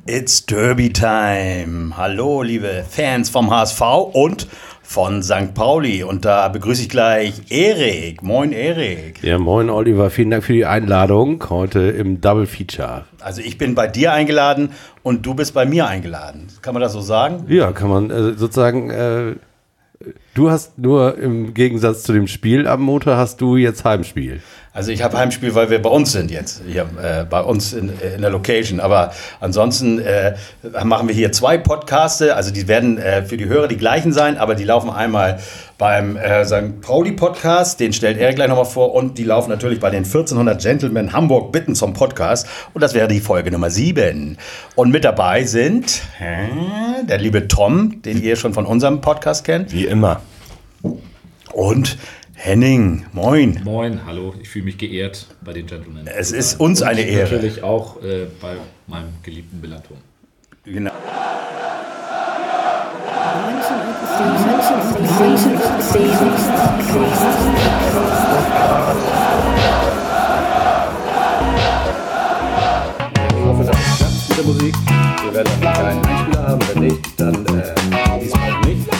It's Derby Time. Hallo, liebe Fans vom HSV und von St. Pauli. Und da begrüße ich gleich Erik. Moin, Erik. Ja, moin, Oliver. Vielen Dank für die Einladung heute im Double Feature. Also ich bin bei dir eingeladen und du bist bei mir eingeladen. Kann man das so sagen? Ja, kann man sozusagen. Du hast nur im Gegensatz zu dem Spiel am Montag hast du jetzt Heimspiel. Also ich habe Heimspiel, weil wir bei uns sind jetzt, hier bei uns in der Location. Aber ansonsten machen wir hier 2 Podcaste, also die werden für die Hörer die gleichen sein, aber die laufen einmal beim St. Pauli Podcast, den stellt Erik gleich nochmal vor, und die laufen natürlich bei den 1400 Gentlemen Hamburg bitten zum Podcast, und das wäre die Folge Nummer 7. Und mit dabei sind der liebe Tom, den ihr schon von unserem Podcast kennt. Wie immer. Und Henning, moin. Moin, hallo, ich fühle mich geehrt bei den Gentlemen. Es ist uns eine Ehre. Natürlich auch bei meinem geliebten Millanton. Genau. Ich hoffe, das klappt mit der Musik. Wir werden einen kleinen Einspieler haben, wenn nicht, dann diesmal nicht.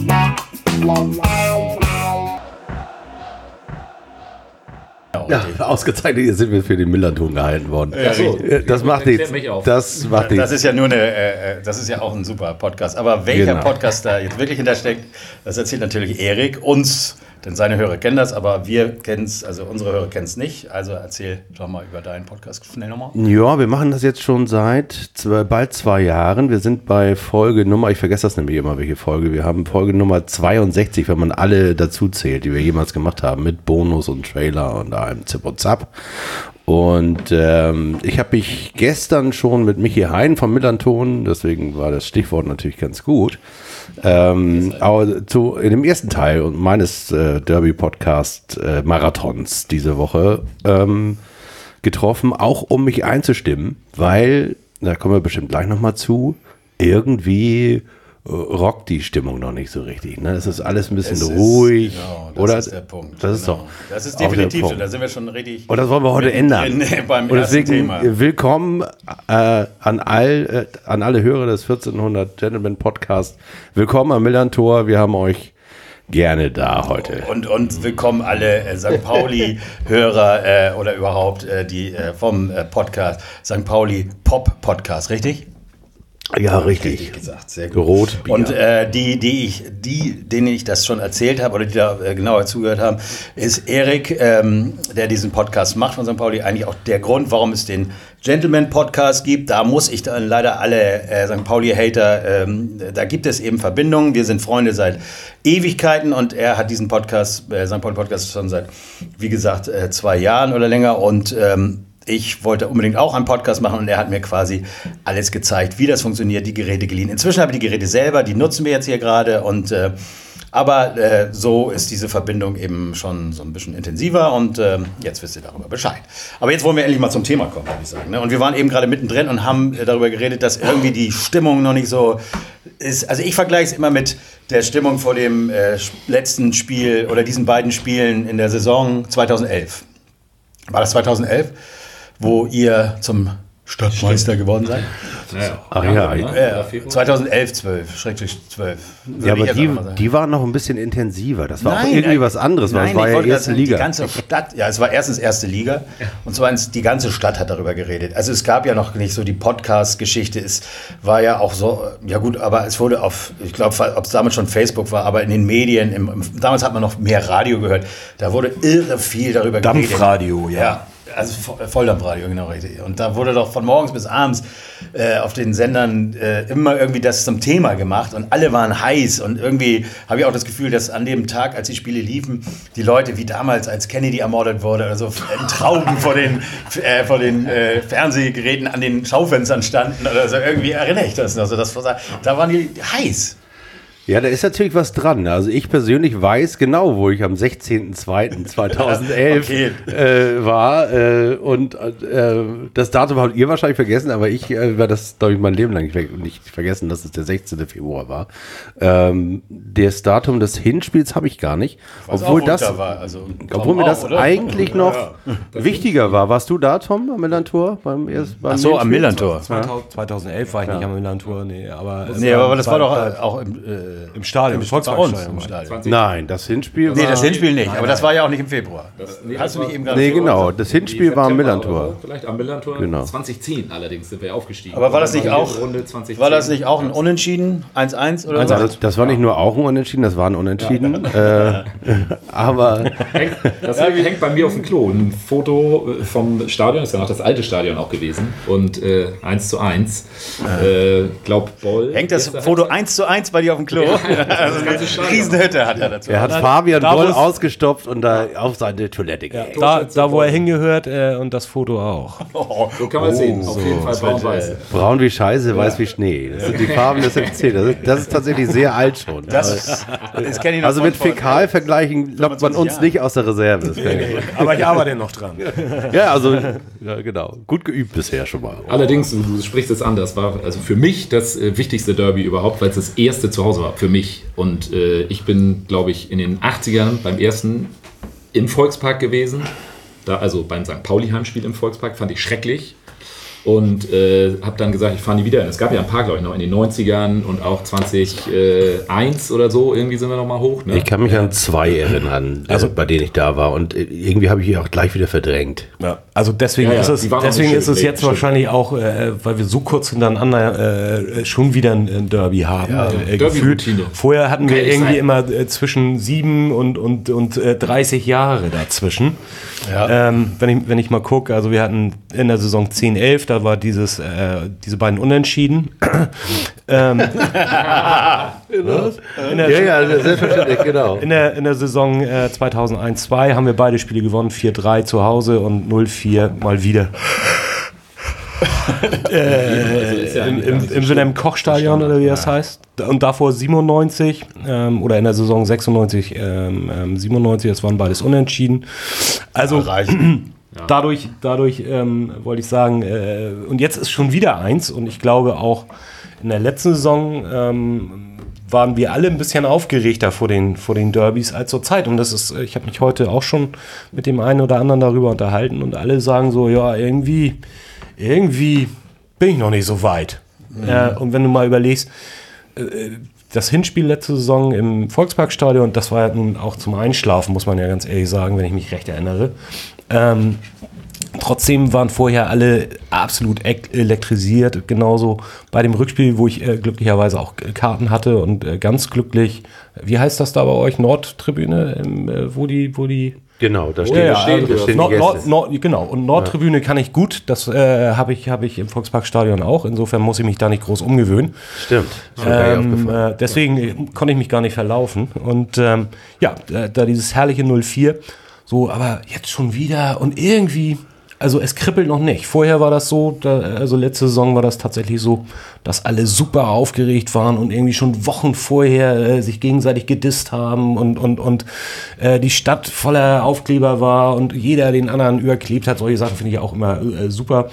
Ja, ausgezeichnet, hier sind wir für den Millanton gehalten worden. So, Das macht nichts. Das macht nichts. Das ist ja nur das ist ja auch ein super Podcast. Aber welcher Podcast da jetzt wirklich hintersteckt, das erzählt natürlich Erik uns, denn seine Hörer kennen das, aber wir kennen es, also unsere Hörer kennen es nicht. Also erzähl doch mal über deinen Podcast schnell nochmal. Ja, wir machen das jetzt schon seit bald 2 Jahren. Wir sind bei Folge Nummer, ich vergesse das nämlich immer, welche Folge. Wir haben Folge Nummer 62, wenn man alle dazu zählt, die wir jemals gemacht haben, mit Bonus und Trailer und einem Zip und Zap. Und ich habe mich gestern schon mit Michi Hein vom Millanton, deswegen war das Stichwort natürlich ganz gut, aber in dem ersten Teil meines Derby-Podcast Marathons diese Woche getroffen, auch um mich einzustimmen, weil, da kommen wir bestimmt gleich nochmal zu, irgendwie rockt die Stimmung noch nicht so richtig. Ne? Es ist alles ein bisschen ruhig. Genau, das oder? ist der Punkt. Das ist genau. doch. Das ist definitiv so. Da sind wir schon richtig. Und das wollen wir heute ändern. Beim und ersten deswegen Thema. Willkommen an alle Hörer des 1400 Gentlemen Podcast. Willkommen am Millantor. Wir haben euch gerne da heute. Und willkommen alle St. Pauli-Hörer oder überhaupt die vom Podcast St. Pauli Pop Podcast, richtig? Ja, richtig gesagt, sehr gut. Rotbier. Und denen ich das schon erzählt habe oder die da genauer zugehört haben, ist Erik, der diesen Podcast macht von St. Pauli, eigentlich auch der Grund, warum es den Gentleman-Podcast gibt. Da muss ich dann leider alle St. Pauli-Hater, da gibt es eben Verbindungen. Wir sind Freunde seit Ewigkeiten und er hat diesen Podcast, St. Pauli-Podcast schon seit, wie gesagt, 2 Jahren oder länger, und ich wollte unbedingt auch einen Podcast machen und er hat mir quasi alles gezeigt, wie das funktioniert, die Geräte geliehen. Inzwischen habe ich die Geräte selber, die nutzen wir jetzt hier gerade, und aber so ist diese Verbindung eben schon so ein bisschen intensiver, und jetzt wisst ihr darüber Bescheid. Aber jetzt wollen wir endlich mal zum Thema kommen, würde ich sagen. Ne? Und wir waren eben gerade mittendrin und haben darüber geredet, dass irgendwie die Stimmung noch nicht so ist. Also ich vergleiche es immer mit der Stimmung vor dem letzten Spiel oder diesen beiden Spielen in der Saison 2011. War das 2011? Wo ihr zum Stadtmeister geworden seid? Ja. Ach ja, 2011, 12. Ja, aber die waren noch ein bisschen intensiver. Das war auch irgendwie was anderes, weil es war ja erste Liga. Die ganze Stadt, ja, es war erstens erste Liga, und zweitens die ganze Stadt hat darüber geredet. Also es gab ja noch nicht so die Podcast-Geschichte, es war ja auch so, ja gut, aber es wurde ich glaube, ob es damals schon Facebook war, aber in den Medien, damals hat man noch mehr Radio gehört, da wurde irre viel darüber geredet. Dampfradio, ja. Also Volldampfradio, genau richtig. Und da wurde doch von morgens bis abends auf den Sendern immer irgendwie das zum Thema gemacht und alle waren heiß, und irgendwie habe ich auch das Gefühl, dass an dem Tag, als die Spiele liefen, die Leute wie damals, als Kennedy ermordet wurde oder so, in Trauben vor den Fernsehgeräten an den Schaufenstern standen oder so. Irgendwie erinnere ich das noch. Also da waren die heiß. Ja, da ist natürlich was dran. Also ich persönlich weiß genau, wo ich am 16.02.2011 war. Und das Datum habt ihr wahrscheinlich vergessen, aber ich werde das, glaube ich, mein Leben lang nicht vergessen, dass es der 16. Februar war. Das Datum des Hinspiels habe ich gar nicht. Obwohl mir das eigentlich noch wichtiger war. Warst du da, Tom, am Millantor? Beim Achso, am Millantor. 2011 war ich nicht am Millantor, aber das war doch auch im Stadion, im Volksparkstadion. Nein, das Hinspiel war... Nee, das Hinspiel nicht, aber das war ja auch nicht im Februar. Hast du nicht eben gerade... Nee, genau, das Hinspiel war am Millantor. Vielleicht am Millantor. Genau. 2010 allerdings sind wir aufgestiegen. Aber war das nicht auch ein Unentschieden? 1-1 oder was? Das war nicht nur auch ein Unentschieden, das war ein Unentschieden. Aber... Das hängt bei mir auf dem Klo. Ein Foto vom Stadion, ist ja noch das alte Stadion auch gewesen. Und 1:1. Glaub Boll. Hängt das Foto 1:1 bei dir auf dem Klo? Also eine Riesenhütte hat er dazu. Er hat Fabian Boll ausgestopft und da auf seine Toilette gehängt. Da, wo er hingehört und das Foto auch. So kann man es sehen. Auf jeden Fall braun-weiß. Braun wie Scheiße, weiß wie Schnee. Das sind die Farben des FC. Das ist tatsächlich sehr alt schon. Das kenne ich noch also mit Fäkalvergleichen lockt man uns nicht aus der Reserve. Aber ich arbeite noch dran. Ja, also genau. Gut geübt bisher schon mal. Allerdings, du sprichst es an, das war also für mich das wichtigste Derby überhaupt, weil es das erste zu Hause war, für mich. Und ich bin, glaube ich, in den 80ern beim ersten im Volkspark gewesen. Also beim St. Pauli-Heimspiel im Volkspark, fand ich schrecklich. Und habe dann gesagt, ich fahre nie wieder hin. Es gab ja ein paar, glaube ich, noch in den 90ern und auch 2001 oder so. Irgendwie sind wir noch mal hoch. Ne? Ich kann mich an 2 erinnern, bei denen ich da war. Und irgendwie habe ich die auch gleich wieder verdrängt. Ja, also deswegen ist es jetzt wahrscheinlich auch, weil wir so kurz hintereinander schon wieder ein Derby haben. Gefühlt. Vorher hatten wir irgendwie immer zwischen 7 und 30 Jahre dazwischen. Ja. Wenn ich mal gucke, also wir hatten in der Saison 10/11, da war diese beiden Unentschieden. Selbstverständlich, genau. In der Saison 2001/2 haben wir beide Spiele gewonnen, 4-3 zu Hause und 0-4 mal wieder. Im Wilhelm-Koch-Stadion oder wie das heißt. Und davor 97 oder in der Saison 96, 97, das waren beides Unentschieden. Also dadurch wollte ich sagen, und jetzt ist schon wieder eins und ich glaube auch in der letzten Saison waren wir alle ein bisschen aufgeregter vor den Derbys als zur Zeit. Und das ist, ich habe mich heute auch schon mit dem einen oder anderen darüber unterhalten und alle sagen so, ja, irgendwie bin ich noch nicht so weit. Und wenn du mal überlegst, das Hinspiel letzte Saison im Volksparkstadion, das war ja nun auch zum Einschlafen, muss man ja ganz ehrlich sagen, wenn ich mich recht erinnere. Trotzdem waren vorher alle absolut elektrisiert, genauso bei dem Rückspiel, wo ich glücklicherweise auch Karten hatte und ganz glücklich, wie heißt das da bei euch, Nordtribüne, wo die Genau, da stehen die Genau, und Nordtribüne kann ich gut, das habe ich im Volksparkstadion auch, insofern muss ich mich da nicht groß umgewöhnen. Stimmt. Deswegen konnte ich mich gar nicht verlaufen und da dieses herrliche 0-4, so, aber jetzt schon wieder und irgendwie, also es kribbelt noch nicht. Vorher war das so, also letzte Saison war das tatsächlich so, dass alle super aufgeregt waren und irgendwie schon Wochen vorher sich gegenseitig gedisst haben und die Stadt voller Aufkleber war und jeder den anderen überklebt hat. Solche Sachen finde ich auch immer super.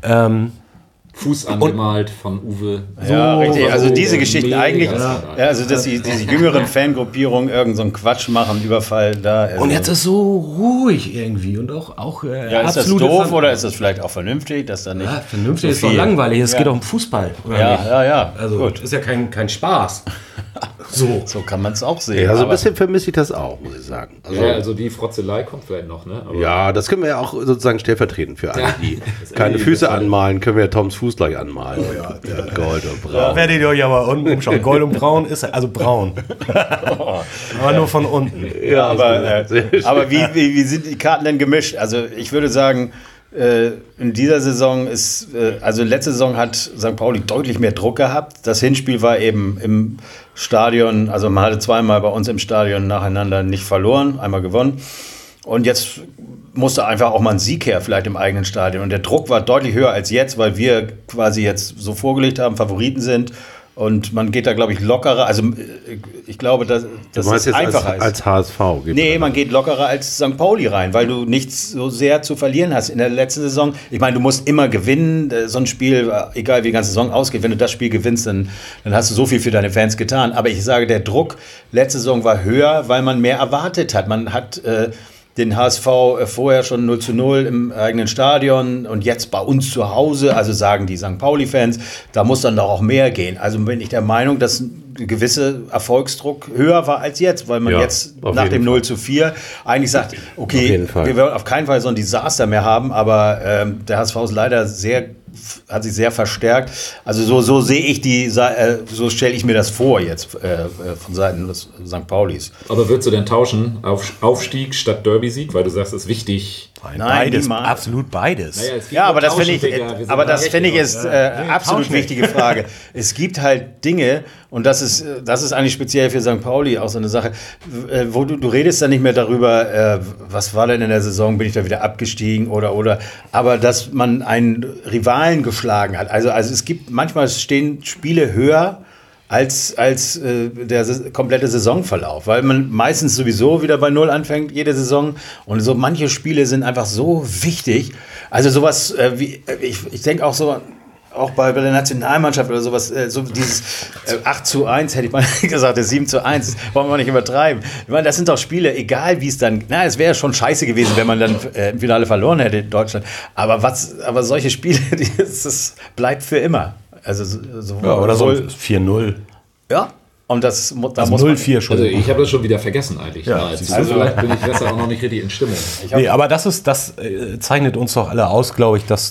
Fuß angemalt von Uwe. Ja, richtig. Also diese Geschichten eigentlich, also dass diese jüngeren Fangruppierungen irgend so einen Quatsch machen, Überfall da. Also. Und jetzt ist so ruhig irgendwie und auch ist das doof oder ist das vielleicht auch vernünftig, dass da nicht vernünftig ist doch langweilig, es geht doch um Fußball. Oder ja. Also gut. Ist ja kein Spaß. So kann man es auch sehen. Ja, so ein bisschen vermisse ich das auch, muss ich sagen. Also die Frotzelei kommt vielleicht noch, ne? Aber ja, das können wir ja auch sozusagen stellvertretend für alle, die keine Füße anmalen, können wir ja Toms Fuß gleich anmalen. Gold und Braun. Da werdet ihr euch aber unten umschauen. Gold und Braun ist also braun. Aber nur von unten. Ja, aber wie sind die Karten denn gemischt? Also ich würde sagen, in dieser Saison also letzte Saison hat St. Pauli deutlich mehr Druck gehabt. Das Hinspiel war eben im Stadion, also man hatte zweimal bei uns im Stadion nacheinander nicht verloren, einmal gewonnen. Und jetzt musste einfach auch mal ein Sieg her, vielleicht im eigenen Stadion. Und der Druck war deutlich höher als jetzt, weil wir quasi jetzt so vorgelegt haben, Favoriten sind Und man geht da, glaube ich, lockerer. Also ich glaube, dass es einfacher ist. Als HSV? Nee, man geht lockerer als St. Pauli rein, weil du nichts so sehr zu verlieren hast. In der letzten Saison, ich meine, du musst immer gewinnen. So ein Spiel, egal wie die ganze Saison ausgeht, wenn du das Spiel gewinnst, dann hast du so viel für deine Fans getan. Aber ich sage, der Druck letzte Saison war höher, weil man mehr erwartet hat. Man hat den HSV vorher schon 0:0 im eigenen Stadion und jetzt bei uns zu Hause, also sagen die St. Pauli-Fans, da muss dann doch auch mehr gehen. Also bin ich der Meinung, dass ein gewisser Erfolgsdruck höher war als jetzt, weil man jetzt nach dem 0:4 eigentlich sagt, okay, wir werden auf keinen Fall so ein Desaster mehr haben, aber der HSV ist leider hat sich sehr verstärkt. Also so sehe ich so stelle ich mir das vor jetzt von Seiten des St. Paulis. Aber würdest du denn tauschen auf Aufstieg statt Derby-Sieg, weil du sagst, es ist wichtig? Nein, beides, absolut beides. Naja, ja, aber das finde ich ist absolut wichtige Frage. Es gibt halt Dinge, und das ist eigentlich speziell für St. Pauli auch so eine Sache, wo du redest dann nicht mehr darüber, was war denn in der Saison, bin ich da wieder abgestiegen oder, aber dass man einen Rivalen geschlagen hat. Also es gibt, manchmal stehen Spiele höher als der komplette Saisonverlauf, weil man meistens sowieso wieder bei Null anfängt, jede Saison, und so manche Spiele sind einfach so wichtig, also sowas wie, ich denke auch so, auch bei der Nationalmannschaft oder sowas, so dieses 8:1, hätte ich mal gesagt, das 7:1, das wollen wir nicht übertreiben. Ich meine, das sind doch Spiele, egal wie es dann, es wäre schon scheiße gewesen, wenn man dann im Finale verloren hätte in Deutschland, aber solche Spiele, das bleibt für immer. Also oder so 4:0. Ja, und da muss 0:4 schon. Also ich habe das schon wieder vergessen eigentlich. Ja, also vielleicht bin ich deshalb auch noch nicht richtig in Stimmung. Nee, aber das zeichnet uns doch alle aus, glaube ich, dass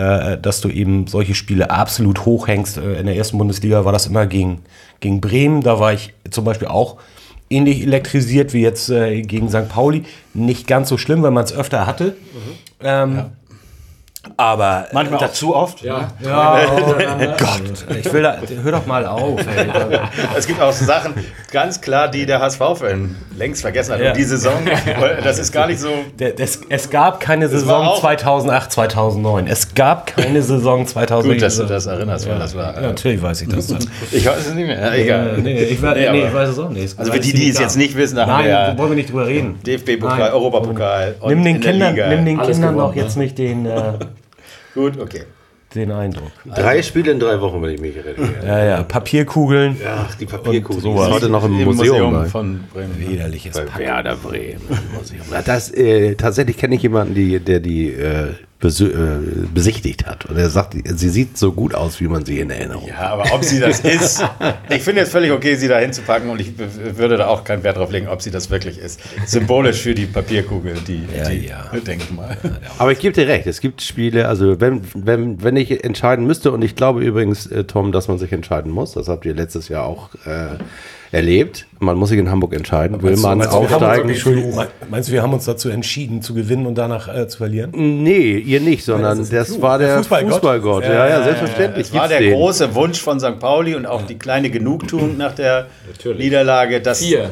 du eben solche Spiele absolut hochhängst. In der ersten Bundesliga war das immer gegen Bremen. Da war ich zum Beispiel auch ähnlich elektrisiert wie jetzt gegen St. Pauli. Nicht ganz so schlimm, weil man es öfter hatte. Aber manchmal auch zu oft. Ja. Gott, hör doch mal auf. Ey. Es gibt auch Sachen, ganz klar, die der HSV-Fan längst vergessen hat. Ja. Und die Saison, das ist gar nicht so... Es gab keine Saison 2008, 2009. Es gab keine Saison 2009. Gut, dass du das erinnerst, weil das war... Natürlich weiß ich das. Ich weiß es nicht mehr. Egal. Ich weiß es auch nicht. Also für die es jetzt nicht wissen, nein, wollen wir nicht drüber reden. DFB-Pokal, Europapokal und nimm den Kindern doch jetzt nicht den... Gut, okay. Den Eindruck. 3 Spiele in 3 Wochen, wenn ich mich erinnere. Ja, Papierkugeln. Ja, die Papierkugeln. Sowas. Ist heute noch im Museum von Bremen. Widerliches Pack. Werder Bremen. Tatsächlich kenne ich jemanden, der die besichtigt hat. Und er sagt, sie sieht so gut aus, wie man sie in Erinnerung hat. Ja, aber ob sie das ist, ich finde es völlig okay, sie da hinzupacken, und ich würde da auch keinen Wert drauf legen, ob sie das wirklich ist. Symbolisch für die Papierkugel, denke ich mal. Aber ich gebe dir recht, es gibt Spiele, also wenn ich entscheiden müsste, und ich glaube übrigens, Tom, dass man sich entscheiden muss, das habt ihr letztes Jahr auch erlebt. Man muss sich in Hamburg entscheiden. Will man aufsteigen? Meinst du, wir haben uns dazu entschieden, zu gewinnen und danach zu verlieren? Nee, ihr nicht, sondern das war der Fußballgott. Ja, selbstverständlich. Das war der große Wunsch von St. Pauli und auch die kleine Genugtuung nach der Niederlage. Vier.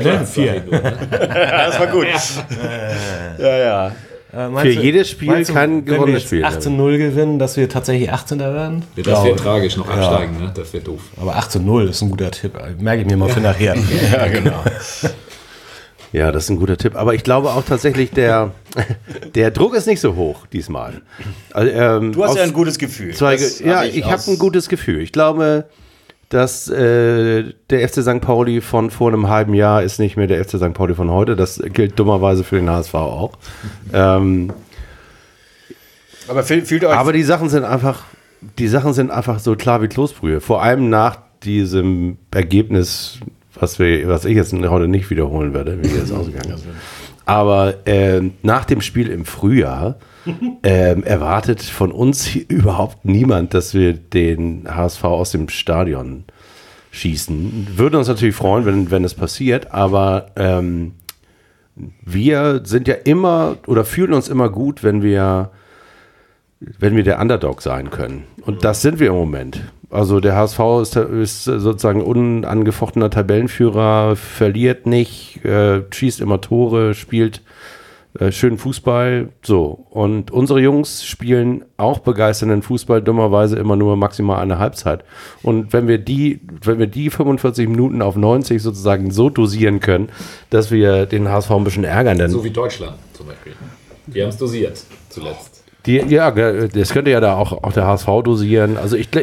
Das war gut. Ja. Für jedes Spiel kein gewonnenes Spiel. 18:0 gewinnen, dass wir tatsächlich 18. werden? Das wäre tragisch, noch absteigen, ne? Das wäre doof. Aber 18:0 ist ein guter Tipp. Merke ich mir mal für nachher. Ja, genau. Ja, das ist ein guter Tipp. Aber ich glaube auch tatsächlich, der Druck ist nicht so hoch diesmal. Also, du hast ja ein gutes Gefühl. Ich habe ein gutes Gefühl. Ich glaube, dass der FC St. Pauli von vor einem halben Jahr ist nicht mehr der FC St. Pauli von heute. Das gilt dummerweise für den HSV auch. Aber fühlt euch... Aber die Sachen sind einfach so klar wie Kloßbrühe. Vor allem nach diesem Ergebnis, was ich jetzt heute nicht wiederholen werde, wie es ausgegangen ist. Aber nach dem Spiel im Frühjahr erwartet von uns überhaupt niemand, dass wir den HSV aus dem Stadion schießen. Würden uns natürlich freuen, wenn es passiert, aber wir sind ja immer oder fühlen uns immer gut, wenn wir der Underdog sein können. Und das sind wir im Moment. Also der HSV ist sozusagen unangefochtener Tabellenführer, verliert nicht, schießt immer Tore, spielt schönen Fußball, so. Und unsere Jungs spielen auch begeisternden Fußball, dummerweise immer nur maximal eine Halbzeit. Und wenn wir die 45 Minuten auf 90 sozusagen so dosieren können, dass wir den HSV ein bisschen ärgern, dann... So wie Deutschland zum Beispiel. Die haben es dosiert zuletzt. Das könnte ja da auch der HSV dosieren. Also ich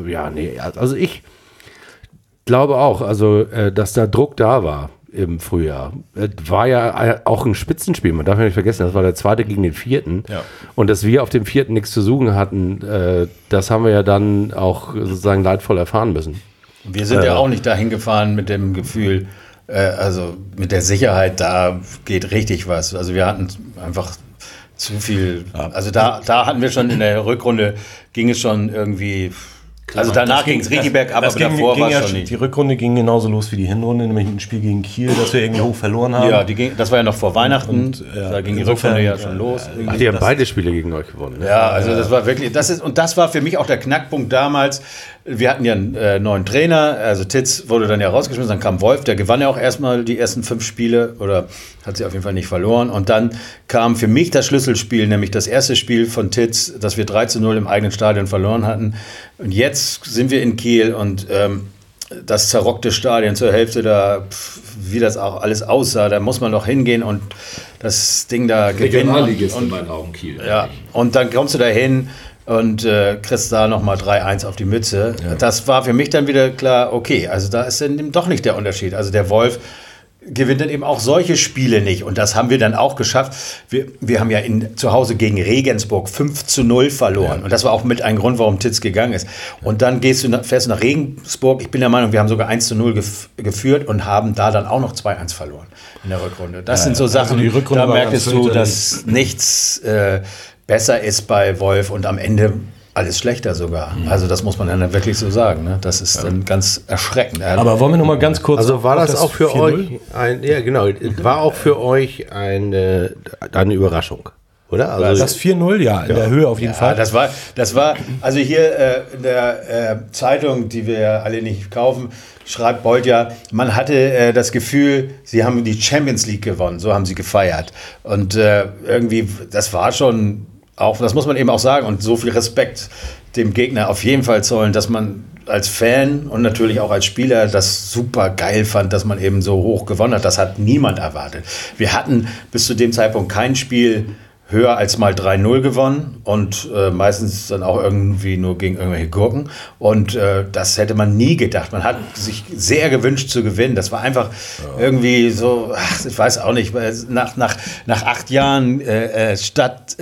glaube auch, also dass da Druck da war im Frühjahr. War ja auch ein Spitzenspiel, man darf ja nicht vergessen, das war der 2. gegen den 4. Ja. Und dass wir auf dem 4. nichts zu suchen hatten, das haben wir ja dann auch sozusagen leidvoll erfahren müssen. Wir sind ja auch nicht dahin gefahren mit dem Gefühl, also mit der Sicherheit, da geht richtig was. Also wir hatten einfach zu viel, also da hatten wir schon in der Rückrunde, ging es schon irgendwie... Also danach ging es richtig bergab, aber davor war es schon nicht. Die Rückrunde ging genauso los wie die Hinrunde, nämlich ein Spiel gegen Kiel, das wir irgendwie hoch verloren haben. Ja, das war ja noch vor Weihnachten, da ging die Rückrunde ja schon los. Ach, die haben beide Spiele gegen euch gewonnen. Ne? Ja, also das war wirklich, das war für mich auch der Knackpunkt damals. Wir hatten ja einen neuen Trainer, also Titz wurde dann ja rausgeschmissen, dann kam Wolf, der gewann ja auch erstmal die ersten 5 Spiele oder hat sie auf jeden Fall nicht verloren. Und dann kam für mich das Schlüsselspiel, nämlich das erste Spiel von Titz, das wir 3-0 im eigenen Stadion verloren hatten. Und jetzt sind wir in Kiel und das zerrockte Stadion zur Hälfte da, wie das auch alles aussah, da muss man noch hingehen und das Ding da gewinnen. Regionalligist in meinen Augen Kiel. Ja, und dann kommst du da hin und kriegst da nochmal 3-1 auf die Mütze. Ja. Das war für mich dann wieder klar, okay, also da ist dann eben doch nicht der Unterschied. Also der Wolf gewinnt dann eben auch solche Spiele nicht. Und das haben wir dann auch geschafft. Wir haben ja zu Hause gegen Regensburg 5-0 verloren. Ja. Und das war auch mit ein Grund, warum Titz gegangen ist. Und dann fährst du nach Regensburg. Ich bin der Meinung, wir haben sogar 1-0 geführt und haben da dann auch noch 2-1 verloren in der Rückrunde. Das sind so Sachen, also da merkst du, dass nichts besser ist bei Wolf und am Ende alles schlechter sogar. Also das muss man dann wirklich so sagen. Ne? Das ist dann ganz erschreckend. Aber wollen wir noch mal ganz kurz... Also war das auch für euch war auch für euch eine Überraschung, oder? Also das 4-0, ja, in der Höhe auf jeden Fall. Das war also hier in der Zeitung, die wir ja alle nicht kaufen, schreibt Bold ja, man hatte das Gefühl, sie haben die Champions League gewonnen, so haben sie gefeiert. Und irgendwie, das war schon... Auch, das muss man eben auch sagen, und so viel Respekt dem Gegner auf jeden Fall zollen, dass man als Fan und natürlich auch als Spieler das super geil fand, dass man eben so hoch gewonnen hat. Das hat niemand erwartet. Wir hatten bis zu dem Zeitpunkt kein Spiel höher als mal 3-0 gewonnen und meistens dann auch irgendwie nur gegen irgendwelche Gurken. Und das hätte man nie gedacht. Man hat sich sehr gewünscht zu gewinnen. Das war einfach irgendwie so, ich weiß auch nicht, nach 8 Jahren Stadt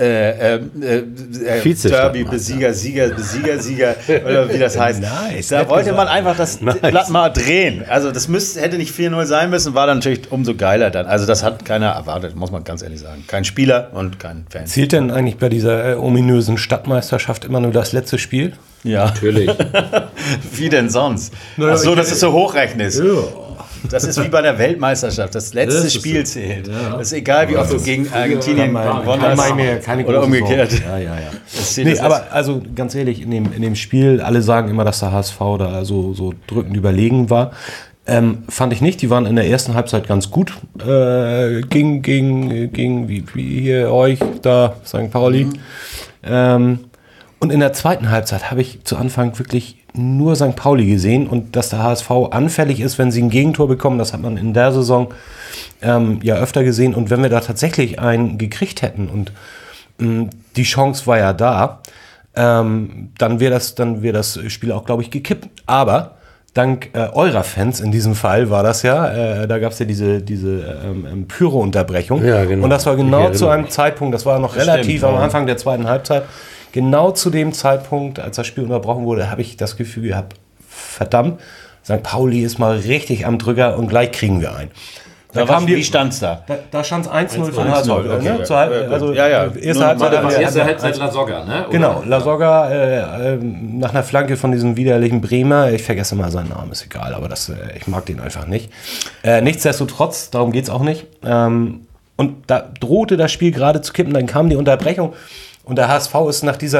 Derby, Besieger, Sieger, oder wie das heißt. Nice, da wollte man einfach das Blatt mal drehen. Also das hätte nicht 4-0 sein müssen, war dann natürlich umso geiler dann. Also das hat keiner erwartet, muss man ganz ehrlich sagen. Kein Spieler und kein Fan. Zählt denn eigentlich bei dieser ominösen Stadtmeisterschaft immer nur das letzte Spiel? Ja. Natürlich. Wie denn sonst? Ach so, dass du so hochrechnest. Ja. Das ist wie bei der Weltmeisterschaft. Das letzte Spiel zählt. Ja. Das ist egal, wie oft du gegen Argentinien gewonnen hast. Oder umgekehrt. Nee, aber also ganz ehrlich, in dem Spiel, alle sagen immer, dass der HSV da so drückend überlegen war. Fand ich nicht. Die waren in der ersten Halbzeit ganz gut gegen wie hier euch da, St. Pauli. Und in der zweiten Halbzeit habe ich zu Anfang wirklich nur St. Pauli gesehen und dass der HSV anfällig ist, wenn sie ein Gegentor bekommen, das hat man in der Saison ja öfter gesehen. Und wenn wir da tatsächlich einen gekriegt hätten und die Chance war ja da, dann wäre das Spiel auch, glaube ich, gekippt. Aber dank eurer Fans, in diesem Fall war das ja, da gab es ja diese Pyro-Unterbrechung. Ja, genau. Und das war genau zu einem Zeitpunkt, das war noch relativ am Anfang der zweiten Halbzeit, genau zu dem Zeitpunkt, als das Spiel unterbrochen wurde, habe ich das Gefühl gehabt, verdammt, St. Pauli ist mal richtig am Drücker und gleich kriegen wir einen. Wie stand es da? Da stand es 1-0 für HSV. Erste Halbzeit La Soga, ne? Oder? Genau, La Soga nach einer Flanke von diesem widerlichen Bremer. Ich vergesse mal seinen Namen, ist egal, aber ich mag den einfach nicht. Nichtsdestotrotz, darum geht es auch nicht. Und da drohte das Spiel gerade zu kippen, dann kam die Unterbrechung und der HSV ist nach dieser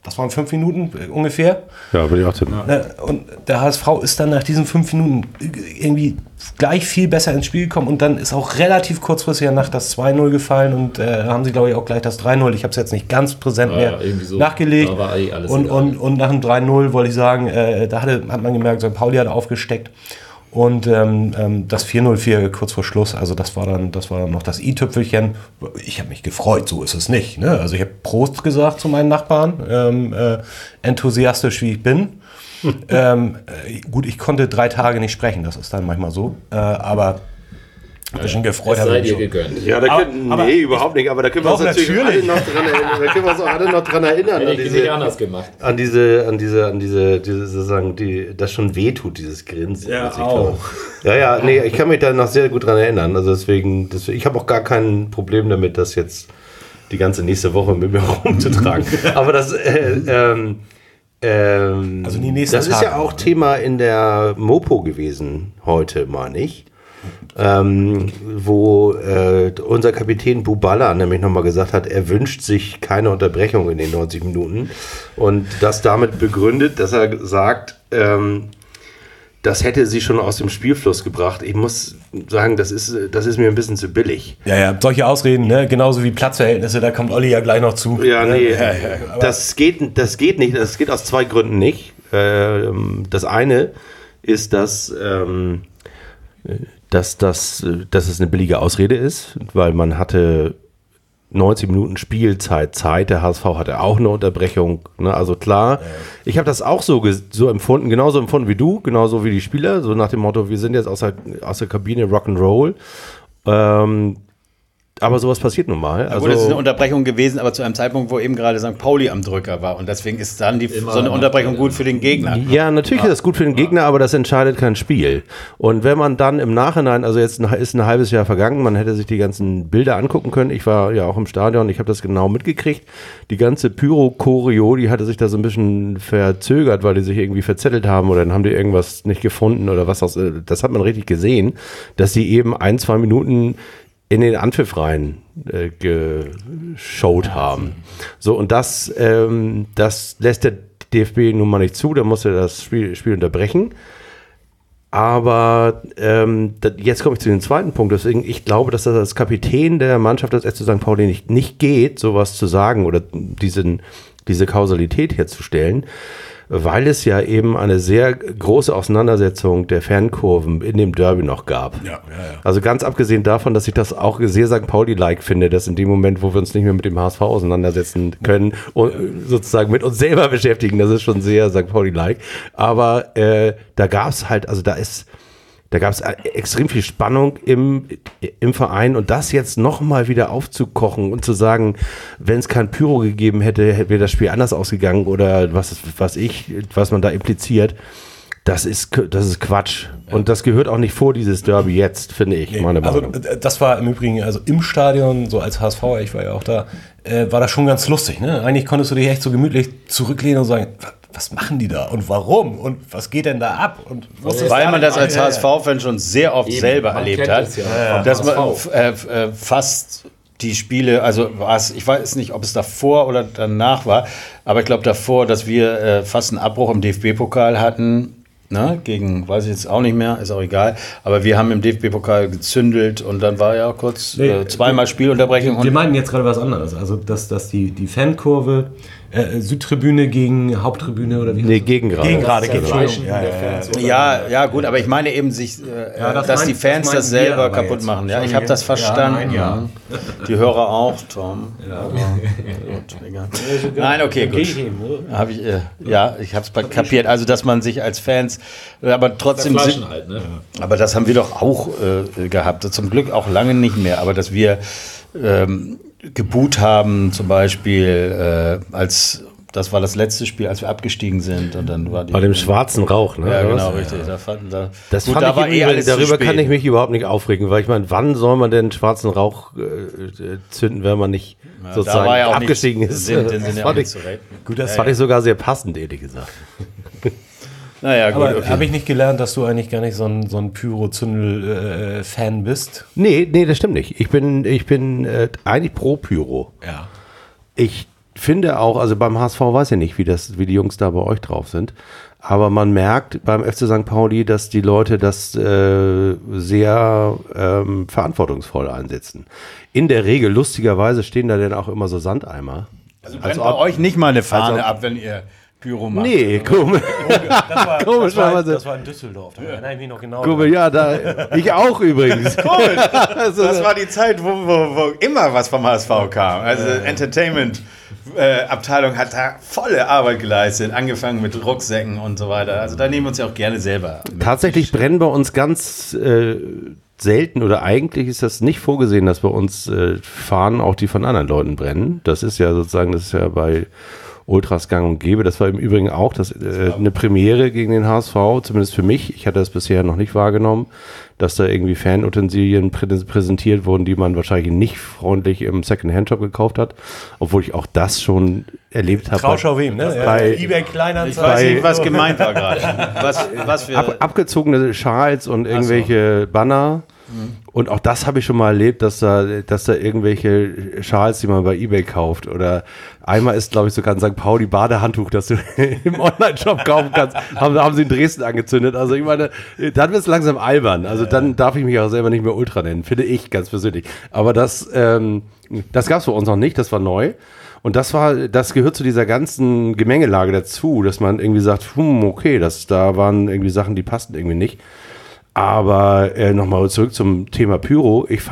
das waren 5 Minuten ungefähr. Ja, würde ich auch tippen. Und der HSV ist dann nach diesen 5 Minuten irgendwie gleich viel besser ins Spiel gekommen und dann ist auch relativ kurzfristig nach das 2-0 gefallen und haben sie, glaube ich, auch gleich das 3-0. Ich habe es jetzt nicht ganz präsent mehr so nachgelegt. Da war alles und nach dem 3-0 wollte ich sagen, da hat man gemerkt, St. Pauli hat aufgesteckt. Und das 4-0 kurz vor Schluss, also das war dann noch das i-Tüpfelchen. Ich habe mich gefreut, so ist es nicht. Ne? Also ich habe Prost gesagt zu meinen Nachbarn, enthusiastisch wie ich bin. Gut, ich konnte 3 Tage nicht sprechen, das ist dann manchmal so. Aber ein bisschen gefreut habe ich mich gegönnt. Ja, nee, überhaupt nicht. Aber da können wir uns natürlich alle noch dran erinnern. Hätte ich nicht anders gemacht. An diese sozusagen, das schon wehtut, dieses Grinsen. Ja, auch. Ja, nee, ich kann mich da noch sehr gut dran erinnern. Also deswegen ich habe auch gar kein Problem damit, das jetzt die ganze nächste Woche mit mir rumzutragen. Aber das, also die nächsten das ist ja auch Thema in der Mopo gewesen heute, meine ich. Wo unser Kapitän Bubala nämlich nochmal gesagt hat, er wünscht sich keine Unterbrechung in den 90 Minuten und das damit begründet, dass er sagt, das hätte sie schon aus dem Spielfluss gebracht. Ich muss sagen, das ist mir ein bisschen zu billig. Ja, solche Ausreden, ne? Genauso wie Platzverhältnisse, da kommt Olli ja gleich noch zu. Ja, nee, das geht nicht, das geht aus 2 Gründen nicht. Das eine ist, dass es eine billige Ausrede ist, weil man hatte 90 Minuten Spielzeit, der HSV hatte auch eine Unterbrechung, ne? Also klar, ich habe das auch so empfunden, genauso empfunden wie du, genauso wie die Spieler, so nach dem Motto, wir sind jetzt aus der Kabine Rock'n'Roll, aber sowas passiert nun mal. Also, das ist eine Unterbrechung gewesen, aber zu einem Zeitpunkt, wo eben gerade St. Pauli am Drücker war. Und deswegen ist dann so eine Unterbrechung gut für den Gegner. Ja, natürlich ist das gut für den Gegner, aber das entscheidet kein Spiel. Und wenn man dann im Nachhinein, also jetzt ist ein halbes Jahr vergangen, man hätte sich die ganzen Bilder angucken können. Ich war ja auch im Stadion, ich habe das genau mitgekriegt. Die ganze Pyro-Choreo, die hatte sich da so ein bisschen verzögert, weil die sich irgendwie verzettelt haben oder dann haben die irgendwas nicht gefunden oder was auch. Das hat man richtig gesehen, dass sie eben 1-2 Minuten in den Anpfiff rein geschaut haben. So, und das lässt der DFB nun mal nicht zu, da muss er das Spiel unterbrechen. Aber jetzt komme ich zu dem zweiten Punkt. Deswegen, ich glaube, dass das als Kapitän der Mannschaft des FC St. Pauli nicht geht, sowas zu sagen oder diese Kausalität herzustellen, weil es ja eben eine sehr große Auseinandersetzung der Fankurven in dem Derby noch gab. Ja. Also ganz abgesehen davon, dass ich das auch sehr St. Pauli-like finde, dass in dem Moment, wo wir uns nicht mehr mit dem HSV auseinandersetzen können und sozusagen mit uns selber beschäftigen, das ist schon sehr St. Pauli-like. Aber da gab es halt, also da gab es extrem viel Spannung im Verein und das jetzt nochmal wieder aufzukochen und zu sagen, wenn es kein Pyro gegeben hätte, wäre das Spiel anders ausgegangen oder was man da impliziert, das ist Quatsch. Und das gehört auch nicht vor dieses Derby jetzt, finde ich, meine Meinung. Also das war im Übrigen, also im Stadion, so als HSV, ich war ja auch da, war das schon ganz lustig. Ne? Eigentlich konntest du dich echt so gemütlich zurücklehnen und sagen, was machen die da und warum und was geht denn da ab? Und weil man das als HSV-Fan schon sehr oft selber erlebt hat, dass man fast die Spiele, also ich weiß nicht, ob es davor oder danach war, aber ich glaube davor, dass wir fast einen Abbruch im DFB-Pokal hatten, ne, gegen, weiß ich jetzt auch nicht mehr, ist auch egal, aber wir haben im DFB-Pokal gezündelt und dann war ja kurz zweimal Spielunterbrechung. Wir meinen jetzt gerade was anderes, also dass die Fankurve Südtribüne gegen Haupttribüne oder wie? Nee, Gegengrade. Ja, gut, aber ich meine eben, dass die Fans das selber kaputt machen. Ja, ich habe das verstanden. Ja. Die Hörer auch, Tom. Ja. Nein, okay, gut. Ich habe es kapiert. Also, dass man sich als Fans, aber trotzdem... Halt, ne? Aber das haben wir doch auch gehabt. Zum Glück auch lange nicht mehr. Aber dass wir... geboot haben, zum Beispiel, das war das letzte Spiel, als wir abgestiegen sind. Und dann war bei dem schwarzen Rauch, ne? Ja, genau, richtig. Darüber kann ich mich überhaupt nicht aufregen, weil ich meine, wann soll man denn schwarzen Rauch zünden, wenn man nicht sozusagen abgestiegen ist? Das fand ich sogar sehr passend, ehrlich gesagt. Naja, gut, aber habe ich nicht gelernt, dass du eigentlich gar nicht so ein Pyro-Zündel-Fan bist? Nee, das stimmt nicht. Ich bin eigentlich pro Pyro. Ja. Ich finde auch, also beim HSV weiß ich nicht, wie die Jungs da bei euch drauf sind, aber man merkt beim FC St. Pauli, dass die Leute das sehr verantwortungsvoll einsetzen. In der Regel, lustigerweise, stehen da dann auch immer so Sandeimer. Also brennt bei euch nicht mal eine Fahne ab, wenn ihr Pyro macht? Nee, komisch. Das war in Düsseldorf, da erinnere ich mich noch genau. Komisch, ja, ich auch übrigens. Cool. Das war die Zeit, wo immer was vom HSV kam. Also Entertainment-Abteilung hat da volle Arbeit geleistet, angefangen mit Rucksäcken und so weiter. Also da nehmen wir uns ja auch gerne selber mit. Tatsächlich brennen bei uns ganz selten oder eigentlich ist das nicht vorgesehen, dass bei uns Fahnen auch die von anderen Leuten brennen. Das ist ja bei Ultras gang und gäbe. Das war im Übrigen auch eine Premiere gegen den HSV, zumindest für mich. Ich hatte das bisher noch nicht wahrgenommen, dass da irgendwie Fanutensilien präsentiert wurden, die man wahrscheinlich nicht freundlich im Second-Hand-Shop gekauft hat, obwohl ich auch das schon erlebt habe. Trauschau wem, ne? Bei eBay Kleinanzeigen. Ich weiß nicht, was gemeint war gerade. Was für abgezogene Schals und irgendwelche Banner. Und auch das habe ich schon mal erlebt, dass da irgendwelche Schals, die man bei eBay kauft, oder einmal ist, glaube ich, sogar ein St. Pauli Badehandtuch, das du im Online-Shop kaufen kannst, haben sie in Dresden angezündet. Also ich meine, dann wird es langsam albern. Also dann darf ich mich auch selber nicht mehr Ultra nennen, finde ich ganz persönlich. Aber das gab es bei uns noch nicht, das war neu. Und das gehört zu dieser ganzen Gemengelage dazu, dass man irgendwie sagt, okay, da waren irgendwie Sachen, die passten irgendwie nicht. Aber nochmal zurück zum Thema Pyro. Ich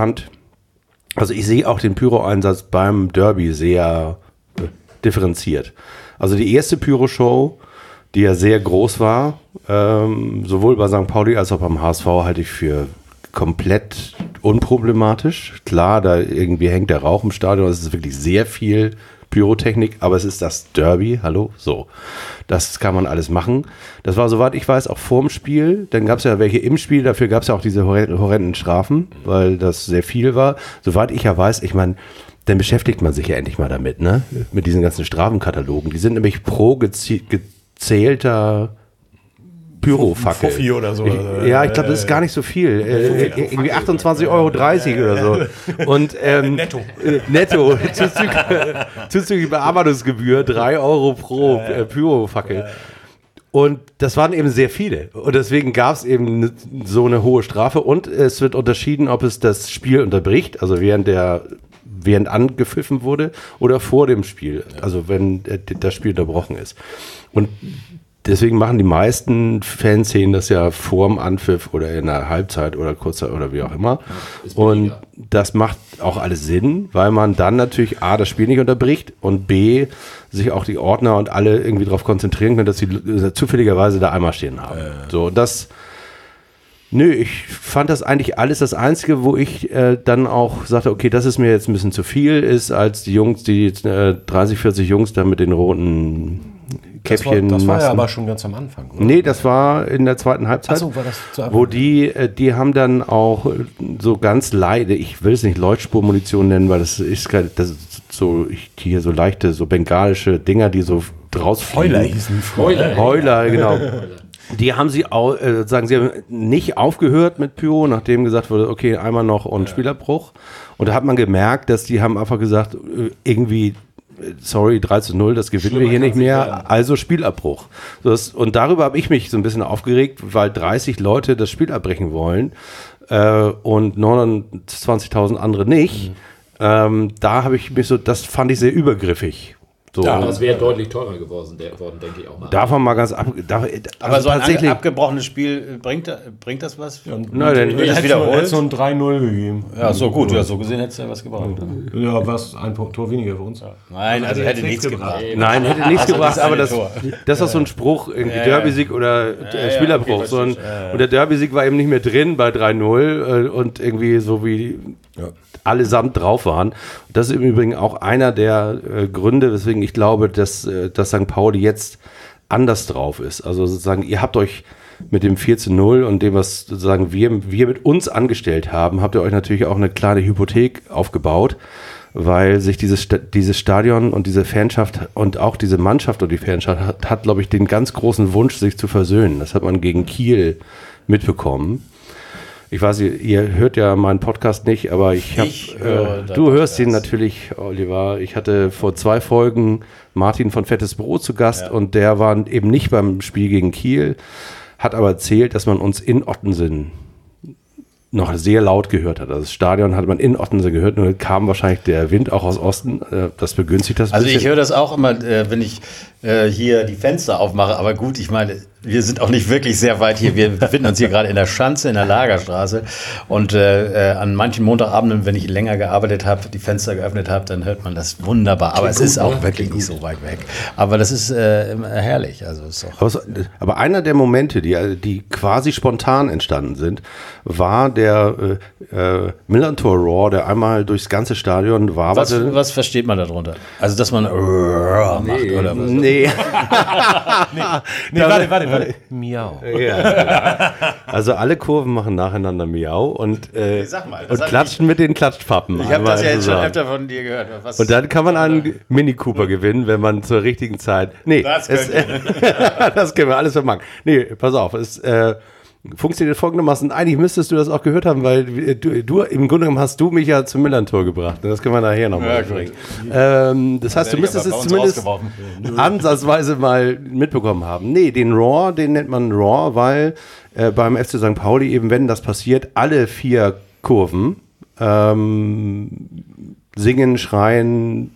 sehe auch den Pyro-Einsatz beim Derby sehr differenziert. Also die erste Pyro-Show, die ja sehr groß war, sowohl bei St. Pauli als auch beim HSV, halte ich für komplett unproblematisch. Klar, da irgendwie hängt der Rauch im Stadion, es ist wirklich sehr viel Pyrotechnik, aber es ist das Derby, hallo, so. Das kann man alles machen. Das war, soweit ich weiß, auch vorm Spiel. Dann gab es ja welche im Spiel, dafür gab es ja auch diese horrenden Strafen, weil das sehr viel war. Soweit ich ja weiß, ich meine, dann beschäftigt man sich ja endlich mal damit, ne? Mit diesen ganzen Strafenkatalogen. Die sind nämlich pro gezählter Pyrofackel. Fuffi oder so. Ich glaube, das ist gar nicht so viel. Irgendwie 28,30 € oder so. Und netto zuzüglich Bearbeitungsgebühr 3 € pro Pyrofackel. Und das waren eben sehr viele. Und deswegen gab es eben so eine hohe Strafe. Und es wird unterschieden, ob es das Spiel unterbricht, also während angepfiffen wurde, oder vor dem Spiel, also wenn das Spiel unterbrochen ist. Und deswegen machen die meisten Fanszenen das ja vorm Anpfiff oder in der Halbzeit oder Kurzzeit oder wie auch immer. Und das macht auch alles Sinn, weil man dann natürlich A, das Spiel nicht unterbricht und B, sich auch die Ordner und alle irgendwie darauf konzentrieren können, dass sie zufälligerweise da einmal stehen haben. Ich fand das eigentlich alles. Das Einzige, wo ich dann auch sagte, okay, das ist mir jetzt ein bisschen zu viel, ist, als die Jungs, 30, 40 Jungs da mit den roten Käppchen. Das war ja aber schon ganz am Anfang, oder? Nee, das war in der zweiten Halbzeit. Achso, war das zu Anfang? Wo die haben dann auch so ganz leide, ich will es nicht Leuchtspurmunition nennen, weil das ist so leichte, so bengalische Dinger, die so rausfliegen. Heuler hießen. Heuler, genau. Die haben sie auch, sie haben nicht aufgehört mit Pyro, nachdem gesagt wurde, okay, einmal noch und Spielabbruch. Und da hat man gemerkt, dass die haben einfach gesagt, irgendwie, sorry, 3:0, das gewinnen wir hier nicht mehr, also Spielabbruch. Und darüber habe ich mich so ein bisschen aufgeregt, weil 30 Leute das Spiel abbrechen wollen und 29.000 andere nicht. Da habe ich mich das fand ich sehr übergriffig. So. Ja, das wäre deutlich teurer geworden, denke ich auch mal. Davon mal ganz aber so ein abgebrochenes Spiel, bringt das was? Nein, dann hätte es so ein 3:0 gegeben. Ja, so gut, so gesehen hätte es ja was gebraucht. Ja, was, ein Tor weniger für uns. Ja. Nein, also hätte nichts gebracht. Nein, hätte nichts gebracht, aber das ist so ein Spruch, irgendwie Derby-Sieg oder Spielabbruch. Okay, und der Derby-Sieg war eben nicht mehr drin bei 3:0 und irgendwie so wie allesamt drauf waren. Und das ist im Übrigen auch einer der Gründe, weswegen ich glaube, dass St. Pauli jetzt anders drauf ist. Also sozusagen, ihr habt euch mit dem 4:0 und dem, was sozusagen wir mit uns angestellt haben, habt ihr euch natürlich auch eine kleine Hypothek aufgebaut, weil sich dieses Stadion und diese Fanschaft und auch diese Mannschaft und die Fanschaft hat, glaube ich, den ganz großen Wunsch, sich zu versöhnen. Das hat man gegen Kiel mitbekommen. Ich weiß, ihr hört ja meinen Podcast nicht, aber du hörst ihn natürlich, Oliver. Ich hatte vor 2 Folgen Martin von Fettes Brot zu Gast und der war eben nicht beim Spiel gegen Kiel, hat aber erzählt, dass man uns in Ottensen noch sehr laut gehört hat. Also das Stadion hat man in Ottensen gehört, nur kam wahrscheinlich der Wind auch aus Osten. Das begünstigt das ein bisschen. Also ich höre das auch immer, wenn ich hier die Fenster aufmache. Aber gut, ich meine, wir sind auch nicht wirklich sehr weit hier. Wir befinden uns hier gerade in der Schanze, in der Lagerstraße. Und an manchen Montagabenden, wenn ich länger gearbeitet habe, die Fenster geöffnet habe, dann hört man das wunderbar. Aber es ist auch wirklich nicht so weit weg. Aber das ist herrlich. Also ist auch aber einer der Momente, die quasi spontan entstanden sind, war der Millantor Roar, der einmal durchs ganze Stadion waberte. Was versteht man darunter? Also, dass man macht oder was? Nee. Warte. Miau. Ja. Also alle Kurven machen nacheinander Miau und klatschen mit den Klatschpappen. Ich habe das ja jetzt schon öfter von dir gehört. Und dann kann man einen Mini Cooper gewinnen, wenn man zur richtigen Zeit... Nee, das können wir alles vermachen. Nee, pass auf, es funktioniert folgendermaßen. Eigentlich müsstest du das auch gehört haben, weil du im Grunde genommen hast du mich ja zum Millantor gebracht. Das können wir nachher nochmal bringen. Das heißt, du müsstest es zumindest ansatzweise mal mitbekommen haben. Nee, den Roar, den nennt man Roar, weil beim FC St. Pauli eben, wenn das passiert, alle 4 Kurven singen, schreien,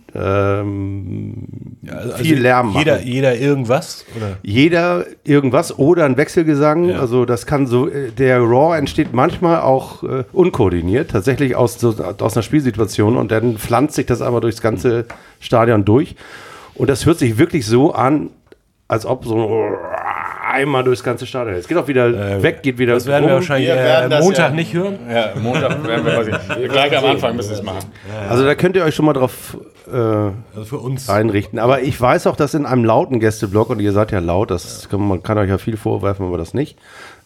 viel Lärm machen. Jeder irgendwas? Oder? Jeder irgendwas oder ein Wechselgesang. Ja. Also das kann so, der Roar entsteht manchmal auch unkoordiniert, tatsächlich aus einer Spielsituation und dann pflanzt sich das aber durchs ganze Stadion durch. Und das hört sich wirklich so an, als ob so einmal durchs ganze Stadion. Es geht auch wieder weg, geht wieder. Das werden wir wahrscheinlich Montag nicht hören. Ja, Montag werden wir gleich am Anfang müssen wir es machen. Also da könnt ihr euch schon mal drauf für uns einrichten. Aber ich weiß auch, dass in einem lauten Gästeblock, und ihr seid ja laut, man kann euch ja viel vorwerfen, aber das nicht,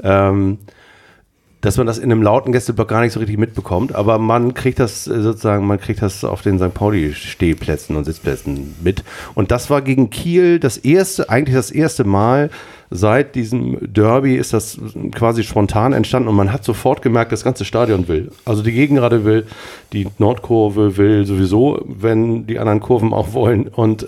dass man das in einem lauten Gästeblock gar nicht so richtig mitbekommt, aber man kriegt das auf den St. Pauli-Stehplätzen und Sitzplätzen mit. Und das war gegen Kiel das erste Mal seit diesem Derby ist das quasi spontan entstanden und man hat sofort gemerkt, das ganze Stadion will. Also die Gegengrade will, die Nordkurve will sowieso, wenn die anderen Kurven auch wollen. Und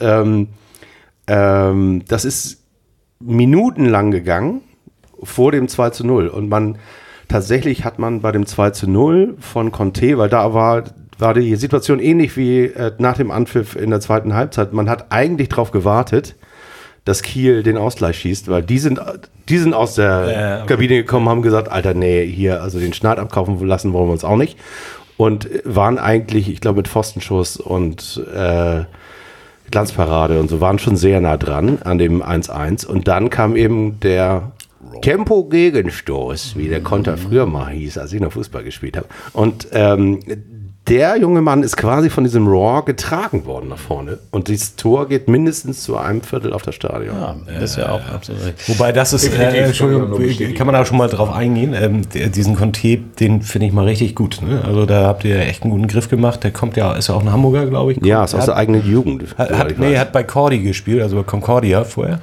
das ist minutenlang gegangen vor dem 2:0 und tatsächlich hat man bei dem 2:0 von Conte, weil da war die Situation ähnlich wie nach dem Anpfiff in der zweiten Halbzeit. Man hat eigentlich darauf gewartet, dass Kiel den Ausgleich schießt, weil die sind aus der Kabine gekommen, haben gesagt, Alter, nee, hier, also den Schneid abkaufen lassen wollen wir uns auch nicht. Und waren eigentlich, ich glaube, mit Pfostenschuss und Glanzparade und so, waren schon sehr nah dran an dem 1:1. Und dann kam eben der Tempo-Gegenstoß, wie der Konter früher mal hieß, als ich noch Fußball gespielt habe. Und der junge Mann ist quasi von diesem Roar getragen worden nach vorne. Und dieses Tor geht mindestens zu einem Viertel auf das Stadion. Ja, das ist ja auch absolut richtig. Wobei das ist, Entschuldigung, kann man da schon mal drauf eingehen, diesen Conte, den finde ich mal richtig gut. Ne? Also da habt ihr echt einen guten Griff gemacht. Der ist ja auch ein Hamburger, glaube ich. Ja, ist aus der eigenen Jugend. Hat bei Cordy gespielt, also bei Concordia vorher.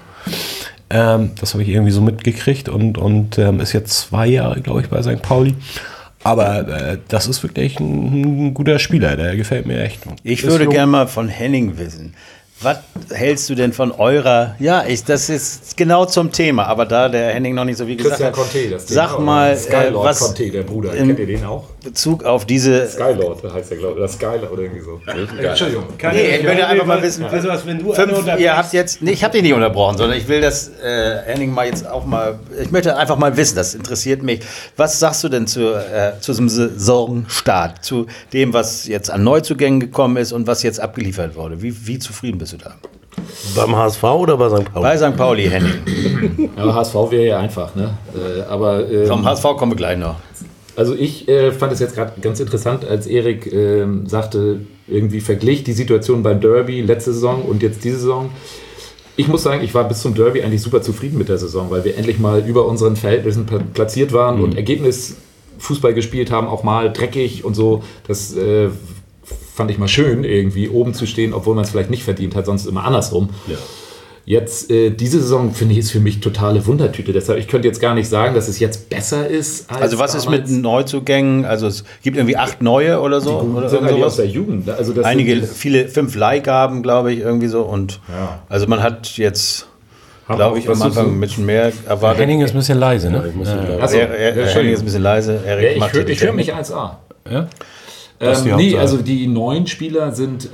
Das habe ich irgendwie so mitgekriegt und ist jetzt 2 Jahre, glaube ich, bei St. Pauli. Aber das ist wirklich ein guter Spieler, der gefällt mir echt. Ich würde gerne mal von Henning wissen. Was hältst du denn von eurer, das ist genau zum Thema, aber da der Henning noch nicht so wie gesagt hat, Conte, das sag mal, Skylord was Conte, der Bruder, kennt ihr den auch? Bezug auf diese... Skylord heißt der, glaube ich, oder Skylord oder irgendwie so. Entschuldigung. Ich würde einfach mal wissen, ihr habt jetzt, ich habe dich nicht unterbrochen, sondern ich will das Henning mal jetzt auch mal, ich möchte einfach mal wissen, das interessiert mich. Was sagst du denn zu diesem Saisonstart, zu dem, was jetzt an Neuzugängen gekommen ist und was jetzt abgeliefert wurde? Wie zufrieden bist du da? Beim HSV oder bei St. Pauli? Bei St. Pauli, Henning. Ja, HSV wäre ja einfach, ne? Aber vom HSV kommen wir gleich noch. Also ich fand es jetzt gerade ganz interessant, als Erik sagte, irgendwie verglich die Situation beim Derby letzte Saison und jetzt diese Saison. Ich muss sagen, ich war bis zum Derby eigentlich super zufrieden mit der Saison, weil wir endlich mal über unseren Verhältnissen platziert waren und Ergebnisfußball gespielt haben, auch mal dreckig und so. Das fand ich mal schön, irgendwie oben zu stehen, obwohl man es vielleicht nicht verdient hat, sonst immer andersrum. Jetzt, diese Saison, finde ich, ist für mich totale Wundertüte. Deshalb, ich könnte jetzt gar nicht sagen, dass es jetzt besser ist als Also was damals. ist mit Neuzugängen? Also es gibt irgendwie 8 neue oder so? Oder Sogar die sowas? aus der Jugend. Also das Einige, sind 5 Leihgaben, glaube ich, irgendwie so. Und also man hat jetzt, glaube ich, am Anfang ein bisschen mehr erwartet. Henning ist ein bisschen leise, ne? Achso, Henning ist ein bisschen leise. Erik macht hier die ich höre mich Technik. 1A. Ja? Nee, also die neuen Spieler sind,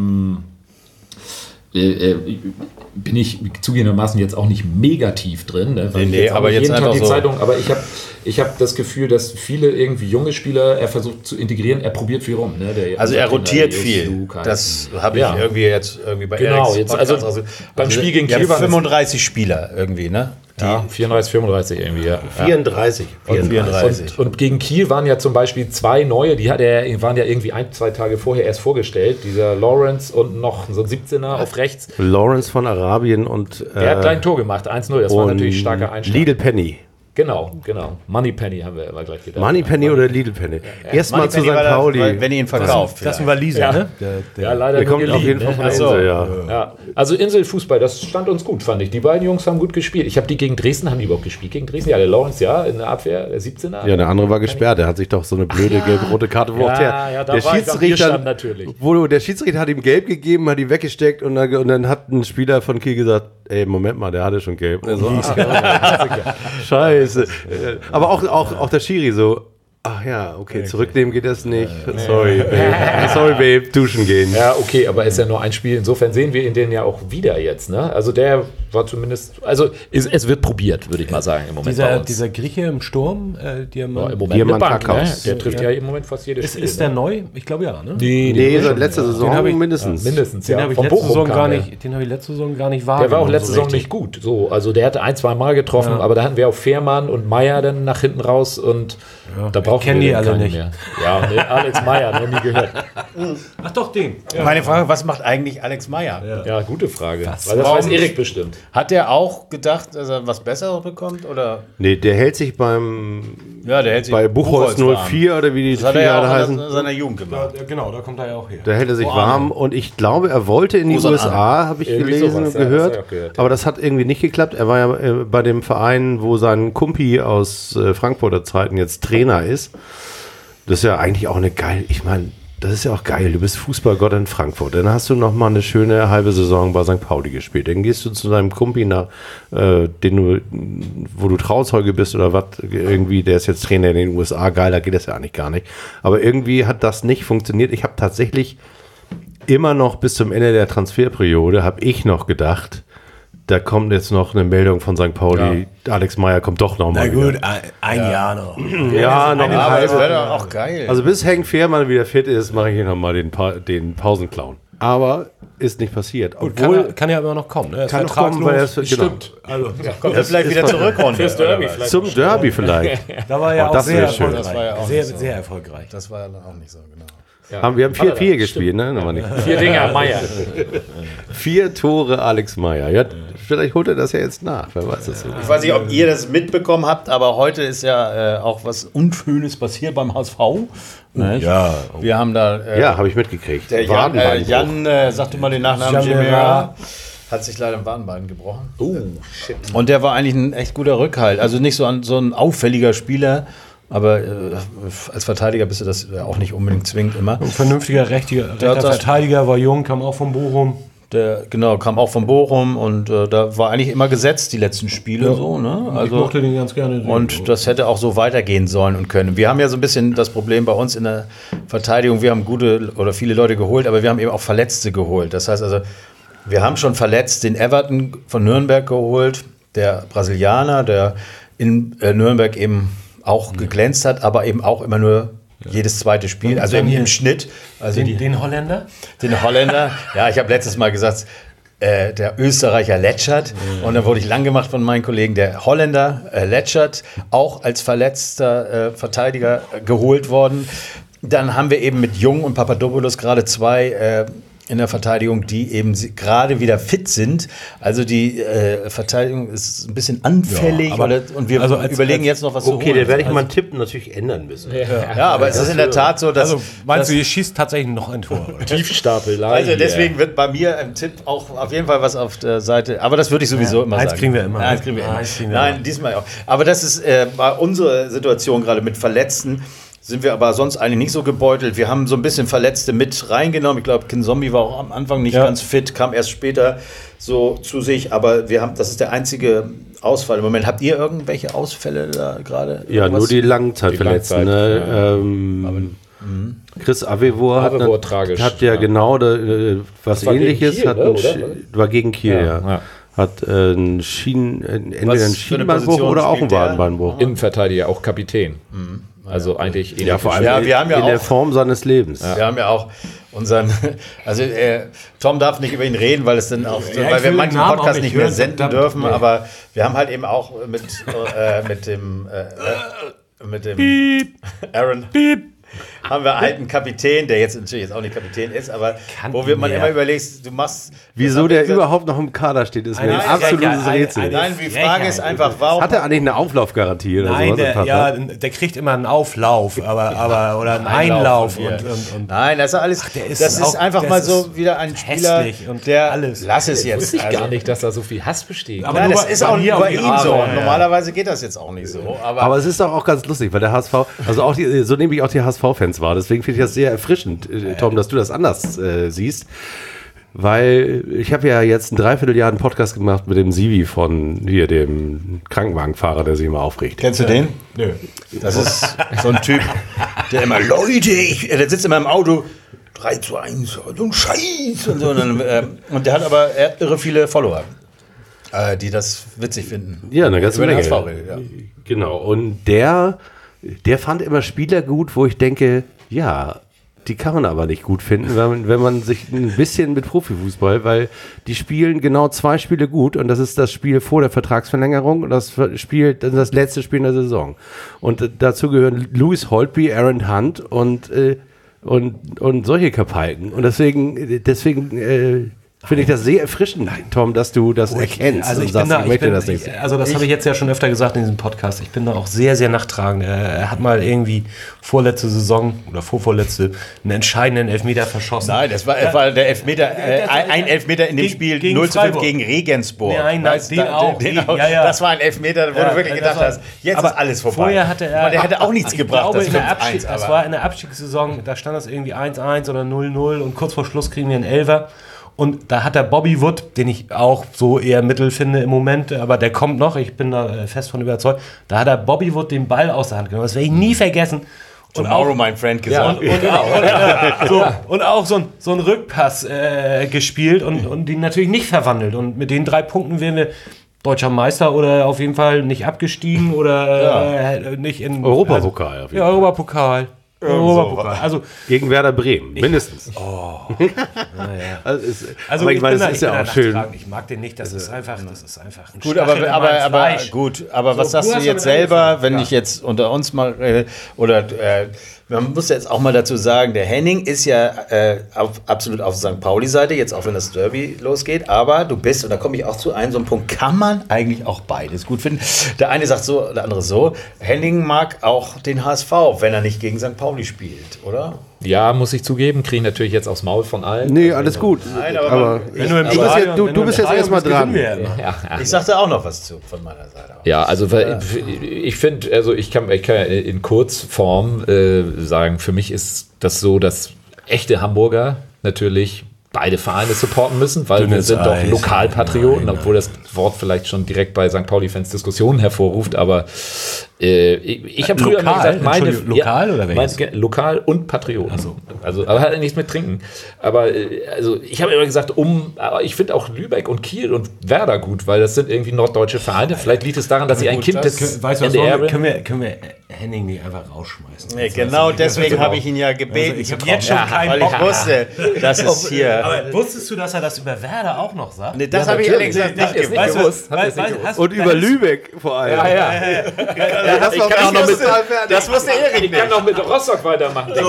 bin ich zugegebenermaßen jetzt auch nicht mega tief drin. Ne? Weil ich jetzt auch aber nicht jetzt jeden Tag einfach die so. Zeitung, aber ich hab das Gefühl, dass viele irgendwie junge Spieler er versucht zu integrieren, er probiert viel rum. Ne? Also er rotiert viel. Das habe ich irgendwie jetzt bei Genau, Eriks jetzt, Podcast also beim Spiel gegen Kiel Kiel waren 35 Spieler irgendwie, ne? Ja, 34, 35 irgendwie, ja. 34. Und gegen Kiel waren ja zum Beispiel 2 neue, waren ja irgendwie 1-2 Tage vorher erst vorgestellt. Dieser Lawrence und noch so ein 17er auf rechts. Lawrence von Arabien und Der hat gleich ein Tor gemacht, 1-0. Das war natürlich starker Einschlag. Lidl Penny. Genau. Moneypenny haben wir immer gleich gedacht. Moneypenny oder Lidl Penny? Erstmal zu St. Moneypenny war Pauli. wenn ihr ihn verkauft. Das ist ein Waliser, ne? Ja, leider Der nur kommt auf geliehen, jeden Fall von ne? der Insel, ja. Ja. Also Inselfußball, das stand uns gut, fand ich. Die beiden Jungs haben gut gespielt. Ich habe die gegen Dresden, haben die überhaupt gespielt? Gegen Dresden? Ja, der Lawrence, ja, in der Abwehr, der 17er. Ja, der andere war gesperrt. Der hat sich doch so eine blöde gelb-rote Karte Ja, da der war ich am Bierstand natürlich. Der Schiedsrichter hat ihm gelb gegeben, hat ihn weggesteckt und dann hat ein Spieler von Kiel gesagt, ey, Moment mal, der hatte schon gelb. Und er so, Scheiße. Aber auch der Schiri so, ach ja, okay, zurücknehmen geht das nicht. Sorry, Babe. Sorry, Babe, duschen gehen. Ja, okay, aber ist ja nur ein Spiel. Insofern sehen wir ihn den ja auch wieder jetzt. Ne? Also der war zumindest, also es wird probiert, würde ich mal sagen im Moment bei uns. Dieser Grieche im Sturm, Ja, im Diamant. Moment eine Bank, ne? Diamantakos. Der trifft ja im Moment fast jedes Spiel. Ist der neu? Ich glaube ja, ne? Nee, seit letzter Saison hab ich- mindestens. Mindestens, Den ja. habe ich Von letzte Bochum Saison kam gar der. nicht. Den habe ich letzte Saison gar nicht Der war wahrgenommen. auch letzte so Saison richtig. nicht gut. So, also der hatte 1-2 Mal getroffen, aber da hatten wir auch Fährmann und Meier dann nach hinten raus und da brauchen kennen wir die dann alle keinen nicht. mehr. Ja, nee, Alex Meier, noch nie gehört. Ach doch, den. Meine Frage, was macht eigentlich Alex Meyer? Ja, gute Frage. Weil das Warum weiß Erik nicht? bestimmt. Hat der auch gedacht, dass er was Besseres bekommt? Oder? Nee, der hält sich bei Ja, der hält sich Buchholz warm. 04 oder wie die Das hat er ja Filiale auch heißen. in seiner Jugend gemacht. Ja, genau, da kommt er ja auch her. Da hält er sich warm und ich glaube, er wollte in die Großer USA, habe ich Irgendwie gelesen sowas, und ja, gehört. das hab ich auch gehört, ja. Aber das hat irgendwie nicht geklappt. Er war ja bei dem Verein, wo sein Kumpi aus Frankfurter Zeiten jetzt Trainer ist. Das ist ja eigentlich auch eine geile, ich meine, das ist ja auch geil. Du bist Fußballgott in Frankfurt. Dann hast du noch mal eine schöne halbe Saison bei St. Pauli gespielt. Dann gehst du zu deinem Kumpi, wo du Trauzeuge bist oder was, irgendwie, der ist jetzt Trainer in den USA. Geiler geht das ja eigentlich gar nicht. Aber irgendwie hat das nicht funktioniert. Ich habe tatsächlich immer noch bis zum Ende der Transferperiode, habe ich noch gedacht, da kommt jetzt noch eine Meldung von St. Pauli, Alex Meyer kommt doch noch mal wieder. ein Jahr noch. Ja, noch Aber das halbe. wäre doch auch geil. Also bis Henk Fehrmann wieder fit ist, mache ich hier nochmal den Pausenclown. Aber ist nicht passiert. Obwohl, Kann ja immer noch kommen. Ne? Er ist kann noch kommen, weil er ist, genau. Stimmt. Also, kommt er vielleicht wieder zurück, Ron? Fürs Derby vielleicht. Zum Derby vielleicht. da war ja Oh, auch das sehr wäre schön. erfolgreich. Das war ja auch sehr, nicht so. sehr erfolgreich. Das war ja dann auch nicht so, genau. Ja. Wir haben 4-4 gespielt, ne? Nochmal nicht. 4 Dinger, Meier. 4 Tore Alex Meyer. Ja, vielleicht holt er das ja jetzt nach. Wer weiß das nicht. Ich weiß nicht, ob ihr das mitbekommen habt, aber heute ist ja auch was Unschönes passiert beim HSV. Nicht? Ja. Wir haben da Ja, habe ich mitgekriegt. der Wadenbeinbruch. Jan sagte mal den Nachnamen Jan Gemera, hat sich leider ein Wadenbein gebrochen. Oh, shit. Und der war eigentlich ein echt guter Rückhalt. Also nicht so ein auffälliger Spieler, aber als Verteidiger bist du das auch nicht unbedingt zwingend immer. Ein vernünftiger rechter Verteidiger, war jung, kam auch von Bochum. Der kam auch von Bochum und da war eigentlich immer gesetzt die letzten Spiele so. Ne? Ich Also, mochte den ganz gerne. und das hätte auch so weitergehen sollen und können. Wir haben ja so ein bisschen das Problem bei uns in der Verteidigung, wir haben gute oder viele Leute geholt, aber wir haben eben auch Verletzte geholt. Das heißt also, wir haben schon verletzt den Everton von Nürnberg geholt, der Brasilianer, der in Nürnberg eben auch geglänzt hat, aber eben auch immer nur jedes zweite Spiel, also im Schnitt. Also den Holländer? den Holländer. Ja, ich habe letztes Mal gesagt, der Österreicher Letschert. Und dann wurde ich lang gemacht von meinen Kollegen. Der Holländer Letschert, auch als verletzter Verteidiger geholt worden. Dann haben wir eben mit Jung und Papadopoulos gerade 2 in der Verteidigung, die eben gerade wieder fit sind. Also die Verteidigung ist ein bisschen anfällig. Ja, und wir überlegen jetzt noch was zu holen. Okay, da werde ich meinen Tipp natürlich ändern müssen. Ja, aber es ist in der Tat so, dass... Also meinst du, ihr schießt tatsächlich noch ein Tor? Tiefstapelei. Also deswegen wird bei mir im Tipp auch auf jeden Fall was auf der Seite... Aber das würde ich sowieso immer sagen. Eins kriegen wir immer. Eins kriegen wir immer. Nein, diesmal auch. Aber das ist bei unserer Situation gerade mit Verletzten, sind wir aber sonst eigentlich nicht so gebeutelt. Wir haben so ein bisschen Verletzte mit reingenommen. Ich glaube, Kinzombie war auch am Anfang nicht ganz fit, kam erst später so zu sich. Aber das ist der einzige Ausfall im Moment. Habt ihr irgendwelche Ausfälle da gerade? Ja, nur die Langzeitverletzten. Chris Avevor tragisch. Hat ja genau was Ähnliches. Kiel, war gegen Kiel, ja. Hat entweder einen Schienbeinbruch oder auch einen Wadenbeinbruch. Innenverteidiger, auch Kapitän. Also eigentlich vor allem wir haben ja in der Form seines Lebens. Wir haben ja auch unseren, also Tom darf nicht über ihn reden, weil es dann auch, weil wir manchen Podcast nicht mehr senden dürfen, aber wir haben halt eben auch mit dem Aaron haben wir einen Kapitän, der jetzt natürlich auch nicht Kapitän ist, aber wo man immer überlegt, du machst... Wieso der überhaupt noch im Kader steht, ist mir ein absolutes Rätsel. Nein, die Frage ist einfach, warum... Hat er eigentlich eine Auflaufgarantie oder Nein, sowas? der kriegt immer einen Auflauf, aber oder einen Einlauf. Und nein, das ist alles... Das ist einfach mal so wieder ein Spieler, der... Alles. Lass es jetzt. Wusste ich gar nicht, dass da so viel Hass besteht. Aber das ist auch bei ihm so. Normalerweise geht das jetzt auch nicht so. Aber es ist doch auch ganz lustig, weil der HSV, also auch so nehme ich auch die HSV-Fans wahr. Deswegen finde ich das sehr erfrischend, Tom, dass du das anders siehst. Weil ich habe ja jetzt ein Dreivierteljahr einen Podcast gemacht mit dem Sivi von hier, dem Krankenwagenfahrer, der sich immer aufregt. Kennst du den? Nö. Das ist so ein Typ, der immer, Leute, der sitzt immer im Auto, 3:1, so ein Scheiß und so. Und der hat aber irre viele Follower, die das witzig finden. Ja, eine ganze Menge. Ja. Genau. Und der fand immer Spieler gut, wo ich denke, ja, die kann man aber nicht gut finden, wenn man sich ein bisschen mit Profifußball, weil die spielen genau 2 Spiele gut und das ist das Spiel vor der Vertragsverlängerung und das letzte Spiel in der Saison. Und dazu gehören Lewis Holtby, Aaron Hunt und solche Kapalken. Und deswegen finde ich das sehr erfrischend, Tom, dass du das erkennst. Also das habe ich jetzt ja schon öfter gesagt in diesem Podcast. Ich bin da auch sehr, sehr nachtragend. Er hat mal irgendwie vorletzte Saison oder vorvorletzte einen entscheidenden Elfmeter verschossen. Nein, das war der Elfmeter, ein Elfmeter in dem Spiel 0:5 gegen Regensburg. Nein, den auch. Das war ein Elfmeter, wo du wirklich gedacht hast, jetzt ist alles vorbei. Vorher hatte der hätte auch nichts gebracht. Das war in der Abstiegssaison, da stand das irgendwie 1:1 oder 0:0 und kurz vor Schluss kriegen wir einen Elfer. Und da hat der Bobby Wood, den ich auch so eher mittel finde im Moment, aber der kommt noch, ich bin da fest von überzeugt, da hat der Bobby Wood den Ball aus der Hand genommen. Das werde ich nie vergessen. Tomorrow, mein Friend, gesagt. Und auch so ein Rückpass gespielt und den natürlich nicht verwandelt. Und mit den 3 Punkten wären wir deutscher Meister oder auf jeden Fall nicht abgestiegen oder nicht in... Europapokal. Ja, Europapokal. Also gegen Werder Bremen, mindestens. Also ich meine, es ist ja auch schön. Ich mag den nicht, das ist einfach ein gut, aber was sagst du jetzt selber, wenn ich jetzt unter uns mal man muss jetzt auch mal dazu sagen, der Henning ist ja absolut auf St. Pauli-Seite, jetzt auch wenn das Derby losgeht, aber du bist, und da komme ich auch zu so einem Punkt, kann man eigentlich auch beides gut finden. Der eine sagt so, der andere so. Henning mag auch den HSV, wenn er nicht gegen St. Pauli spielt, oder? Ja, muss ich zugeben, kriege ich natürlich jetzt aufs Maul von allen. Nee, alles gut. Nein, aber du bist jetzt erstmal dran. Ich sagte auch noch was von meiner Seite. Ja, also ich finde, also ich kann in Kurzform sagen, für mich ist das so, dass echte Hamburger natürlich beide Vereine supporten müssen, weil wir sind doch Lokalpatrioten, obwohl das Wort vielleicht schon direkt bei St. Pauli-Fans Diskussionen hervorruft, aber ich habe früher immer gesagt, lokal oder welches? Lokal und Patrioten. Also aber hat nichts mit Trinken. Aber also ich habe immer gesagt, ich finde auch Lübeck und Kiel und Werder gut, weil das sind irgendwie norddeutsche Vereine. Vielleicht liegt es daran, dass sie ein Kind des NDR bin. Können wir Henning nicht einfach rausschmeißen? Nee, genau deswegen habe ich ihn ja gebeten. Ich habe jetzt schon keinen Bock. Ich wusste, dass es hier... Aber wusstest du, dass er das über Werder auch noch sagt? Nee, das habe ich ehrlich gesagt nicht gewusst. Und über Lübeck vor allem. Das wusste Erik nicht. Ich kann noch mit Rostock weitermachen, Digga.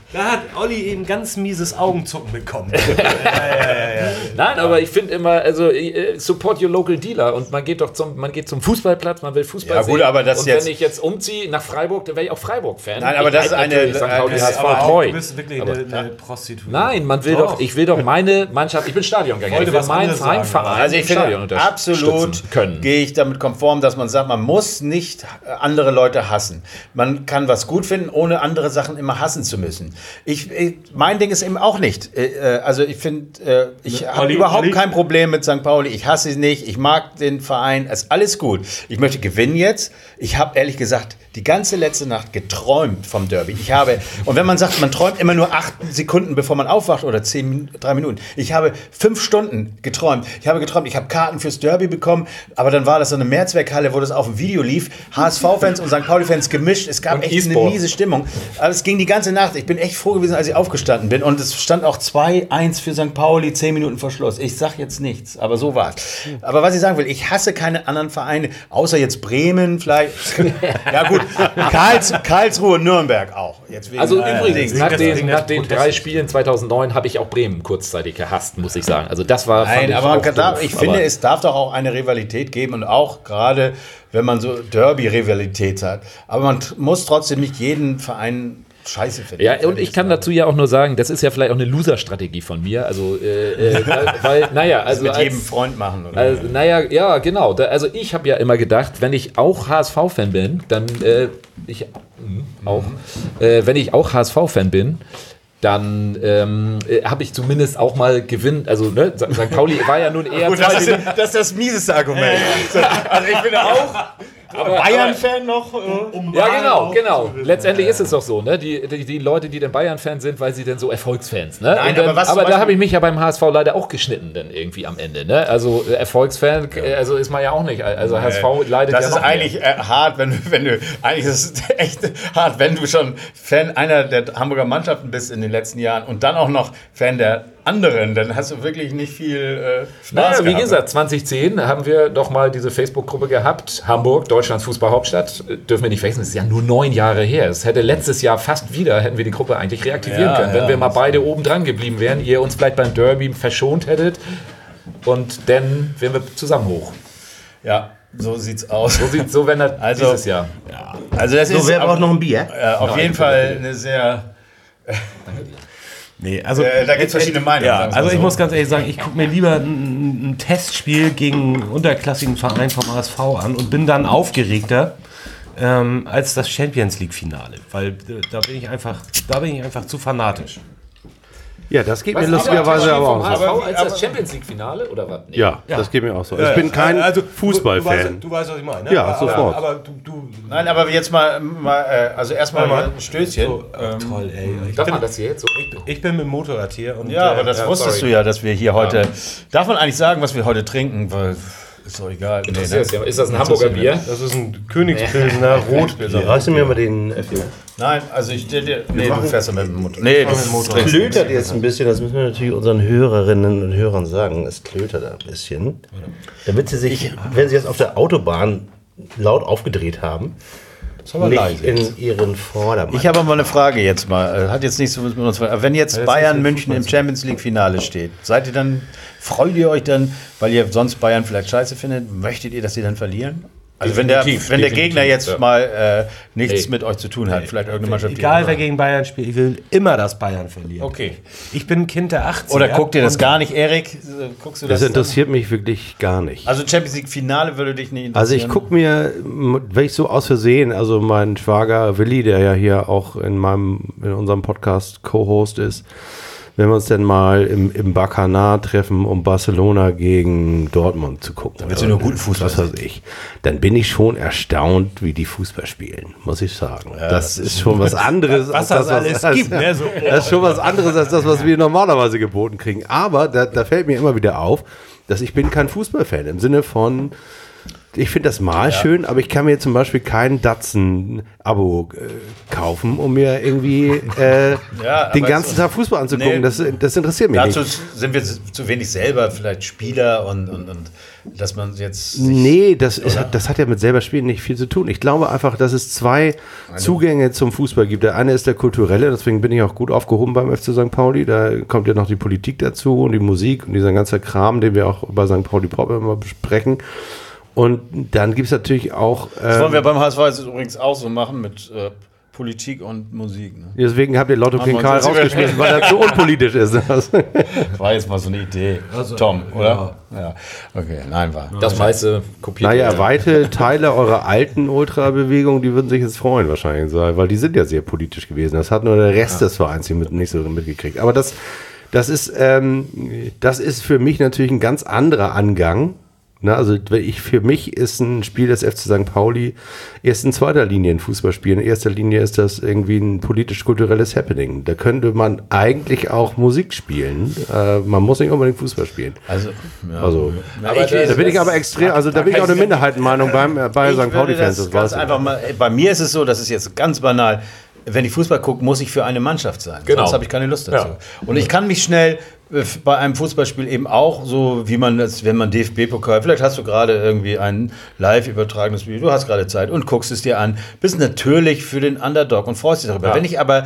Da hat Olli eben ganz mieses Augenzucken bekommen. Nein, aber ich finde immer, also support your local dealer und man geht zum Fußballplatz, man will Fußball sehen. Gut, aber das und jetzt, wenn ich jetzt umziehe nach Freiburg, dann wäre ich auch Freiburg-Fan. Nein, aber das ist St. Pauli HSV treu. Du bist wirklich eine Prostituierte. Nein, ich will doch meine Mannschaft, ich bin Stadiongänger, ich will meinen Verein also ich finde, absolut gehe ich damit konform, dass man sagt, man muss nicht andere Leute hassen. Man kann was gut finden, ohne andere Sachen immer hassen zu müssen. Mein Ding ist eben auch nicht. Also ich finde, ich habe überhaupt kein Problem mit St. Pauli. Ich hasse sie nicht. Ich mag den Verein. Es ist alles gut. Ich möchte gewinnen jetzt. Ich habe ehrlich gesagt die ganze letzte Nacht geträumt vom Derby. Und wenn man sagt, man träumt immer nur 8 Sekunden, bevor man aufwacht oder 3 Minuten. Ich habe 5 Stunden geträumt. Ich habe Karten fürs Derby bekommen, aber dann war das so eine Mehrzweckhalle, wo das auf dem Video lief. HSV-Fans und St. Pauli-Fans gemischt. Es gab echt eine miese Stimmung. Aber es ging die ganze Nacht. Ich bin echt froh gewesen, als ich aufgestanden bin. Und es stand auch 2-1 für St. Pauli, 10 Minuten vor Schluss. Ich sag jetzt nichts, aber so war's. Aber was ich sagen will, ich hasse keine anderen Vereine, außer jetzt Bremen vielleicht. Ja gut, Karlsruhe, Nürnberg auch. Also übrigens, nach den 3 Spielen 2009 habe ich auch Bremen kurzzeitig gehasst, muss ich sagen. Also das war... Nein, aber ich finde, es darf doch auch eine Rivalität geben und auch gerade, wenn man so Derby-Rivalität hat. Aber man muss trotzdem nicht jeden Verein scheiße finden. Ja, und ich kann dazu ja auch nur sagen, das ist ja vielleicht auch eine Loser-Strategie von mir. Also, weil, naja, also. Mit jedem Freund machen, oder? Also, naja, ja, genau. Also, ich habe ja immer gedacht, wenn ich auch HSV-Fan bin, dann, wenn ich auch HSV-Fan bin, dann habe ich zumindest auch mal gewinnt. Also, ne, St. Pauli war ja nun eher. Gut, das ist das mieseste Argument. Also, ich bin auch. Aber Bayern-Fan noch? Ja, genau. Letztendlich ist es doch so, ne? Die Leute, die dann Bayern-Fan sind, weil sie dann so Erfolgsfans, ne? Nein, dann, aber da habe ich mich ja beim HSV leider auch geschnitten dann irgendwie am Ende, ne? Also Erfolgsfan, also ist man ja auch nicht. Also HSV leidet ja noch. Das ist eigentlich hart, wenn du eigentlich ist es echt hart, wenn du schon Fan einer der Hamburger Mannschaften bist in den letzten Jahren und dann auch noch Fan der anderen, dann hast du wirklich nicht viel Spaß. Wie gesagt, 2010 haben wir doch mal diese Facebook-Gruppe gehabt, Hamburg, Deutschlands Fußballhauptstadt, dürfen wir nicht vergessen, das ist ja nur 9 Jahre her. Es hätte letztes Jahr hätten wir die Gruppe eigentlich reaktivieren können, wenn wir mal beide oben dran geblieben wären, ihr uns vielleicht beim Derby verschont hättet und dann wären wir zusammen hoch. Ja, so sieht's aus. So wenn das dieses Jahr. Ja. Also das ist wäre auch noch ein Bier. Auf jeden Fall eine sehr... Nee, also da gibt es verschiedene Meinungen. Ja, also ich muss ganz ehrlich sagen, ich gucke mir lieber ein Testspiel gegen einen unterklassigen Verein vom HSV an und bin dann aufgeregter als das Champions League Finale, weil da bin ich einfach zu fanatisch. Ja, das geht mir lustigerweise aber auch so. Als das Champions League Finale oder was? Nee. Ja, das geht mir auch so. Ich bin kein Fußballfan. Du weißt, was ich meine. Ne? Ja, sofort. Aber Nein, aber jetzt mal also erstmal ein Stößchen. So, toll, ey. Darf man das hier jetzt so? Ich bin mit dem Motorrad hier. Und, ja, aber das wusstest du ja, dass wir hier heute... Darf man eigentlich sagen, was wir heute trinken? Weil... Ist doch egal. Ist das ein Hamburger Bier? Das ist ein Königspilsner Rotbier. Reißt du mir mal den F4? Nein, also du fährst ja mit dem Motor. Nee, Es klötert jetzt ein bisschen, das müssen wir natürlich unseren Hörerinnen und Hörern sagen. Es klötert ein bisschen. Damit sie sich, wenn sie jetzt auf der Autobahn laut aufgedreht haben, nicht in ihren Vordermann. Ich habe mal eine Frage jetzt mal. Hat jetzt nichts so mit uns. Wenn jetzt Bayern München im Champions League Finale steht, freut ihr euch dann, weil ihr sonst Bayern vielleicht scheiße findet, möchtet ihr, dass sie dann verlieren? Also wenn der Gegner jetzt mal nichts mit euch zu tun hat, vielleicht irgendeine Mannschaft. Egal wer gegen Bayern spielt, ich will immer, dass Bayern verliert. Okay. Ich bin ein Kind der 80er. Oder guckt dir das gar nicht, Erik? Guckst du das? Das interessiert mich wirklich gar nicht. Also Champions League Finale würde dich nicht interessieren? Also ich gucke mir, wenn ich so aus Versehen, also mein Schwager Willi, der ja hier auch in unserem Podcast Co-Host ist, wenn wir uns denn mal im Bacanar treffen, um Barcelona gegen Dortmund zu gucken. Dann willst du nur guten Fußball. Was weiß ich. Dann bin ich schon erstaunt, wie die Fußball spielen, muss ich sagen. Ja, das ist schon was anderes. Was das alles gibt. Ne? So, das ist schon was anderes als das, was wir normalerweise geboten kriegen. Aber da fällt mir immer wieder auf, dass ich bin kein Fußballfan im Sinne von Ich finde das mal schön, aber ich kann mir zum Beispiel kein Datsun-Abo kaufen, um mir irgendwie den ganzen Tag Fußball anzugucken. Nee, das interessiert mich dazu nicht. Sind wir zu wenig selber vielleicht Spieler und dass man jetzt... Nee, das hat ja mit selber Spielen nicht viel zu tun. Ich glaube einfach, dass es zwei Zugänge zum Fußball gibt. Der eine ist der kulturelle, deswegen bin ich auch gut aufgehoben beim FC St. Pauli. Da kommt ja noch die Politik dazu und die Musik und dieser ganze Kram, den wir auch bei St. Pauli Pop immer besprechen. Und dann gibt es natürlich auch... das wollen wir beim HSV jetzt übrigens auch so machen mit Politik und Musik. Ne? Deswegen habt ihr Lotto King Karl rausgeschmissen, weil er zu unpolitisch ist. War jetzt mal so eine Idee, Tom, oder? Ja. Okay, nein, war. Das meiste kopiert. Naja, weite Teile eurer alten Ultrabewegung, die würden sich jetzt freuen wahrscheinlich, weil die sind ja sehr politisch gewesen. Das hat nur der Rest des Vereins nicht so mitgekriegt. Aber das ist für mich natürlich ein ganz anderer Angang. Na, also für mich ist ein Spiel des FC St. Pauli erst in zweiter Linie ein Fußballspiel. In erster Linie ist das irgendwie ein politisch-kulturelles Happening. Da könnte man eigentlich auch Musik spielen. Man muss nicht unbedingt Fußball spielen. Da bin ich aber extrem, da bin ich auch eine Minderheitenmeinung bei St. Pauli-Fans. Bei mir ist es so, das ist jetzt ganz banal, wenn ich Fußball gucke, muss ich für eine Mannschaft sein. Genau. Sonst habe ich keine Lust dazu. Ja. Und ich kann mich schnell bei einem Fußballspiel eben auch, so wie man das, wenn man DFB-Pokal, vielleicht hast du gerade irgendwie ein live übertragenes Spiel, du hast gerade Zeit und guckst es dir an, bist natürlich für den Underdog und freust dich darüber. Ja. Wenn ich aber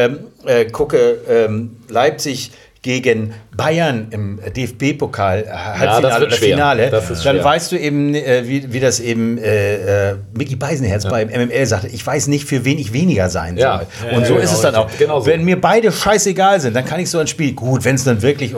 gucke, Leipzig gegen Bayern im DFB-Pokal Halbfinale oder Finale, dann weißt du eben, wie das eben Micky Beisenherz beim MML sagte, ich weiß nicht, für wen ich weniger sein soll. Und so ist es dann auch. Genau so. Wenn mir beide scheißegal sind, dann kann ich so ein Spiel, gut, wenn es dann wirklich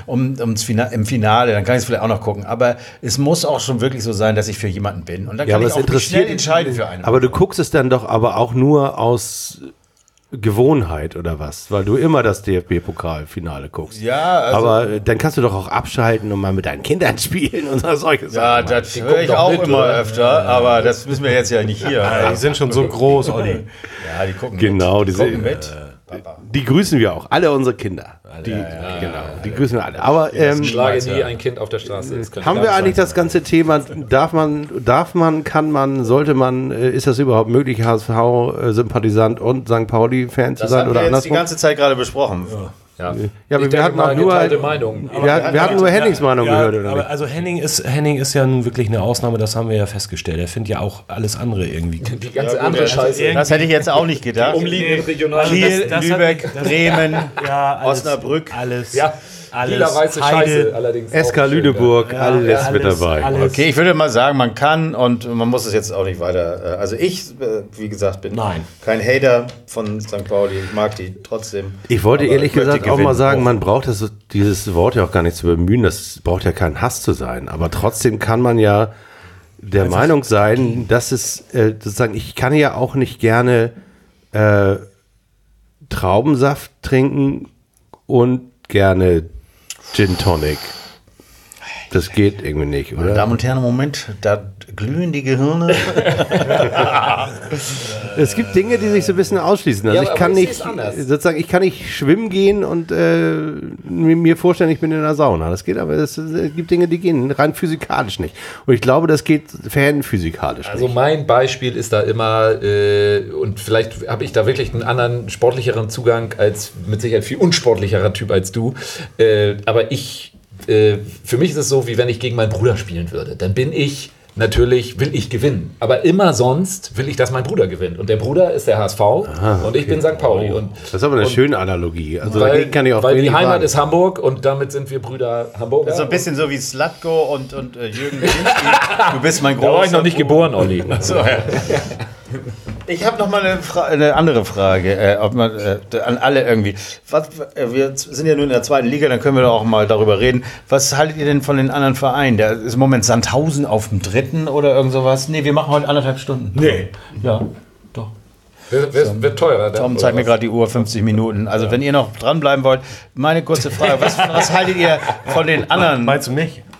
im Finale, dann kann ich es vielleicht auch noch gucken, aber es muss auch schon wirklich so sein, dass ich für jemanden bin. Und dann kann ich auch mich schnell entscheiden für einen. Aber du guckst es dann doch aber auch nur aus Gewohnheit oder was? Weil du immer das DFB-Pokalfinale guckst. Ja, also aber dann kannst du doch auch abschalten und mal mit deinen Kindern spielen und solche Sachen. Ja, das höre ich auch immer öfter, aber das müssen wir jetzt ja nicht hier. Die sind schon so groß, Olli. Ja, die gucken genau, mit. Die gucken mit. Die grüßen wir auch, alle unsere Kinder. Die grüßen wir alle. Aber schlage nie ein Kind auf der Straße. Haben wir eigentlich das ganze Thema, darf man, kann man, sollte man, ist das überhaupt möglich, HSV-Sympathisant und St. Pauli-Fan zu sein? Das haben wir jetzt die ganze Zeit gerade besprochen. Ja, aber wir hatten auch nur Meinung. Wir hatten nur Hennings Meinung gehört, oder nicht? Also Henning ist ja nun wirklich eine Ausnahme, das haben wir ja festgestellt. Er findet ja auch alles andere irgendwie. Die ganze andere Scheiße. Das hätte ich jetzt auch nicht gedacht. Umliegenden Regionalen. Kiel, Lübeck, Bremen, Osnabrück. Alles. Ja. Lila-weiße Scheiße allerdings. SK Lüneburg, alles mit dabei. Okay, ich würde mal sagen, man kann und man muss es jetzt auch nicht weiter. Also ich, wie gesagt, bin kein Hater von St. Pauli. Ich mag die trotzdem. Ich wollte ehrlich gesagt auch mal sagen, man braucht dieses Wort ja auch gar nicht zu bemühen. Das braucht ja kein Hass zu sein. Aber trotzdem kann man ja der Meinung sein, dass es sozusagen, ich kann ja auch nicht gerne Traubensaft trinken und gerne Gin Tonic. Das geht irgendwie nicht, oder? Meine Damen und Herren, Moment, da glühen die Gehirne. Es gibt Dinge, die sich so ein bisschen ausschließen. Also ich kann nicht schwimmen gehen und mir vorstellen, ich bin in einer Sauna. Das geht, aber es gibt Dinge, die gehen rein physikalisch nicht. Und ich glaube, das geht physikalisch nicht. Also mein Beispiel ist da immer, und vielleicht habe ich da wirklich einen anderen, sportlicheren Zugang als mit Sicherheit viel unsportlicherer Typ als du, aber für mich ist es so, wie wenn ich gegen meinen Bruder spielen würde. Dann will ich gewinnen. Aber immer sonst will ich, dass mein Bruder gewinnt. Und der Bruder ist der HSV und ich bin St. Pauli. Und, das ist aber eine schöne Analogie. Also weil die Heimat ist Hamburg und damit sind wir Brüder Hamburger. Das ist so ein bisschen so wie Slatko und Jürgen Wilinski. Du bist mein großer. Da war ich noch nicht geboren, Olli. So, ja. Ich habe noch mal eine andere Frage, ob man an alle irgendwie. Wir sind ja nur in der zweiten Liga, dann können wir doch auch mal darüber reden. Was haltet ihr denn von den anderen Vereinen? Da ist im Moment Sandhausen auf dem 3. oder irgend sowas. Nee, wir machen heute 1,5 Stunden. Nee. Ja, doch. Wird teurer. Tom zeigt mir gerade die Uhr, 50 Minuten. Also wenn ihr noch dranbleiben wollt, meine kurze Frage, was haltet ihr von den anderen? Meinst du mich?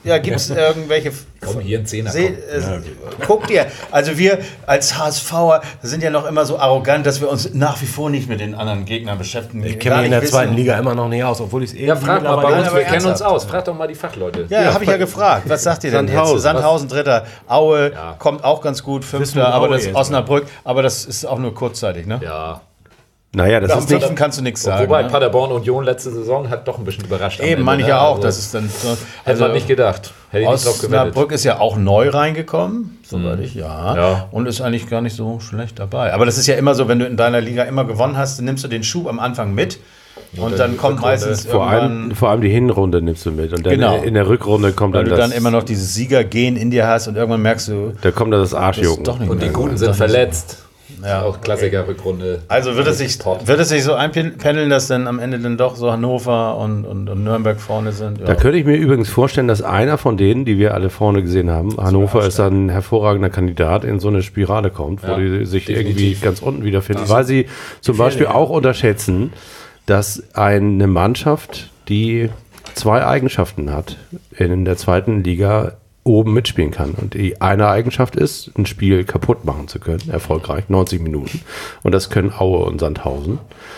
gibt's irgendwelche... Komm, hier ein Zehner. Guck dir, also wir als HSVer sind ja noch immer so arrogant, dass wir uns nach wie vor nicht mit den anderen Gegnern beschäftigen. Ich kenne mich in der zweiten Liga immer noch nicht aus, obwohl ich es Ja, frag mal bei uns, wir kennen uns aus. Frag doch mal die Fachleute. Ja, habe ich ja gefragt. Was sagt ihr denn jetzt? Sandhausen, Dritter. Aue kommt auch ganz gut, Fünfter, aber das ist Osnabrück. Aber das ist auch nur kurzzeitig, ne? Ja. Naja, das ist nicht, kannst du nichts sagen. Wobei Paderborn Union letzte Saison hat doch ein bisschen überrascht. Eben, meine ich ja auch. Das ist dann so, hätte man nicht gedacht. Hätte ich nicht drauf gewettet. Osnabrück ist ja auch neu reingekommen, soweit ich, und ist eigentlich gar nicht so schlecht dabei. Aber das ist ja immer so, wenn du in deiner Liga immer gewonnen hast, dann nimmst du den Schub am Anfang mit und dann kommt meistens vor allem die Hinrunde nimmst du mit und dann in der Rückrunde kommt dann das... Weil du dann immer noch dieses Siegergehen in dir hast und irgendwann merkst du... Da kommt dann das Arschjucken. Und die Guten sind verletzt. Ja, auch Klassiker-Rückrunde. Also wird es sich so einpendeln, dass dann am Ende dann doch so Hannover und Nürnberg vorne sind? Ja. Da könnte ich mir übrigens vorstellen, dass einer von denen, die wir alle vorne gesehen haben, Hannover ist dann ein hervorragender Kandidat, in so eine Spirale kommt, wo die sich definitiv irgendwie ganz unten wiederfinden, weil sie zum Beispiel auch unterschätzen, dass eine Mannschaft, die 2 Eigenschaften hat, in der zweiten Liga oben mitspielen kann. Und die eine Eigenschaft ist, ein Spiel kaputt machen zu können, erfolgreich, 90 Minuten. Und das können Aue und Sandhausen,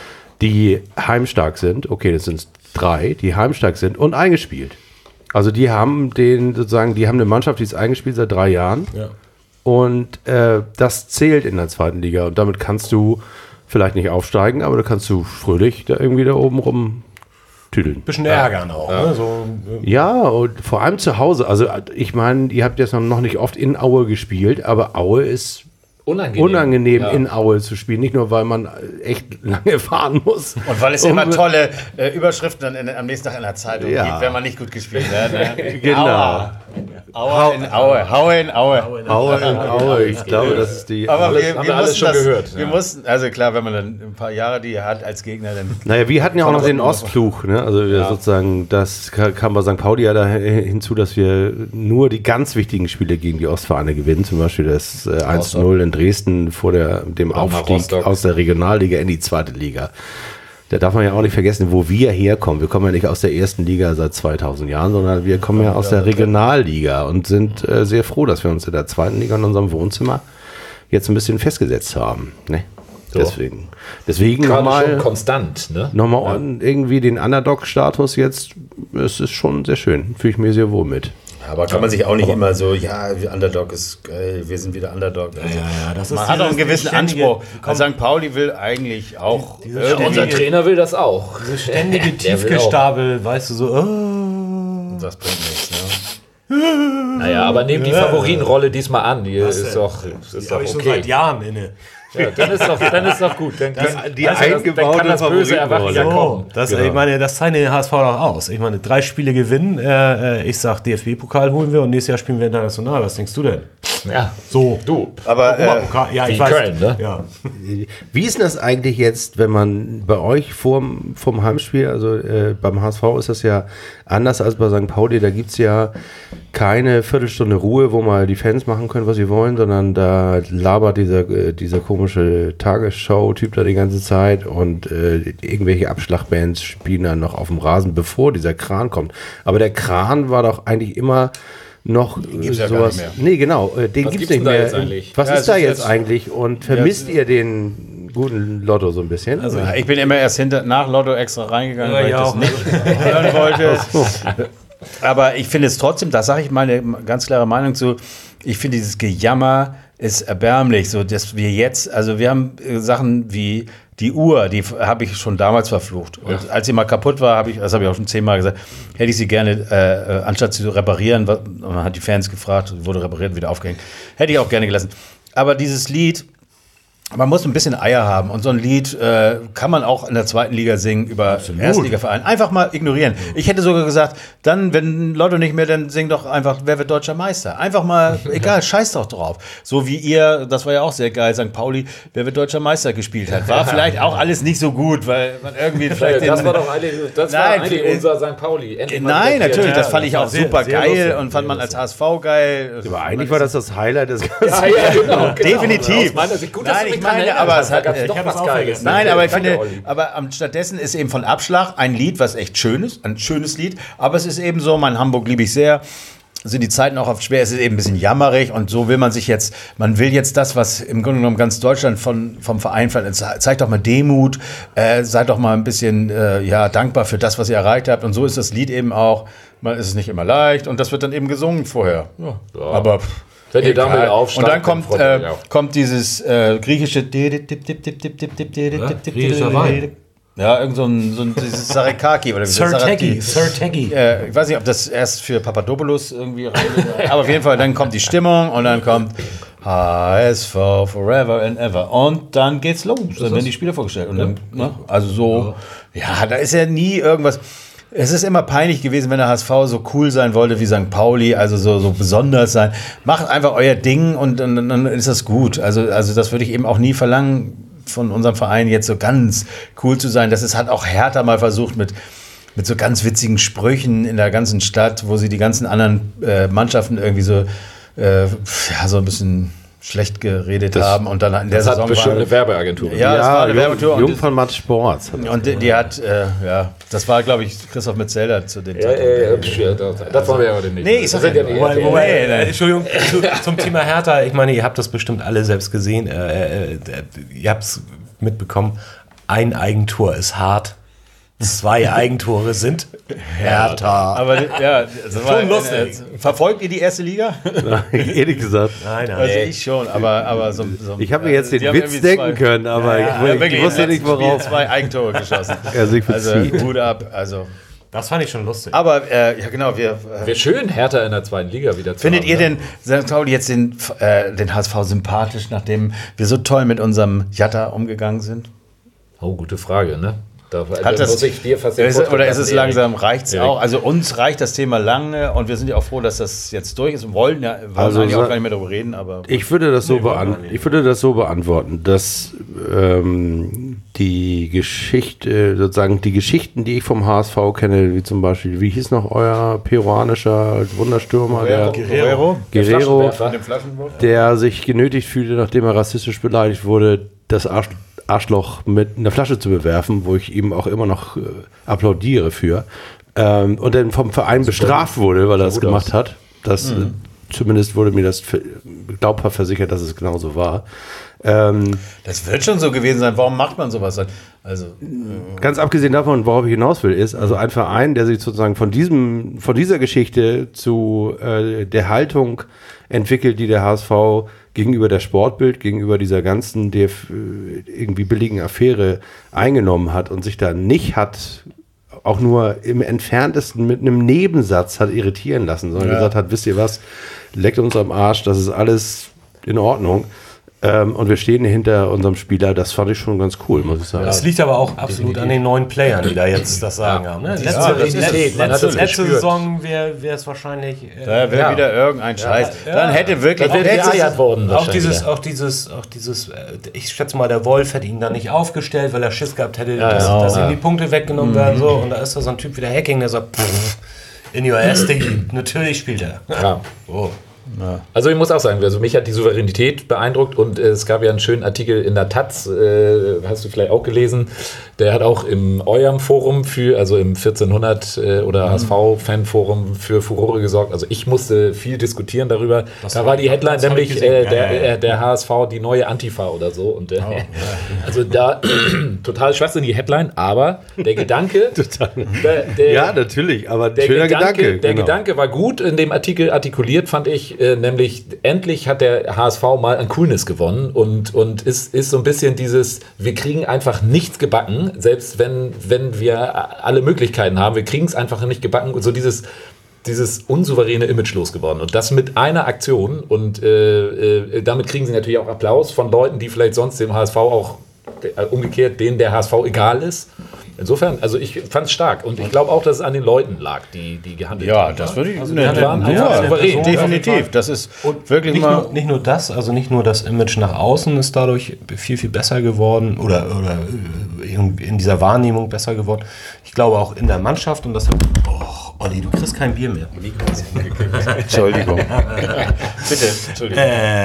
die heimstark sind, okay, das sind 3, die heimstark sind und eingespielt. Also die haben eine Mannschaft, die ist eingespielt seit 3 Jahren. Ja. Und das zählt in der zweiten Liga. Und damit kannst du vielleicht nicht aufsteigen, aber da kannst du fröhlich da irgendwie da oben rum tüdeln. Bisschen ärgern auch. Ja. Ne? So, ja, und vor allem zu Hause. Also ich meine, ihr habt jetzt noch nicht oft in Aue gespielt, aber Aue ist unangenehm in Aue zu spielen. Nicht nur, weil man echt lange fahren muss. Und weil es immer tolle Überschriften dann am nächsten Tag in der Zeitung gibt, wenn man nicht gut gespielt hat. Ne? Genau. Aue in Aue. Aue in Aue. Aue in Aue. Ich glaube, das ist die... Aber wir haben alles schon gehört. Wir mussten, also klar, wenn man dann ein paar Jahre die hat als Gegner, dann... Naja, wir hatten ja auch noch den Ostfluch. Ne? Also sozusagen, das kam bei St. Pauli ja da hinzu, dass wir nur die ganz wichtigen Spiele gegen die Ostvereine gewinnen. Zum Beispiel das 1-0 in Dresden vor dem Aufstieg aus der Regionalliga in die zweite Liga. Da darf man ja auch nicht vergessen, wo wir herkommen. Wir kommen ja nicht aus der ersten Liga seit 2000 Jahren, sondern wir kommen ja aus der Regionalliga und sind sehr froh, dass wir uns in der zweiten Liga in unserem Wohnzimmer jetzt ein bisschen festgesetzt haben. Ne? So. Deswegen nochmal schon konstant. Ne? Nochmal irgendwie den Underdog-Status jetzt. Es ist schon sehr schön. Fühle ich mir sehr wohl mit. Aber kann man sich auch nicht immer so, Underdog ist geil, wir sind wieder Underdog. Also man hat auch einen gewissen Anspruch. St. Pauli will eigentlich auch. Unser Trainer will das auch. Diese ständige Tiefgestapel, weißt du, so. Das bringt nichts, ne? Naja, aber nehmt die Favoritenrolle diesmal an. Die ist doch okay. Schon seit Jahren inne. Ja, dann ist doch gut. Dann kann das böse Erwachen ja kommen. Ich meine, das zeichnet den HSV doch aus. Ich meine, 3 Spiele gewinnen. Ich sag, DFB-Pokal holen wir und nächstes Jahr spielen wir international. Was denkst du denn? Ja, so. Du. Aber ich weiß. Köln, ne? Ja. Wie ist das eigentlich jetzt, wenn man bei euch vom Heimspiel, also beim HSV ist das ja anders als bei St. Pauli, da gibt es ja keine Viertelstunde Ruhe, wo mal die Fans machen können, was sie wollen, sondern da labert dieser komische Tagesschau-Typ da die ganze Zeit und irgendwelche Abschlagbands spielen dann noch auf dem Rasen, bevor dieser Kran kommt. Aber der Kran war doch eigentlich immer noch gibt's ja sowas. Gar nicht mehr. Nee, genau, den was gibt's nicht mehr. Was ist da jetzt eigentlich? Und vermisst ihr den guten Lotto so ein bisschen? Also ich bin immer erst nach Lotto extra reingegangen, weil ich das nicht hören wollte. Aber ich finde es trotzdem, da sage ich meine ganz klare Meinung zu, ich finde dieses Gejammer ist erbärmlich, so dass wir jetzt, also wir haben Sachen wie die Uhr, die habe ich schon damals verflucht. Und als sie mal kaputt war, das habe ich auch schon 10-mal gesagt, hätte ich sie gerne, anstatt zu reparieren, man hat die Fans gefragt, wurde repariert und wieder aufgehängt, hätte ich auch gerne gelassen. Aber dieses Lied, man muss ein bisschen Eier haben und so ein Lied kann man auch in der zweiten Liga singen über Erstligaverein. Einfach mal ignorieren. Ich hätte sogar gesagt, dann, wenn Lotto nicht mehr, dann sing doch einfach, wer wird deutscher Meister? Einfach mal, egal, scheiß doch drauf. So wie ihr, das war ja auch sehr geil, St. Pauli, wer wird deutscher Meister gespielt hat. War vielleicht auch alles nicht so gut, weil man irgendwie vielleicht... Das war doch eigentlich unser St. Pauli. Nein, natürlich, das fand ich auch super geil und fand man als HSV geil. Aber eigentlich war das Highlight des Ganzen. Ja, genau. Definitiv. Aus meiner Sicht gut, Nein, ich meine, aber es hat doch was Geiles. Nein, aber ich finde, stattdessen ist eben von Abschlag ein Lied, was echt schön ist, ein schönes Lied, aber es ist eben so, mein Hamburg liebe ich sehr. sind die Zeiten auch oft schwer. Es ist eben ein bisschen jammerig und so will man will jetzt das, was im Grunde genommen ganz Deutschland vom Verein verlangt. Zeigt doch mal Demut, seid doch mal ein bisschen dankbar für das, was ihr erreicht habt. Und so ist das Lied eben auch. Man ist es nicht immer leicht und das wird dann eben gesungen vorher. Ja. Aber wenn ihr damit aufsteigt, und dann kommt dieses griechische griechischer Wein. Ja, irgend so ein dieses Sarekaki oder Sirtaki. Ich weiß nicht, ob das erst für Papadopoulos irgendwie rein, aber auf jeden Fall, dann kommt die Stimmung und dann kommt HSV Forever and Ever und dann geht's los. Dann werden die Spieler vorgestellt. Und dann, also so, da ist ja nie irgendwas. Es ist immer peinlich gewesen, wenn der HSV so cool sein wollte wie St. Pauli, also so besonders sein. Macht einfach euer Ding und dann ist das gut. Also das würde ich eben auch nie verlangen von unserem Verein, jetzt so ganz cool zu sein. Das hat auch Hertha mal versucht mit so ganz witzigen Sprüchen in der ganzen Stadt, wo sie die ganzen anderen Mannschaften irgendwie so ein bisschen schlecht geredet haben und dann in der Saison hat bestimmt eine Werbeagentur. Ja, das war eine Werbeagentur. Jung von Matt Sports. Und die hat, das war, glaube ich, Christoph Metzelder zu den Das wollen wir ja heute nicht. Nee, ich sag ja nicht. Entschuldigung, zum Thema Hertha, ich meine, ihr habt das bestimmt alle selbst gesehen, ihr habt es mitbekommen, ein Eigentor ist hart. 2 Eigentore sind Hertha. Aber das war schon lustig. Verfolgt ihr die erste Liga? Nein, ehrlich gesagt. Nein. Also ich schon, aber so ich habe mir jetzt den Witz denken können, aber ich wusste nicht, worauf. 2 Eigentore geschossen. Also Hut ab. Also das fand ich schon lustig. Aber genau, wäre schön, Hertha in der 2. Liga wieder zu Findet ihr denn, St. Pauli, jetzt den HSV sympathisch, nachdem wir so toll mit unserem Jatta umgegangen sind? Oh, gute Frage, ne? Muss ich dir fast oder ist es langsam, reicht es auch? Also uns reicht das Thema lange und wir sind ja auch froh, dass das jetzt durch ist und wollen eigentlich auch gar nicht mehr darüber reden. Aber ich würde das so beantworten, dass die Geschichte, sozusagen die Geschichten, die ich vom HSV kenne, wie zum Beispiel, wie hieß noch euer peruanischer Wunderstürmer? Guerrero, der sich genötigt fühlte, nachdem er rassistisch beleidigt wurde, das Arschloch mit einer Flasche zu bewerfen, wo ich ihm auch immer noch applaudiere für. Und dann vom Verein bestraft wurde, weil er das gemacht hat. Zumindest wurde mir das glaubhaft versichert, dass es genauso war. Das wird schon so gewesen sein. Warum macht man sowas? Also, ganz abgesehen davon, worauf ich hinaus will, ist also ein Verein, der sich sozusagen von dieser Geschichte zu der Haltung entwickelt, die der HSV gegenüber der Sportbild, gegenüber dieser ganzen irgendwie billigen Affäre eingenommen hat und sich da nicht hat, auch nur im Entferntesten mit einem Nebensatz hat irritieren lassen, sondern gesagt hat, wisst ihr was, leckt uns am Arsch, das ist alles in Ordnung. Und wir stehen hinter unserem Spieler, das fand ich schon ganz cool, muss ich sagen. Das liegt aber auch absolut an den neuen Playern, die da jetzt das Sagen haben. Ne? Letzte Saison wäre es wahrscheinlich... da wäre wieder irgendein Scheiß. Dann hätte wirklich... Auch dieses, ich schätze mal, der Wolf hätte ihn dann nicht aufgestellt, weil er Schiss gehabt hätte, dass ihm die Punkte weggenommen werden. So. Und da ist da so ein Typ wie der Hacking, der sagt, in your ass, natürlich spielt er. Ja. Oh. Ja. Also ich muss auch sagen, also mich hat die Souveränität beeindruckt und es gab ja einen schönen Artikel in der Taz, hast du vielleicht auch gelesen, der hat auch im eurem Forum also im 1400 oder HSV-Fan-Forum für Furore gesorgt. Also ich musste viel diskutieren darüber. Da war die Headline nämlich der HSV, die neue Antifa oder so. Und also da total schwachsinnige Headline, aber der Gedanke... ja, natürlich, aber der schöner Gedanke. Der Gedanke war gut in dem Artikel artikuliert, fand ich, nämlich endlich hat der HSV mal an Coolness gewonnen und ist so ein bisschen dieses, wir kriegen einfach nichts gebacken, selbst wenn wir alle Möglichkeiten haben, wir kriegen es einfach nicht gebacken, so dieses unsouveräne Image losgeworden und das mit einer Aktion und damit kriegen sie natürlich auch Applaus von Leuten, die vielleicht sonst dem HSV auch umgekehrt, denen der HSV egal ist. Insofern, also ich fand es stark und ich glaube auch, dass es an den Leuten lag, die gehandelt haben. Ja, das würde ich souverän, definitiv. Das ist wirklich nicht nur das, also nicht nur das Image nach außen ist dadurch viel, viel besser geworden oder in dieser Wahrnehmung besser geworden. Ich glaube auch in der Mannschaft und das hat... Oh, Olli, du kriegst kein Bier mehr. Entschuldigung. Bitte, Entschuldigung.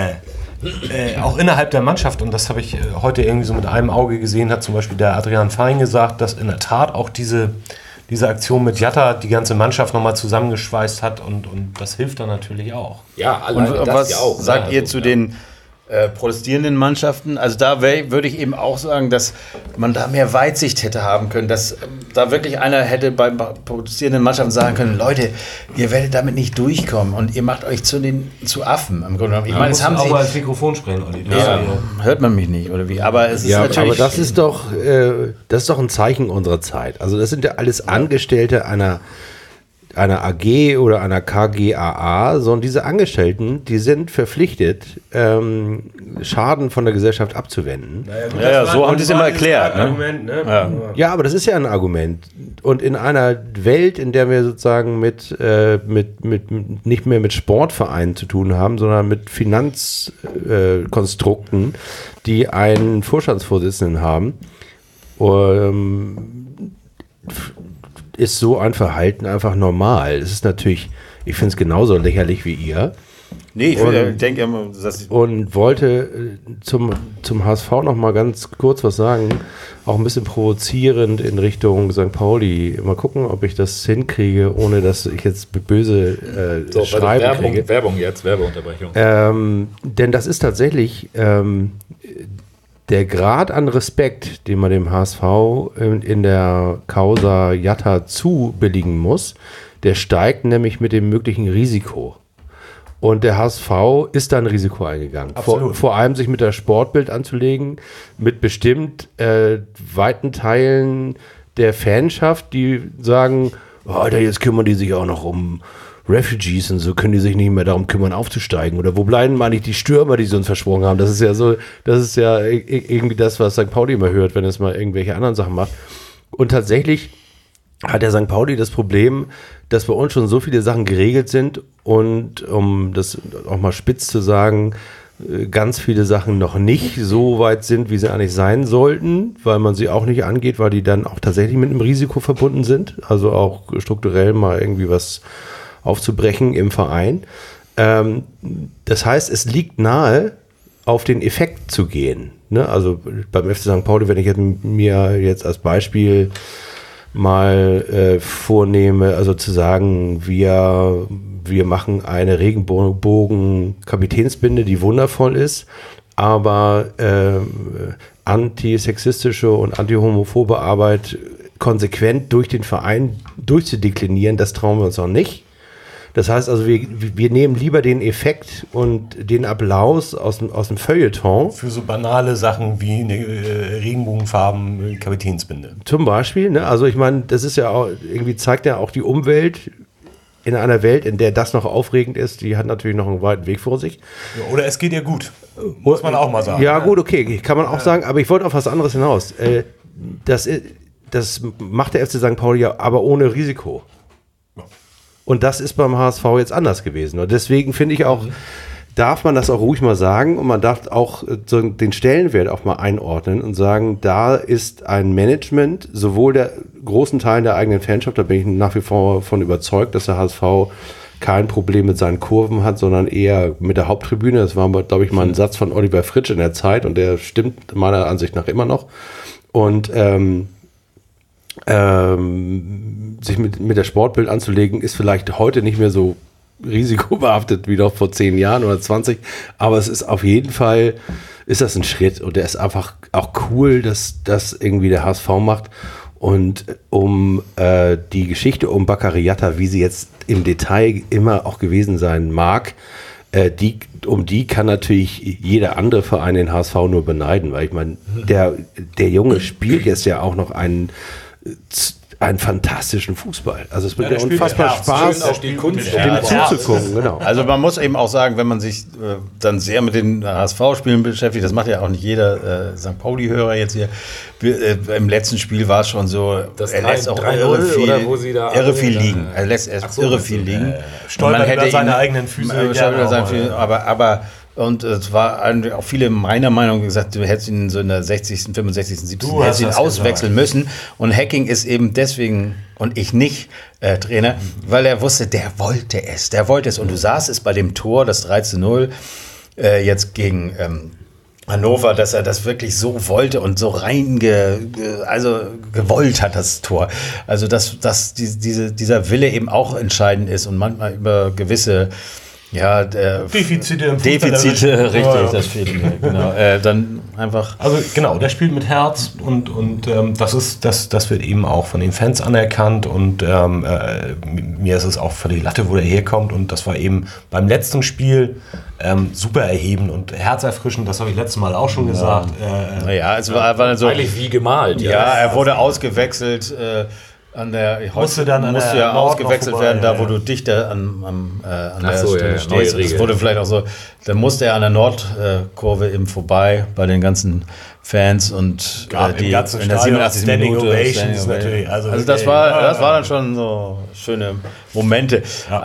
Auch innerhalb der Mannschaft, und das habe ich heute irgendwie so mit einem Auge gesehen, hat zum Beispiel der Adrian Fein gesagt, dass in der Tat auch diese diese Aktion mit Jatta die ganze Mannschaft nochmal zusammengeschweißt hat und das hilft dann natürlich auch. Ja, alleine und das was ja auch. sagt ihr zu den protestierenden Mannschaften? Also da würde ich eben auch sagen, dass man da mehr Weitsicht hätte haben können, dass da wirklich einer hätte beim protestierenden Mannschaften sagen können, Leute, ihr werdet damit nicht durchkommen und ihr macht euch zu Affen im Grunde genommen. Ich meine, es haben auch mal ins Mikrofon sprechen, Olli. Ja, hört man mich nicht, oder wie? Aber es ist natürlich... aber das ist doch ein Zeichen unserer Zeit. Also das sind ja alles Angestellte einer AG oder einer KGaA, sondern diese Angestellten, die sind verpflichtet, Schaden von der Gesellschaft abzuwenden. Ja, so haben die es immer erklärt. Ne? Argument, ne? Ja, aber das ist ja ein Argument. Und in einer Welt, in der wir sozusagen nicht mehr mit Sportvereinen zu tun haben, sondern mit Finanzkonstrukten, die einen Vorstandsvorsitzenden haben, ist so ein Verhalten einfach normal. Es ist natürlich, ich finde es genauso lächerlich wie ihr. Nee, ich denke immer, und wollte zum HSV noch mal ganz kurz was sagen, auch ein bisschen provozierend in Richtung St. Pauli. Mal gucken, ob ich das hinkriege, ohne dass ich jetzt böse Schreiben kriege. Werbeunterbrechung. Denn das ist tatsächlich der Grad an Respekt, den man dem HSV in der Causa Jatta zubilligen muss, der steigt nämlich mit dem möglichen Risiko. Und der HSV ist da ein Risiko eingegangen. Vor allem sich mit der Sportbild anzulegen, mit bestimmt weiten Teilen der Fanschaft, die sagen, jetzt kümmern die sich auch noch um Refugees und so, können die sich nicht mehr darum kümmern, aufzusteigen. Oder wo bleiben eigentlich die Stürmer, die sie uns versprochen haben? Das ist ja irgendwie das, was St. Pauli immer hört, wenn es mal irgendwelche anderen Sachen macht. Und tatsächlich hat der St. Pauli das Problem, dass bei uns schon so viele Sachen geregelt sind und, um das auch mal spitz zu sagen, ganz viele Sachen noch nicht so weit sind, wie sie eigentlich sein sollten, weil man sie auch nicht angeht, weil die dann auch tatsächlich mit einem Risiko verbunden sind. Also auch strukturell mal irgendwie was aufzubrechen im Verein. Das heißt, es liegt nahe, auf den Effekt zu gehen. Ne? Also beim FC St. Pauli, wenn ich mir jetzt als Beispiel mal vornehme, also zu sagen, wir machen eine Regenbogen-Kapitänsbinde, die wundervoll ist, aber antisexistische und antihomophobe Arbeit konsequent durch den Verein durchzudeklinieren, das trauen wir uns auch nicht. Das heißt also, wir nehmen lieber den Effekt und den Applaus aus dem Feuilleton. Für so banale Sachen wie eine Regenbogenfarben Kapitänsbinde. Zum Beispiel, ne? Also ich meine, das ist ja auch, irgendwie zeigt ja auch die Umwelt in einer Welt, in der das noch aufregend ist, die hat natürlich noch einen weiten Weg vor sich. Ja, oder es geht ihr gut, muss man auch mal sagen. Ja gut, okay, kann man auch sagen, aber ich wollte auf was anderes hinaus. Das macht der FC St. Pauli ja aber ohne Risiko. Und das ist beim HSV jetzt anders gewesen. Und deswegen finde ich auch, darf man das auch ruhig mal sagen und man darf auch den Stellenwert auch mal einordnen und sagen, da ist ein Management, sowohl der großen Teilen der eigenen Fanschaft, da bin ich nach wie vor von überzeugt, dass der HSV kein Problem mit seinen Kurven hat, sondern eher mit der Haupttribüne. Das war, glaube ich, mal ein Satz von Oliver Fritsch in der Zeit und der stimmt meiner Ansicht nach immer noch. Und sich mit der Sportbild anzulegen, ist vielleicht heute nicht mehr so risikobehaftet wie noch vor 10 Jahren oder 20, aber es ist auf jeden Fall, ist das ein Schritt und der ist einfach auch cool, dass das irgendwie der HSV macht. Und um die Geschichte um Bakary Jatta, wie sie jetzt im Detail immer auch gewesen sein mag, die kann natürlich jeder andere Verein den HSV nur beneiden, weil ich meine, der Junge spielt jetzt ja auch noch einen fantastischen Fußball. Also es wird ja unfassbar Spaß, dem zuzugucken. Genau. Also man muss eben auch sagen, wenn man sich dann sehr mit den HSV-Spielen beschäftigt, das macht ja auch nicht jeder St. Pauli-Hörer jetzt hier. Im letzten Spiel war es schon so, er lässt auch irre viel liegen. Er lässt erst irre viel liegen. Stolpert über seine eigenen Füße. Und es war auch viele meiner Meinung nach gesagt, du hättest ihn so in der 60., 65., 70. hättest ihn auswechseln müssen. Und Hacking ist eben deswegen, und ich nicht, Trainer, weil er wusste, der wollte es. Und du sahst es bei dem Tor, das 3:0, jetzt gegen Hannover, dass er das wirklich so wollte und so gewollt hat, das Tor. Also, dass dieser Wille eben auch entscheidend ist und manchmal über gewisse Defizite, richtig, das fehlt mir, genau. Dann einfach. Also genau, der spielt mit Herz und das wird eben auch von den Fans anerkannt und mir ist es auch für die Latte, wo der herkommt, und das war eben beim letzten Spiel super erhebend und herzerfrischend, das habe ich letztes Mal auch schon gesagt. Es war dann so. Eigentlich wie gemalt. Ja, er wurde ausgewechselt. Musste ausgewechselt werden, da wo du dichter an der Stelle stehst. Das wurde vielleicht auch so, dann musste er an der Nordkurve eben vorbei bei den ganzen Fans und die ganzen in der 87. Standing Minute Ovations natürlich. Also das war dann schon so schöne Momente.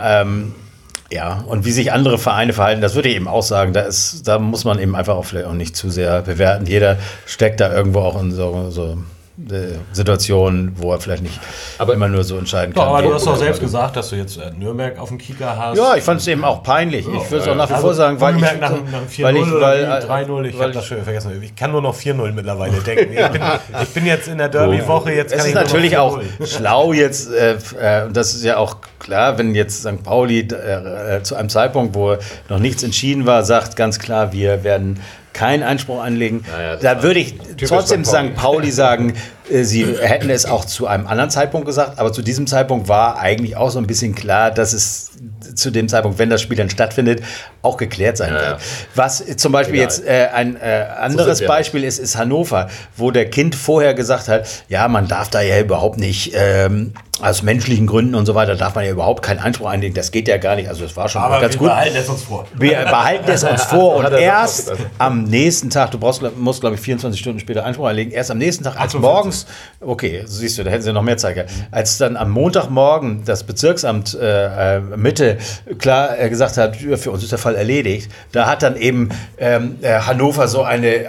Ja. Und wie sich andere Vereine verhalten, das würde ich eben auch sagen, da muss man eben einfach auch vielleicht auch nicht zu sehr bewerten. Jeder steckt da irgendwo auch in so Situation, wo er vielleicht nicht immer nur so entscheiden kann. Aber du hast doch selbst gesagt, dass du jetzt Nürnberg auf dem Kicker hast. Ja, ich fand es eben auch peinlich. Ich würde es auch nach wie vor sagen, weil Nürnberg nach 4-0 oder 3-0, ich habe das schon vergessen. Ich kann nur noch 4-0 mittlerweile denken. Ich bin jetzt in der Derby-Woche, jetzt kann es ich ist natürlich auch schlau jetzt, und das ist ja auch klar, wenn jetzt St. Pauli zu einem Zeitpunkt, wo noch nichts entschieden war, sagt ganz klar, wir werden keinen Einspruch anlegen. Da würde ich trotzdem St. Pauli sagen, sie hätten es auch zu einem anderen Zeitpunkt gesagt, aber zu diesem Zeitpunkt war eigentlich auch so ein bisschen klar, dass es zu dem Zeitpunkt, wenn das Spiel dann stattfindet, auch geklärt sein wird. Was zum Beispiel jetzt ein anderes Beispiel ist Hannover, wo der Kind vorher gesagt hat, ja, man darf da ja überhaupt nicht aus menschlichen Gründen und so weiter, darf man ja überhaupt keinen Einspruch einlegen, das geht ja gar nicht, also es war schon ganz gut. Aber wir behalten es uns vor. Wir behalten es uns vor und erst am nächsten Tag, du musst glaube ich 24 Stunden später Einspruch einlegen, erst am nächsten Tag, als morgens, okay, siehst du, da hätten sie noch mehr Zeit gehabt, als dann am Montagmorgen das Bezirksamt Mitte klar gesagt hat, für uns ist der Fall erledigt, da hat dann eben Hannover so eine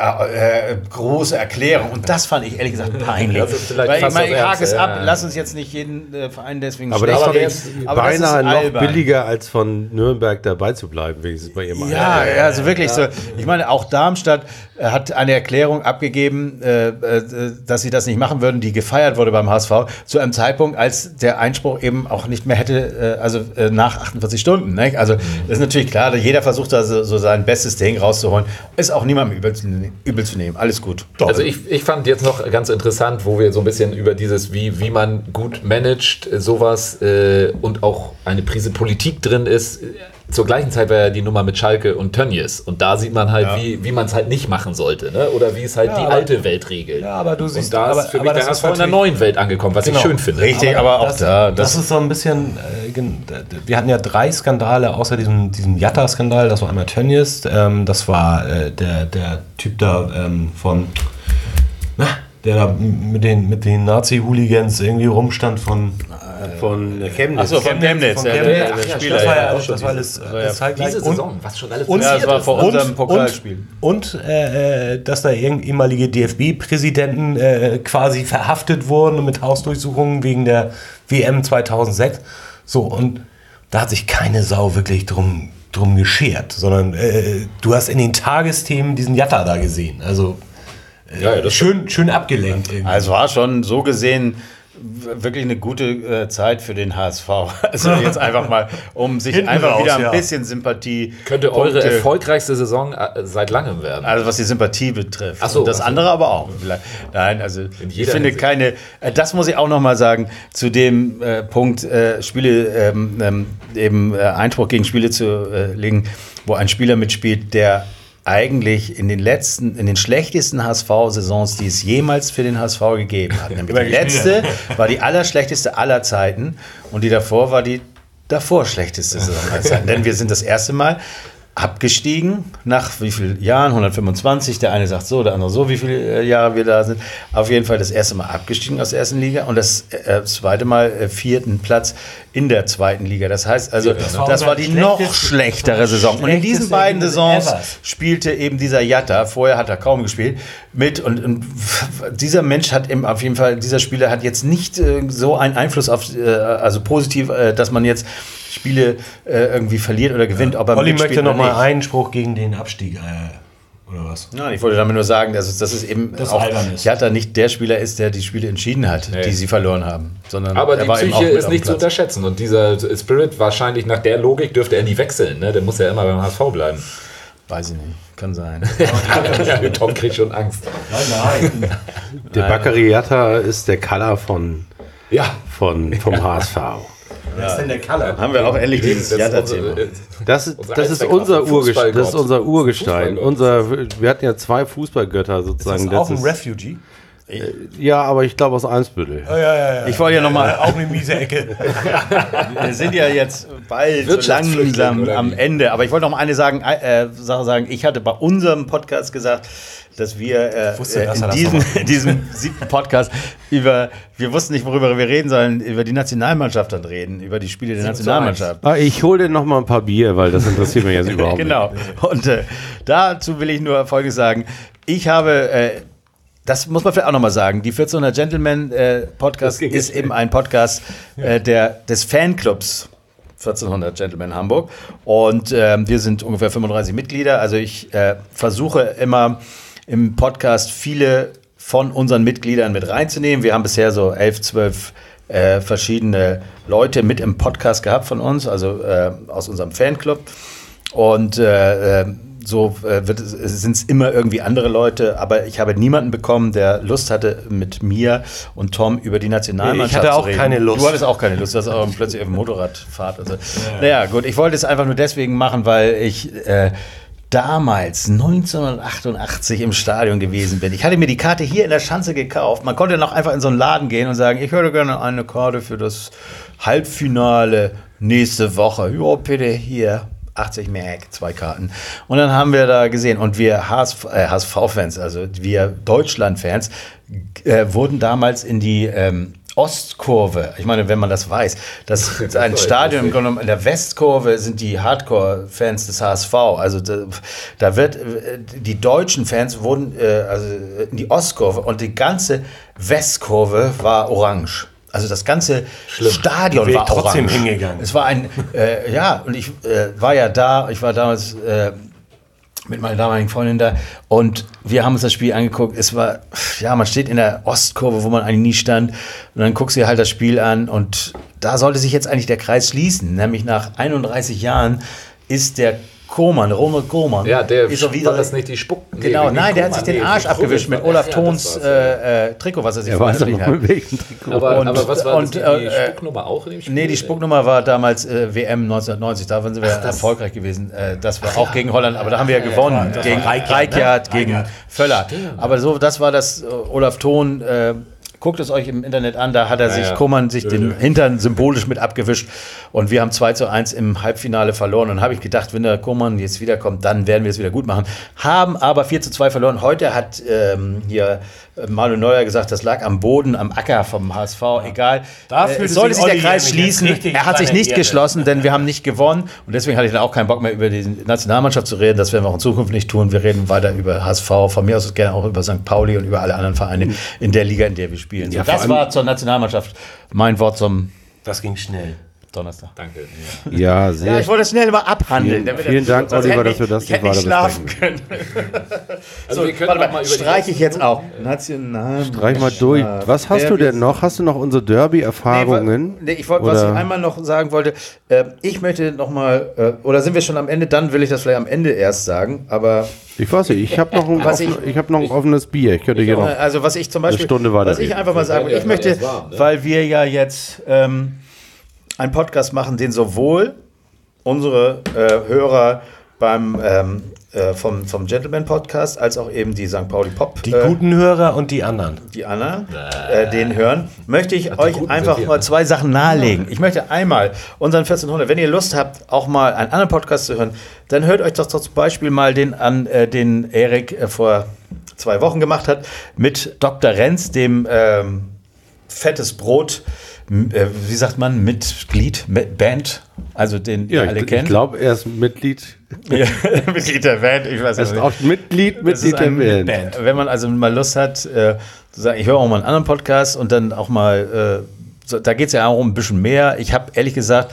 große Erklärung und das fand ich ehrlich gesagt peinlich. Weil ich hake es ab, lass uns jetzt nicht jeden Verein deswegen aber das ist beinahe noch billiger, als von Nürnberg dabei zu bleiben, wenigstens bei ihrem also wirklich so. Ich meine, auch Darmstadt hat eine Erklärung abgegeben, dass sie das nicht machen würden, die gefeiert wurde beim HSV, zu einem Zeitpunkt, als der Einspruch eben auch nicht mehr hätte, nach 48 Stunden. Ne? Also das ist natürlich klar, jeder versucht da so sein bestes Ding rauszuholen. Ist auch niemandem übel zu nehmen. Alles gut. Also ich fand jetzt noch ganz interessant, wo wir so ein bisschen über dieses, wie man gut managt, sowas und auch eine Prise Politik drin ist. Zur gleichen Zeit war ja die Nummer mit Schalke und Tönnies. Und da sieht man halt, wie man es halt nicht machen sollte. Ne? Oder wie es halt die alte Welt regelt. Ja, aber du siehst, und da ist für mich der HSV in der neuen Welt angekommen, was ich schön finde. Richtig, aber auch da. Das ist so ein bisschen, wir hatten ja 3 Skandale, außer diesem Jatta-Skandal. Das war einmal Tönnies, das war der Typ da der da mit den Nazi-Hooligans irgendwie rumstand von Chemnitz. Achso, von Chemnitz. Das war alles zeitgleich. Diese Saison, was schon alles passiert das war vor unserem Pokalspiel. Und dass da ehemalige DFB-Präsidenten quasi verhaftet wurden mit Hausdurchsuchungen wegen der WM 2006. So, und da hat sich keine Sau wirklich drum geschert, sondern du hast in den Tagesthemen diesen Jatta da gesehen. Also das schön abgelenkt irgendwie. Also war schon so gesehen wirklich eine gute Zeit für den HSV. Also jetzt einfach mal, um sich hinten einfach raus, wieder ein bisschen Sympathie... Könnte eure erfolgreichste Saison seit langem werden. Also was die Sympathie betrifft. Ach so, und das andere aber auch. Nein, also ich finde keine... Das muss ich auch noch mal sagen, zu dem Punkt, Spiele eben Einspruch gegen Spiele zu legen, wo ein Spieler mitspielt, der eigentlich in den schlechtesten HSV-Saisons, die es jemals für den HSV gegeben hat. Nämlich die letzte war die allerschlechteste aller Zeiten und die davor war die davor schlechteste Saison aller Zeiten. Denn wir sind das erste Mal abgestiegen, nach wie vielen Jahren, 125, der eine sagt so, der andere so, wie viele Jahre wir da sind. Auf jeden Fall das erste Mal abgestiegen aus der ersten Liga und das zweite Mal 4. Platz in der 2. Liga. Das heißt also, das war die noch schlechtere Saison. Und in diesen beiden Saisons spielte eben dieser Jatta, vorher hat er kaum gespielt, mit und dieser Mensch hat auf jeden Fall, dieser Spieler hat jetzt nicht so einen Einfluss auf, also positiv, dass man jetzt Spiele irgendwie verliert oder gewinnt. Ob er Olli möchte noch mal Einspruch gegen den Abstieg Oder was? Nein, ich wollte damit nur sagen, dass es eben Das auch albern ist. Jatta nicht der Spieler ist, der die Spiele entschieden hat, die sie verloren haben. Sondern Aber er die war eben auch Psyche mit ist auf dem nicht zu Platz. unterschätzen. Und dieser Spirit, wahrscheinlich nach der Logik, dürfte er nie wechseln. Ne? Der muss ja immer beim HSV bleiben. Weiß ich nicht, kann sein. Tom kriegt schon Angst. Nein. Der Bakary Jatta ist der Color vom HSV. Wer ist denn der Color? Haben wir auch endlich dieses Das ist Jatta-Thema. Das ist unser Urgestein. Wir hatten ja 2 Fußballgötter sozusagen. Ist das auch ein Refugee? Ja, aber ich glaube aus Eimsbüttel. Ja. Ich wollte ja nochmal, Auch eine miese Ecke. wir sind ja jetzt bald so langsam am Ende, aber ich wollte noch mal eine Sache sagen. Ich hatte bei unserem Podcast gesagt, dass wir in diesem 7. Podcast wir wussten nicht, worüber wir reden sollen, über die Nationalmannschaft dann reden, über die Spiele der Nationalmannschaft. Ich hole dir noch mal ein paar Bier, weil das interessiert mich jetzt überhaupt Genau. Und dazu will ich nur Folgendes sagen. Ich habe das muss man vielleicht auch nochmal sagen. Die 1400 Gentlemen Podcast ist eben ein Podcast des Fanclubs 1400 Gentlemen Hamburg. Und wir sind ungefähr 35 Mitglieder. Also ich versuche immer im Podcast viele von unseren Mitgliedern mit reinzunehmen. Wir haben bisher so 11, 12 verschiedene Leute mit im Podcast gehabt von uns, also aus unserem Fanclub. Und so sind es immer irgendwie andere Leute, aber ich habe niemanden bekommen, der Lust hatte, mit mir und Tom über die Nationalmannschaft zu reden. Ich hatte auch keine Lust. Du hattest auch keine Lust, du hast auch plötzlich auf dem Motorradfahrt. Also. Naja, gut, ich wollte es einfach nur deswegen machen, weil ich damals 1988 im Stadion gewesen bin. Ich hatte mir die Karte hier in der Schanze gekauft. Man konnte noch einfach in so einen Laden gehen und sagen, ich würde gerne eine Karte für das Halbfinale nächste Woche. Ja, bitte hier. 80 Mark, 2 Karten. Und dann haben wir da gesehen, und wir HSV-Fans, also wir Deutschland-Fans, wurden damals in die Ostkurve, ich meine, wenn man das weiß, das ist ein Stadion im Grunde genommen, in der Westkurve sind die Hardcore-Fans des HSV, also da wird, die deutschen Fans wurden also in die Ostkurve und die ganze Westkurve war orange. Also das ganze Stadion war trotzdem orange. Hingegangen. Es war ein, und ich war ja da, ich war damals mit meiner damaligen Freundin da und wir haben uns das Spiel angeguckt. Es war, man steht in der Ostkurve, wo man eigentlich nie stand und dann guckst du dir halt das Spiel an und da sollte sich jetzt eigentlich der Kreis schließen, nämlich nach 31 Jahren ist der Ronald Koeman. Ja, der ist wieder, war das nicht die Spuck. Genau, nein, der hat sich den Arsch abgewischt mit Olaf Thons Trikot, was er sich vorgelegt hat. Aber was war das, die Spucknummer auch in dem Spiel? Nee, die Spucknummer war damals WM 1990, da sind wir erfolgreich gewesen. Das war auch gegen Holland, aber da haben wir ja gewonnen. Gegen Rijkaard, gegen Völler. Aber so, das war das Olaf Thon. Guckt es euch im Internet an, da hat er sich, Koeman sich den Hintern symbolisch mit abgewischt und wir haben 2:1 im Halbfinale verloren und habe ich gedacht, wenn der Koeman jetzt wiederkommt, dann werden wir es wieder gut machen. Haben aber 4:2 verloren. Heute hat hier Manuel Neuer gesagt, das lag am Boden, am Acker vom HSV, egal. Es sollte sich der Kreis schließen. Er hat sich nicht geschlossen, denn wir haben nicht gewonnen und deswegen hatte ich dann auch keinen Bock mehr über die Nationalmannschaft zu reden. Das werden wir auch in Zukunft nicht tun. Wir reden weiter über HSV, von mir aus gerne auch über St. Pauli und über alle anderen Vereine in der Liga, in der wir spielen. Ja, das war zur Nationalmannschaft mein Wort zum Das ging schnell. Donnerstag. Danke. Ja, sehr. Ja, ich wollte es schnell mal abhandeln. Vielen Dank, Oliver, dass wir das nicht weiter schlafen können. Also wir können noch mal über streiche ich jetzt auch. Nationalmannschaft. Streich mal durch. Was hast du denn noch? Hast du noch unsere Derby-Erfahrungen? Nee, was ich einmal noch sagen wollte, ich möchte noch mal, oder sind wir schon am Ende? Dann will ich das vielleicht am Ende erst sagen, aber... Ich weiß nicht, ich habe noch ein offenes Bier. Ich könnte hier noch also was ich zum Beispiel, eine Stunde weiter was ich einfach mal sagen will, ich möchte, weil wir ja jetzt einen Podcast machen, den sowohl unsere Hörer vom Gentleman Podcast als auch eben die St. Pauli Pop. Die guten Hörer und die anderen. Die anderen, den hören, möchte ich euch einfach mal 2 Sachen nahelegen. Ich möchte einmal unseren 1400, wenn ihr Lust habt, auch mal einen anderen Podcast zu hören, dann hört euch doch zum Beispiel mal den an, den Erik vor 2 Wochen gemacht hat, mit Dr. Renz, dem Fettes Brot, wie sagt man, Mitglied, Band, also den ihr alle kennt. Ich glaube, er ist Mitglied. Ja, Mitglied der Band, ich weiß nicht. Er ist auch Mitglied der Band. Wenn man also mal Lust hat, zu sagen, ich höre auch mal einen anderen Podcast und dann auch mal, da geht es ja auch um ein bisschen mehr. Ich habe ehrlich gesagt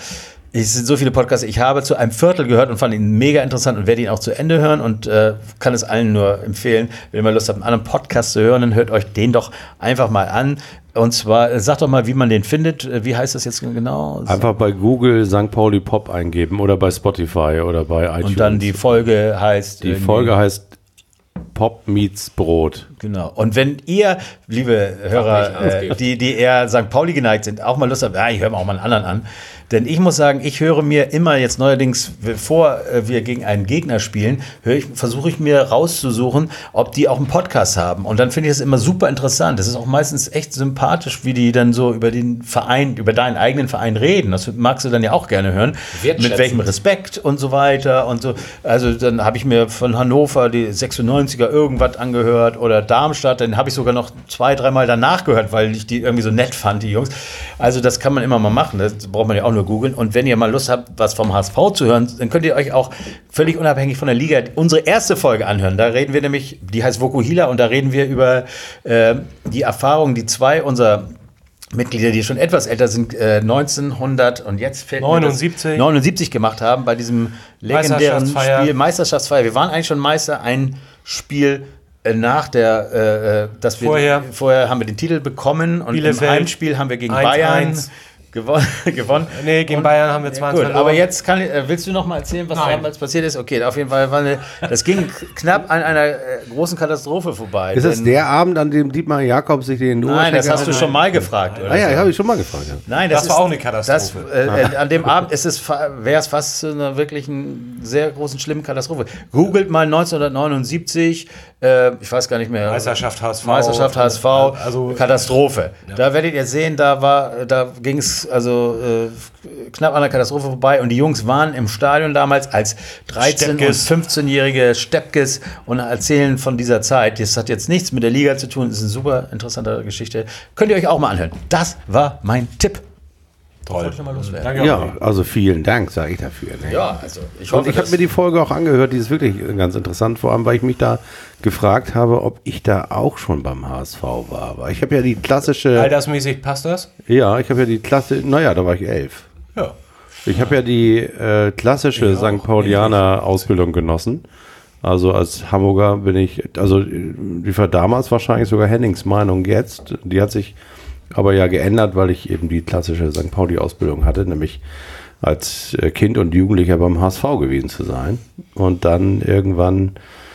Es sind so viele Podcasts. Ich habe zu einem Viertel gehört und fand ihn mega interessant und werde ihn auch zu Ende hören und kann es allen nur empfehlen. Wenn ihr mal Lust habt, einen anderen Podcast zu hören, dann hört euch den doch einfach mal an. Und zwar, sagt doch mal, wie man den findet. Wie heißt das jetzt genau? Einfach bei Google St. Pauli Pop eingeben oder bei Spotify oder bei iTunes. Und dann die Folge heißt... Die Folge heißt Pop meets Brot. Genau. Und wenn ihr, liebe Hörer, die eher St. Pauli geneigt sind, auch mal Lust habt, ich höre mir auch mal einen anderen an. Denn ich muss sagen, ich höre mir immer jetzt neuerdings, bevor wir gegen einen Gegner spielen, versuche ich mir rauszusuchen, ob die auch einen Podcast haben. Und dann finde ich es immer super interessant. Das ist auch meistens echt sympathisch, wie die dann so über den Verein, über deinen eigenen Verein reden. Das magst du dann ja auch gerne hören. Mit welchem Respekt und so weiter und so. Also dann habe ich mir von Hannover die 96er irgendwas angehört oder Darmstadt. Dann habe ich sogar noch 2-3 Mal danach gehört, weil ich die irgendwie so nett fand, die Jungs. Also das kann man immer mal machen. Das braucht man ja auch nur googeln. Und wenn ihr mal Lust habt, was vom HSV zu hören, dann könnt ihr euch auch völlig unabhängig von der Liga unsere erste Folge anhören. Da reden wir nämlich, die heißt Vokuhila, und da reden wir über die Erfahrungen, die zwei unserer Mitglieder, die schon etwas älter sind, 1900 und jetzt fällt 79 gemacht haben bei diesem legendären Spiel Meisterschaftsfeier. Wir waren eigentlich schon Meister, ein Spiel nach der, vorher haben wir den Titel bekommen und Bielefeld, im Heimspiel haben wir gegen 1-1. Bayern gewonnen. Nee, gegen Bayern haben wir 20 verloren. Aber jetzt willst du noch mal erzählen, was damals passiert ist? Okay, auf jeden Fall das ging knapp an einer großen Katastrophe vorbei. Ist das der Abend, an dem Dietmar Jakobs sich den Nein, das hast du schon mal gefragt. Oder? Ja, habe ich schon mal gefragt. Ja. Nein, das war auch eine Katastrophe. An dem Abend wäre es fast zu einer wirklich sehr großen, schlimmen Katastrophe. Googelt mal 1979, ich weiß gar nicht mehr. Meisterschaft HSV, also Katastrophe. Ja. Da werdet ihr sehen, da ging es knapp an der Katastrophe vorbei, und die Jungs waren im Stadion damals als 13- und 15-jährige Steppkes und erzählen von dieser Zeit. Das hat jetzt nichts mit der Liga zu tun, das ist eine super interessante Geschichte. Könnt ihr euch auch mal anhören. Das war mein Tipp. Toll. Danke. Ja, also vielen Dank, sage ich dafür. Ne? Ja, also ich hoffe, ich habe mir die Folge auch angehört, die ist wirklich ganz interessant, vor allem, weil ich mich da gefragt habe, ob ich da auch schon beim HSV war. Aber ich habe ja die klassische... Altersmäßig passt das? Ja, ich habe ja die klassische... Naja, da war ich 11. Ja. Ich habe ja die klassische St. Paulianer Ausbildung genossen. Also als Hamburger bin ich... Also die war damals wahrscheinlich sogar Hennings Meinung jetzt. Die hat sich aber ja geändert, weil ich eben die klassische St. Pauli-Ausbildung hatte, nämlich als Kind und Jugendlicher beim HSV gewesen zu sein. Und dann irgendwann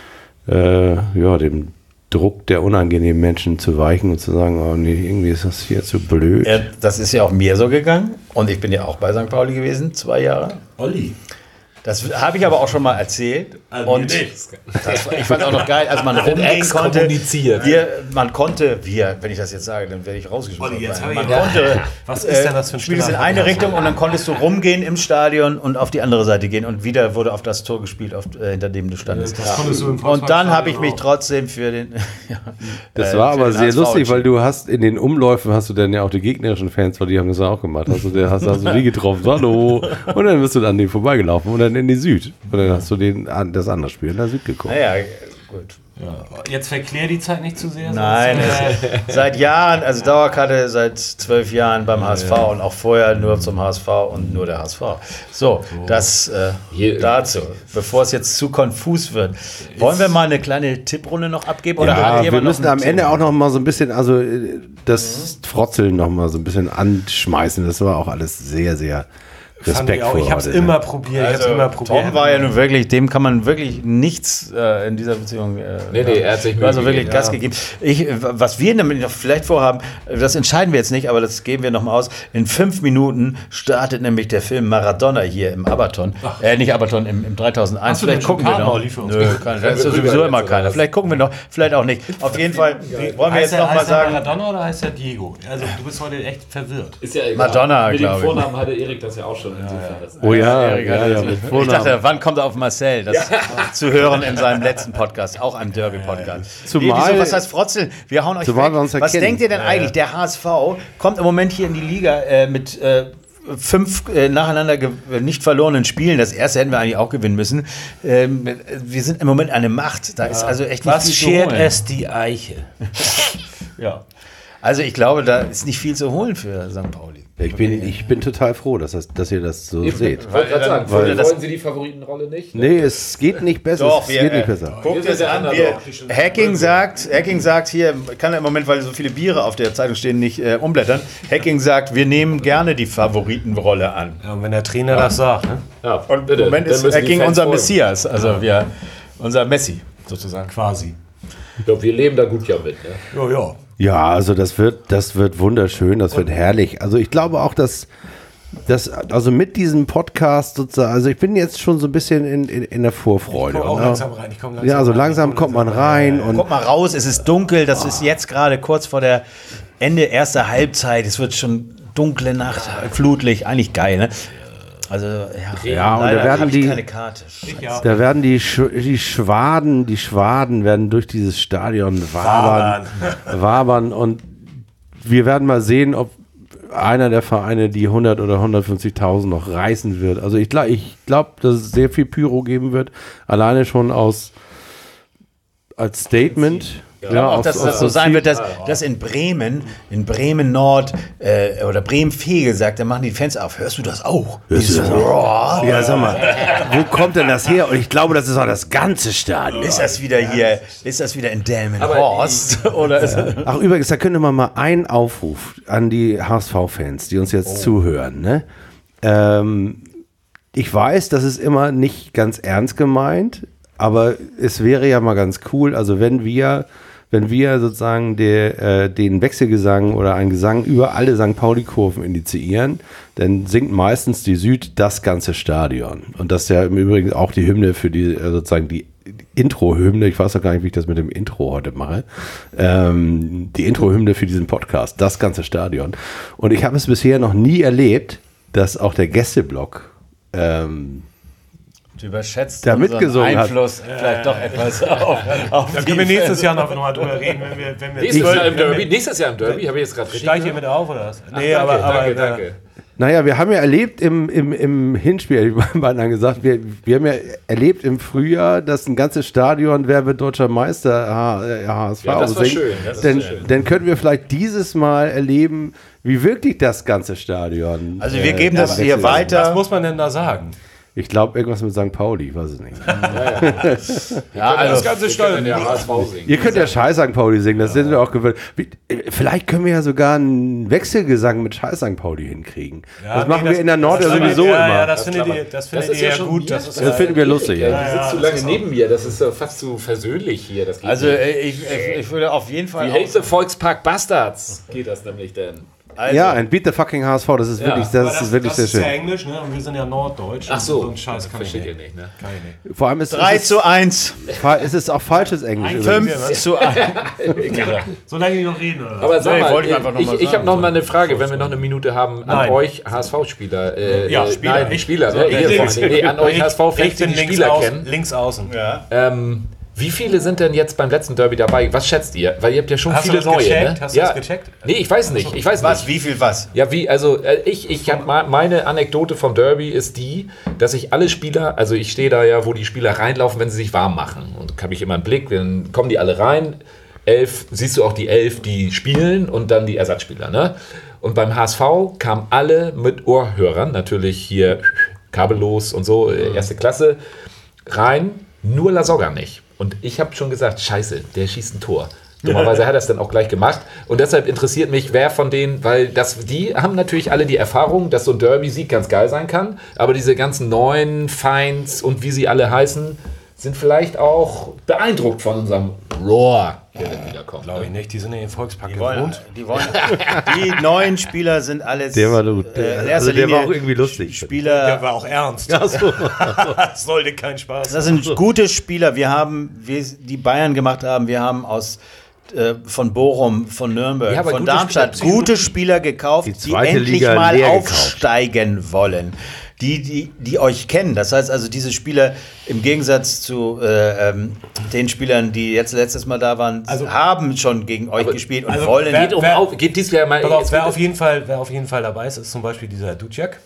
dem Druck der unangenehmen Menschen zu weichen und zu sagen, oh nee, irgendwie ist das hier zu blöd. Das ist ja auch mir so gegangen, und ich bin ja auch bei St. Pauli gewesen, 2 Jahre. Olli. Das habe ich aber auch schon mal erzählt. Und ich fand es auch noch geil, als man rumgehen konnte. Wenn ich das jetzt sage, dann werde ich rausgeschmissen. Was ist denn das für ein Spiel in eine Richtung, und dann konntest du rumgehen im Stadion und auf die andere Seite gehen, und wieder wurde auf das Tor gespielt, hinter dem du standest. Und dann habe ich mich trotzdem für den... Das war aber sehr lustig, weil du hast in den Umläufen hast du dann ja auch die gegnerischen Fans, weil die haben das auch gemacht. Hast du die getroffen, hallo, und dann bist du an denen vorbeigelaufen und dann in die Süd. Und dann hast du das andere Spiel in der Süd geguckt. Naja, gut. Ja. Jetzt verklär die Zeit nicht zu sehr. Nein, seit Jahren, also Dauerkarte seit 12 Jahren beim HSV und auch vorher nur zum HSV und nur der HSV. So. Das dazu. Bevor es jetzt zu konfus wird. Wollen wir mal eine kleine Tipprunde noch abgeben? Oder wir müssen am Ende auch noch mal so ein bisschen, also das Frotzeln noch mal so ein bisschen anschmeißen. Das war auch alles sehr, sehr respektvoll. Ich habe es immer probiert. Tom war ja nun wirklich, dem kann man wirklich nichts in dieser Beziehung. Er hat sich also wirklich Gas gegeben. Was wir nämlich noch vielleicht vorhaben, das entscheiden wir jetzt nicht, aber das geben wir noch mal aus. In 5 Minuten startet nämlich der Film Maradona hier im Abaton. Nicht Abaton, im 3001. Vielleicht gucken wir noch. Nö, das ist sowieso immer keiner. Vielleicht gucken wir noch, vielleicht auch nicht. Auf jeden Fall wollen wir jetzt noch mal sagen. Maradona oder heißt er Diego? Also du bist heute echt verwirrt. Ist ja egal. Madonna, glaube ich. Mit dem Vornamen ich. hatte Erik das ja auch schon. Oh ja. Ich dachte, wann kommt er auf Marcel? Das zu hören in seinem letzten Podcast, auch einem Derby-Podcast. Zumal, was heißt Frotzeln? Wir hauen euch weg. Was denkt ihr denn eigentlich? Der HSV kommt im Moment hier in die Liga mit 5 nacheinander nicht verlorenen Spielen. Das erste hätten wir eigentlich auch gewinnen müssen. Wir sind im Moment eine Macht. Da ist also echt nicht viel zu holen. Was schert es die Eiche? Ja. Also ich glaube, da ist nicht viel zu holen für St. Pauli. Ich bin total froh, dass ihr das so seht. Ich wollte gerade sagen, wollen Sie die Favoritenrolle nicht? Nee, es geht nicht besser. Doch, es geht nicht besser. Guckt es an. Hacking sagt hier, kann er im Moment, weil so viele Biere auf der Zeitung stehen, nicht umblättern. Hacking sagt, wir nehmen gerne die Favoritenrolle an. Ja, und wenn der Trainer das sagt, ne? Ja, Und im Moment ist Hacking unser Messias, also unser Messi sozusagen. Quasi. Ich glaube, wir leben da gut ja mit. Ne? Ja. Ja, also das wird wunderschön, das wird herrlich. Also ich glaube auch, dass also mit diesem Podcast sozusagen, also ich bin jetzt schon so ein bisschen in der Vorfreude. Ich komme auch langsam rein. Ja, also langsam kommt man rein. Und Kommt mal raus, es ist dunkel, das ist jetzt gerade kurz vor der Ende erster Halbzeit, es wird schon dunkle Nacht, Flutlicht, eigentlich geil, ne? Also, ja, und leider da werden hab ich keine Karte. Da werden die Schwaden werden durch dieses Stadion wabern und wir werden mal sehen, ob einer der Vereine die 100 oder 150.000 noch reißen wird. Also ich glaube, dass es sehr viel Pyro geben wird, alleine schon als Statement. Ich glaube auch, dass das so sein wird, dass in Bremen Nord oder Bremen-Fege sagt, dann machen die Fans auf. Hörst du das auch? Ja, sag mal, wo kommt denn das her? Und ich glaube, das ist auch das ganze Stadion. Ist das wieder in Delmenhorst? Ach, übrigens, da könnte man mal einen Aufruf an die HSV-Fans, die uns jetzt zuhören. Ne? Ich weiß, das ist immer nicht ganz ernst gemeint, aber es wäre ja mal ganz cool, also wenn wir sozusagen den Wechselgesang oder einen Gesang über alle St. Pauli-Kurven initiieren, dann singt meistens die Süd das ganze Stadion. Und das ist ja im Übrigen auch die Hymne für sozusagen die Intro-Hymne, ich weiß auch gar nicht, wie ich das mit dem Intro heute mache, die Intro-Hymne für diesen Podcast, das ganze Stadion. Und ich habe es bisher noch nie erlebt, dass auch der Gästeblock Du überschätzt der mitgesungen Einfluss vielleicht doch etwas auf Da können wir nächstes Jahr noch mal drüber reden, wenn wir Nächstes Jahr im Derby, habe ich jetzt gerade richtig. Steig hier mit auf, oder was? Nee, Danke. Naja, wir haben ja erlebt im Hinspiel, ich habe dann gesagt, wir haben ja erlebt im Frühjahr, dass ein ganzes Stadion, wer wird deutscher Meister, HSV Ja, das war singt. schön. Dann könnten wir vielleicht dieses Mal erleben, wie wirklich das ganze Stadion. Also wir geben das hier weiter. Was muss man denn da sagen? Ich glaube, irgendwas mit St. Pauli, ich weiß es nicht. Das ganze Stadion. Ihr könnt ja Scheiß St. Pauli singen, das sind wir auch gewöhnt. Vielleicht können wir ja sogar einen Wechselgesang mit Scheiß St. Pauli hinkriegen. Ja, das machen wir in der Nord ja sowieso immer. Ja, das findet ihr ja gut. Das finden wir lustig. Ja, die sitzt zu lange neben mir, das ist fast zu versöhnlich hier. Das geht Also nicht. ich würde auf jeden Fall... Wie hältst du Volkspark Bastards? Geht das nämlich denn? Also, Ja, ein Beat the fucking HSV, das ist wirklich, das ist wirklich sehr Das ist ja schön. Englisch, ne? Und wir sind ja Norddeutsch. Ach so, So ein Scheiß kann ich versteht nicht. ihr nicht, ne? Vor allem ist 3:1. es ist auch falsches Englisch. übrigens. 5:1. Solange die noch reden, oder? Aber sag Nee, mal, wollte ich einfach noch mal ich habe sagen. noch mal eine Frage, wenn wir noch eine Minute haben, an Nein. euch HSV-Spieler. Ja, Spieler. Nein, Spieler. So, Ne? An euch ich HSV-Fans, die bin die Spieler kennen. links außen. Ja. Wie viele sind denn jetzt beim letzten Derby dabei? Was schätzt ihr? Weil ihr habt ja schon Hast du viele das neue. gecheckt? Ne? Hast du das gecheckt? Nee, ich weiß nicht. Was? Wie viel was? Ja, ich habe meine Anekdote vom Derby ist die, dass ich alle Spieler, also ich stehe da ja, wo die Spieler reinlaufen, wenn sie sich warm machen. Und habe ich immer einen Blick, dann kommen die alle rein. 11, siehst du auch die 11, die spielen und dann die Ersatzspieler. Ne? Und beim HSV kamen alle mit Ohrhörern, natürlich hier kabellos und so, erste Klasse, rein, nur Lasogga nicht. Und ich habe schon gesagt, scheiße, der schießt ein Tor. Dummerweise hat er es dann auch gleich gemacht. Und deshalb interessiert mich, wer von denen, weil die haben natürlich alle die Erfahrung, dass so ein Derby-Sieg ganz geil sein kann. Aber diese ganzen neuen Feinds und wie sie alle heißen, sind vielleicht auch beeindruckt von unserem Roar, der dann wiederkommt. Glaube ich nicht, die sind in den Volkspark Die neuen Spieler sind alles. Der war gut. in Also erster der Linie war auch irgendwie lustig. Spieler. Der war auch ernst. Das sollte kein Spaß Das sind gute Spieler. Die Bayern gemacht haben. Wir haben von Bochum, von Nürnberg, Ja, aber von gute Darmstadt Spieler, gute Spieler gekauft, Die die zweite endlich Liga mal leer aufsteigen wollen. Die euch kennen. Das heißt also, diese Spieler im Gegensatz zu den Spielern, die jetzt letztes Mal da waren, haben schon gegen euch gespielt und wollen. Geht dies Jahr mal. Wer auf jeden Fall dabei ist zum Beispiel dieser Duciak.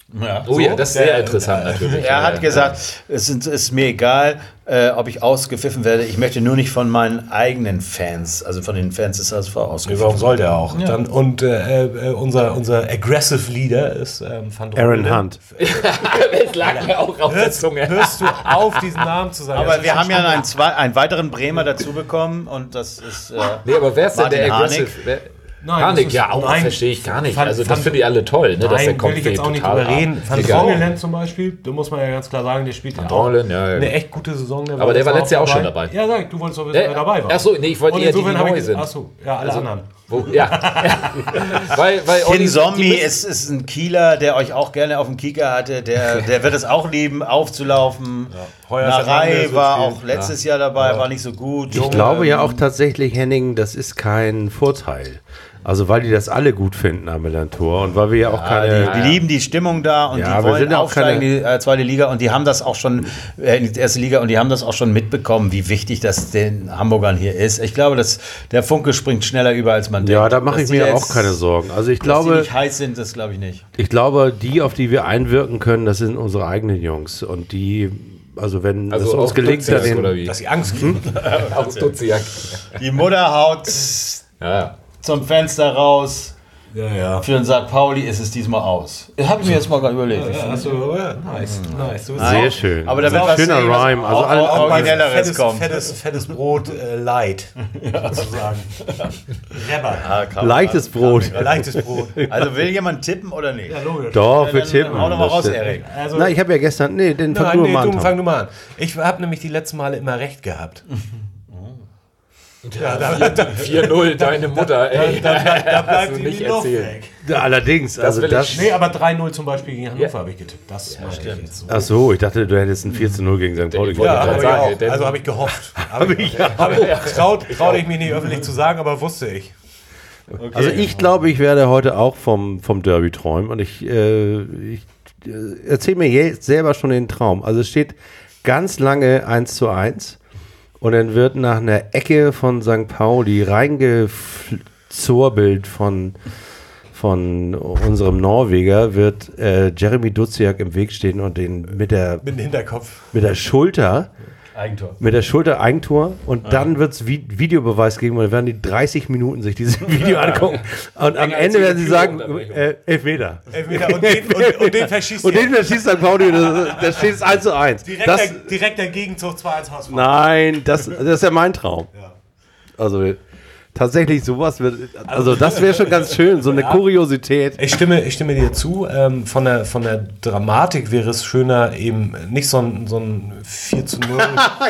Ja. Oh ja, das ist sehr interessant natürlich. Er hat gesagt, es ist mir egal, ob ich ausgepfiffen werde. Ich möchte nur nicht von meinen eigenen Fans, also von den Fans des HSV ausgepfiffen. Warum soll der auch? Ja. Dann, und unser Aggressive Leader ist Van Aaron Hunt. Es lag mir auch auf der Zunge. Hörst du auf, diesen Namen zu sagen? Aber wir haben ja einen weiteren Bremer dazu bekommen und das ist Nee, aber wer ist denn der Martin Aggressive? Nein, Harnik, das ist- ja, auch nein. verstehe ich gar nicht. Van- Also das Van- finde ich alle toll, ne, dass der Nein, kommt will ich jetzt auch nicht total drüber reden. Van Egal. Drongelen zum Beispiel, da muss man ja ganz klar sagen, der spielt ja auch Drongelen, ja. eine echt gute Saison. Aber der war letztes Jahr auch schon dabei. Ja, sag ich, du wolltest doch wissen, wer dabei war. Achso, nee, ich wollte Und eher die insofern habe neu ich, sind. achso, ja, alle anderen. Ja. weil Kin die Zombie müssen- ist ein Kieler, der euch auch gerne auf dem Kicker hatte. Der wird es auch lieben, aufzulaufen. Heuer Narei Fernandes war wird auch letztes Jahr dabei, war nicht so gut. Ich glaube ja auch tatsächlich, Henning, das ist kein Vorteil. Also weil die das alle gut finden am Melantor und weil wir ja auch keine... Die lieben die Stimmung da und Ja, die wir wollen sind auch aufsteigen in keine- die zweite Liga und die haben das auch schon in die erste Liga und die haben das auch schon mitbekommen, wie wichtig das den Hamburgern hier ist. Ich glaube, dass der Funke springt schneller über, als man denkt. Ja, da mache Dass ich die mir jetzt- auch keine Sorgen. Also ich Dass die glaube, nicht heiß sind, das glaube ich nicht. die, auf die wir einwirken können, das sind unsere eigenen Jungs. Und die, also wenn Also es uns auch gelingt, da Duziak oder den, wie? Dass sie Angst kriegen. Auch Duziak. Die Mutter haut Ja. zum Fenster raus. Ja. Für den St. Pauli ist es diesmal aus. Das habe ich mir jetzt mal gerade überlegt. Achso, nice. So sehr schön. Aber da wird was schöner Rhyme. Also alle, Originelleres kommt. fettes Brot light, sozusagen. Rebber. leichtes Brot. Leichtes Brot. Also will jemand tippen oder nicht? Ja, logisch. Doch, wir Dann tippen. hau doch mal Das raus, stimmt. Erik. Also, Na, ich habe ja gestern, den fang nein, du mal an. fang du mal an. Ich habe nämlich die letzten Male immer recht gehabt. 4-0, deine Mutter, ey. Da Hast bleibt du die nicht Luft erzählt. weg. Ja, allerdings, also will das. ich- Nee, aber 3-0 zum Beispiel gegen Hannover habe ich getippt. Das meine ich jetzt so. Ach so, ich dachte, du hättest ein 4:0 gegen St. Pauli Ich wollte Ja, gewonnen. gerade habe ich sagen, auch. denn- Also habe ich gehofft. Traute ich mich nicht öffentlich zu sagen, aber wusste ich. Also ich glaube, ich werde heute auch vom Derby träumen und ich erzähle mir jetzt selber schon den Traum. Also es steht ganz lange 1:1 und dann wird nach einer Ecke von St. Pauli reingezorbelt von unserem Norweger, wird Jeremy Duziak im Weg stehen und den mit der Hinterkopf. Eigentor. Eigentor und dann wird es Videobeweis geben und dann werden die 30 Minuten sich dieses Video angucken und am Ende werden sie sagen, Elfmeter. Und den verschießt Und den verschießt St. Pauli, da steht es 1:1. Direkter Gegenzug 2-1 HSV. Nein, das ist ja mein Traum. Also tatsächlich sowas wird, also das wäre schon ganz schön, so eine Kuriosität. Ich stimme dir zu. Von der Dramatik wäre es schöner, eben nicht so ein 4:0.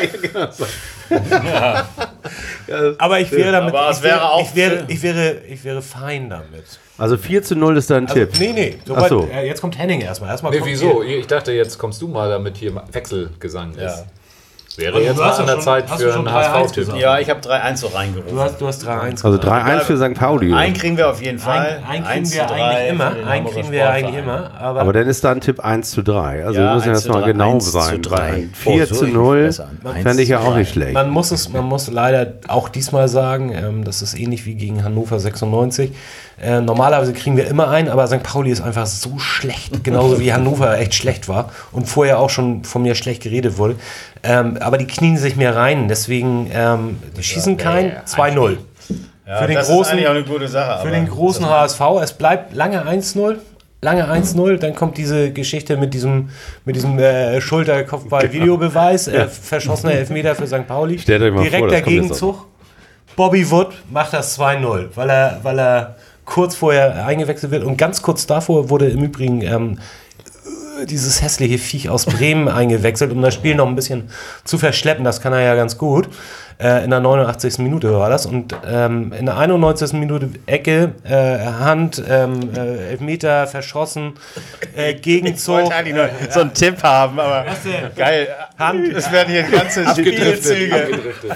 Aber ich wäre damit. Aber es wäre auch ich wäre fein damit. Also 4:0 ist dein Tipp. Nee. Ach so. Jetzt kommt Henning erstmal. Nee, wieso? Ich dachte, jetzt kommst du mal, damit hier Wechselgesang ist. Wäre Also jetzt du mal hast an ja der schon- Zeit hast für du schon einen 3-1 HSV-Tipp. gesagt. Ja, ich habe 3-1 so reingerufen. Du hast 3-1. Also 3:1 für St. Pauli. Einen kriegen wir auf jeden Fall. Einen kriegen 1:3 wir eigentlich immer. für den Einen Hamburger kriegen wir eigentlich Sportverein. immer. Aber dann ist da ein Tipp 1:3. Also Ja, wir müssen jetzt mal 1:3, genau 1:3. sein. Oh, so richtig 4:0 besser. fände ich ja auch 1:3. nicht schlecht. Man muss leider auch diesmal sagen, das ist ähnlich wie gegen Hannover 96. Normalerweise kriegen wir immer einen, aber St. Pauli ist einfach so schlecht, genauso wie Hannover echt schlecht war und vorher auch schon von mir schlecht geredet wurde. Aber die knien sich mehr rein, deswegen die schießen kein 2-0. Ja, Für den das großen- ist eigentlich auch eine gute Sache. Für aber den großen HSV, es bleibt lange 1-0. Dann kommt diese Geschichte mit diesem Schulter-Kopfball-Videobeweis, verschossener Elfmeter für St. Pauli. Stellt euch mal vor, Direkter das kommt jetzt Gegenzug. Bobby Wood macht das 2-0, weil er kurz vorher eingewechselt wird. Und ganz kurz davor wurde im Übrigen dieses hässliche Viech aus Bremen eingewechselt, um das Spiel noch ein bisschen zu verschleppen. Das kann er ja ganz gut. In der 89. Minute war das. Und in der 91. Minute Ecke, Hand, Elfmeter verschossen, Gegenzug. Ich wollte eigentlich nur so einen Tipp haben, aber geil. Hand. Es werden hier ganze Spielzüge.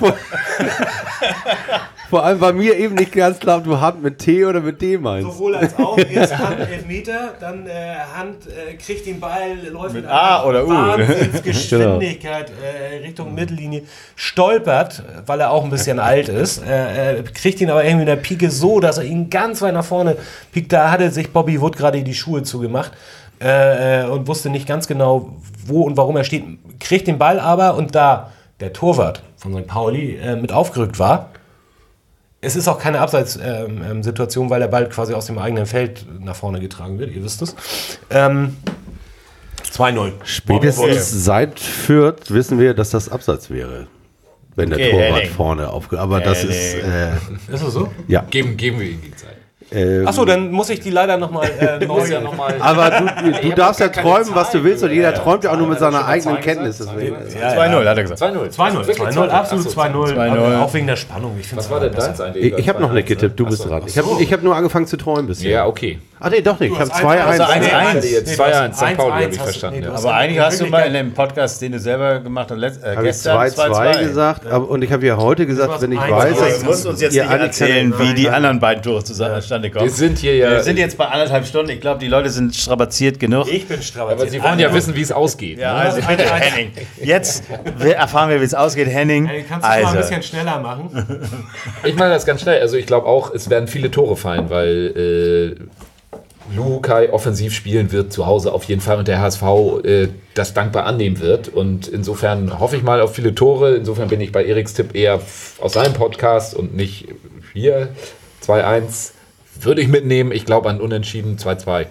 Vor allem war mir eben nicht ganz klar, ob du Hand mit T oder mit D meinst. Sowohl als auch. Erst Hand Elfmeter, dann Hand kriegt den Ball, läuft mit A oder U. Wahnsinnsgeschwindigkeit Richtung Mittellinie, stolpert, weil er auch ein bisschen alt ist, kriegt ihn aber irgendwie in der Pike so, dass er ihn ganz weit nach vorne piekt. Da hatte sich Bobby Wood gerade die Schuhe zugemacht. und wusste nicht ganz genau, wo und warum er steht, kriegt den Ball aber und da der Torwart von St. Pauli mit aufgerückt war, es ist auch keine Abseitssituation, weil der Ball quasi aus dem eigenen Feld nach vorne getragen wird, ihr wisst es. 2-0. Spätestens seit Fürth wissen wir, dass das Abseits wäre. Wenn der Torwart Henning. vorne aufgehört. Aber das ist... Ist das so? ja. Geben wir ihm die Zeit. Achso, dann muss ich die leider nochmal neu... Aber du darfst ja träumen, was du willst und jeder träumt ja auch nur mit seiner eigenen Kenntnis. Deswegen. 2-0, hat er gesagt. 2-0, absolut 2-0. Auch wegen der Spannung. Was war denn deins eigentlich? Ich habe noch nicht getippt, du bist dran. Ich hab nur angefangen zu träumen bisher. Ja, okay. Ach nee, doch nicht. Ich habe 2-1. 2-1, St. Pauli habe ich verstanden. Ja. Aber eigentlich hast du mal in dem Podcast, den du selber gemacht hast, Habe ich gestern 2-2 gesagt. Und ich habe ja heute gesagt, wenn ich weiß, Du musst uns jetzt nicht erzählen, wie die anderen beiden Tore zustande kommen. Wir sind hier ja... Wir sind jetzt bei 1,5 Stunden. Ich glaube, die Leute sind strapaziert genug. Ich bin strapaziert. Aber Sie wollen ja wissen, wie es ausgeht. Ja, also bitte, Henning. Jetzt erfahren wir, wie es ausgeht, Henning. Hey, kannst du es mal ein bisschen schneller machen? Ich mache das ganz schnell. Also ich glaube auch, es werden viele Tore fallen, weil Lukai offensiv spielen wird zu Hause auf jeden Fall und der HSV das dankbar annehmen wird. Und insofern hoffe ich mal auf viele Tore. Insofern bin ich bei Eriks Tipp eher aus seinem Podcast und nicht hier. 2-1 würde ich mitnehmen. Ich glaube an Unentschieden 2-2.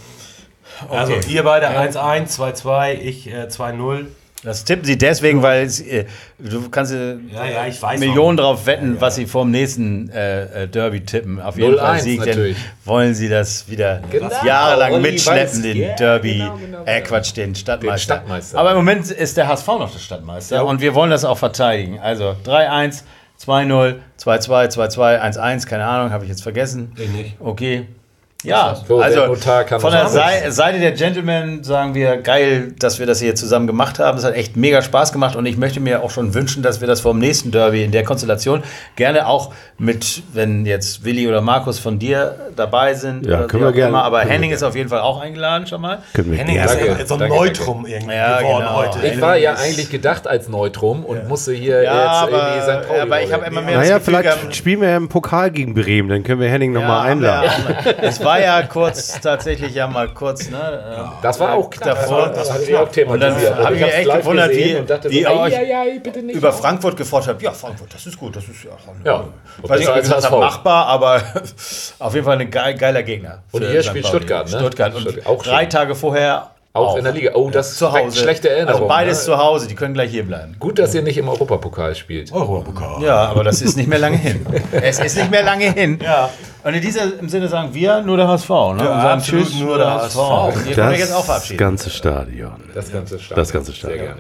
Also ihr beide 1-1, 2-2, ich 2-0. Das tippen sie deswegen, weil du kannst ich weiß Millionen drauf wetten, was sie vorm nächsten Derby tippen. Auf jeden Fall Sieg, denn wollen sie das wieder jahrelang mitschleppen, den Derby, den Stadtmeister. Aber im Moment ist der HSV noch der Stadtmeister und wir wollen das auch verteidigen. Also 3-1, 2-0, 2-2, 2-2, 1-1, keine Ahnung, habe ich jetzt vergessen. Ich nicht. Okay. Ja, So, also der von der Seite der Gentlemen sagen wir, geil, dass wir das hier zusammen gemacht haben. Es hat echt mega Spaß gemacht und ich möchte mir auch schon wünschen, dass wir das vor dem nächsten Derby in der Konstellation gerne auch mit, wenn jetzt Willi oder Markus von dir dabei sind. Ja, oder können wir gerne. immer. Aber Henning ist auf jeden Fall auch eingeladen schon mal. Henning ist so ein Neutrum irgendwie geworden heute. Ich war ja eigentlich gedacht als Neutrum und musste hier irgendwie St. Pauli. Aber ich habe immer mehr Naja, das Gefühl vielleicht spielen wir ja im Pokal gegen Bremen, dann können wir Henning nochmal einladen. Es war ja tatsächlich mal kurz, ne? Das war auch davor. Das hatte ich auch thematisiert. Und dann habe ich mich echt gewundert, wie ihr euch bitte nicht über Frankfurt gefordert habt. Ja, Frankfurt, das ist gut, das ist ja. Ich weiß nicht, ob ich gesagt habe, machbar, aber auf jeden Fall ein geiler Gegner. Und hier spielt Stuttgart, ne? Stuttgart. Und auch 3 Tage vorher auch in der Liga. Oh, das zu Hause. Schlechte Erinnerung. Also beides zu Hause, die können gleich hier bleiben. Gut, dass ihr nicht im Europapokal spielt. Europapokal. Ja, aber das ist nicht mehr lange hin. Es ist nicht mehr lange hin. Ja. Und in diesem Sinne sagen wir nur der HSV. Ne? Ja, und sagen absolut, Tschüss, nur der HSV. Und ihr könnt euch jetzt auch verabschieden. Das ganze Stadion. Das ganze Stadion. Das ganze Stadion. Sehr gerne.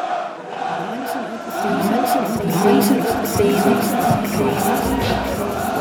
Seasons.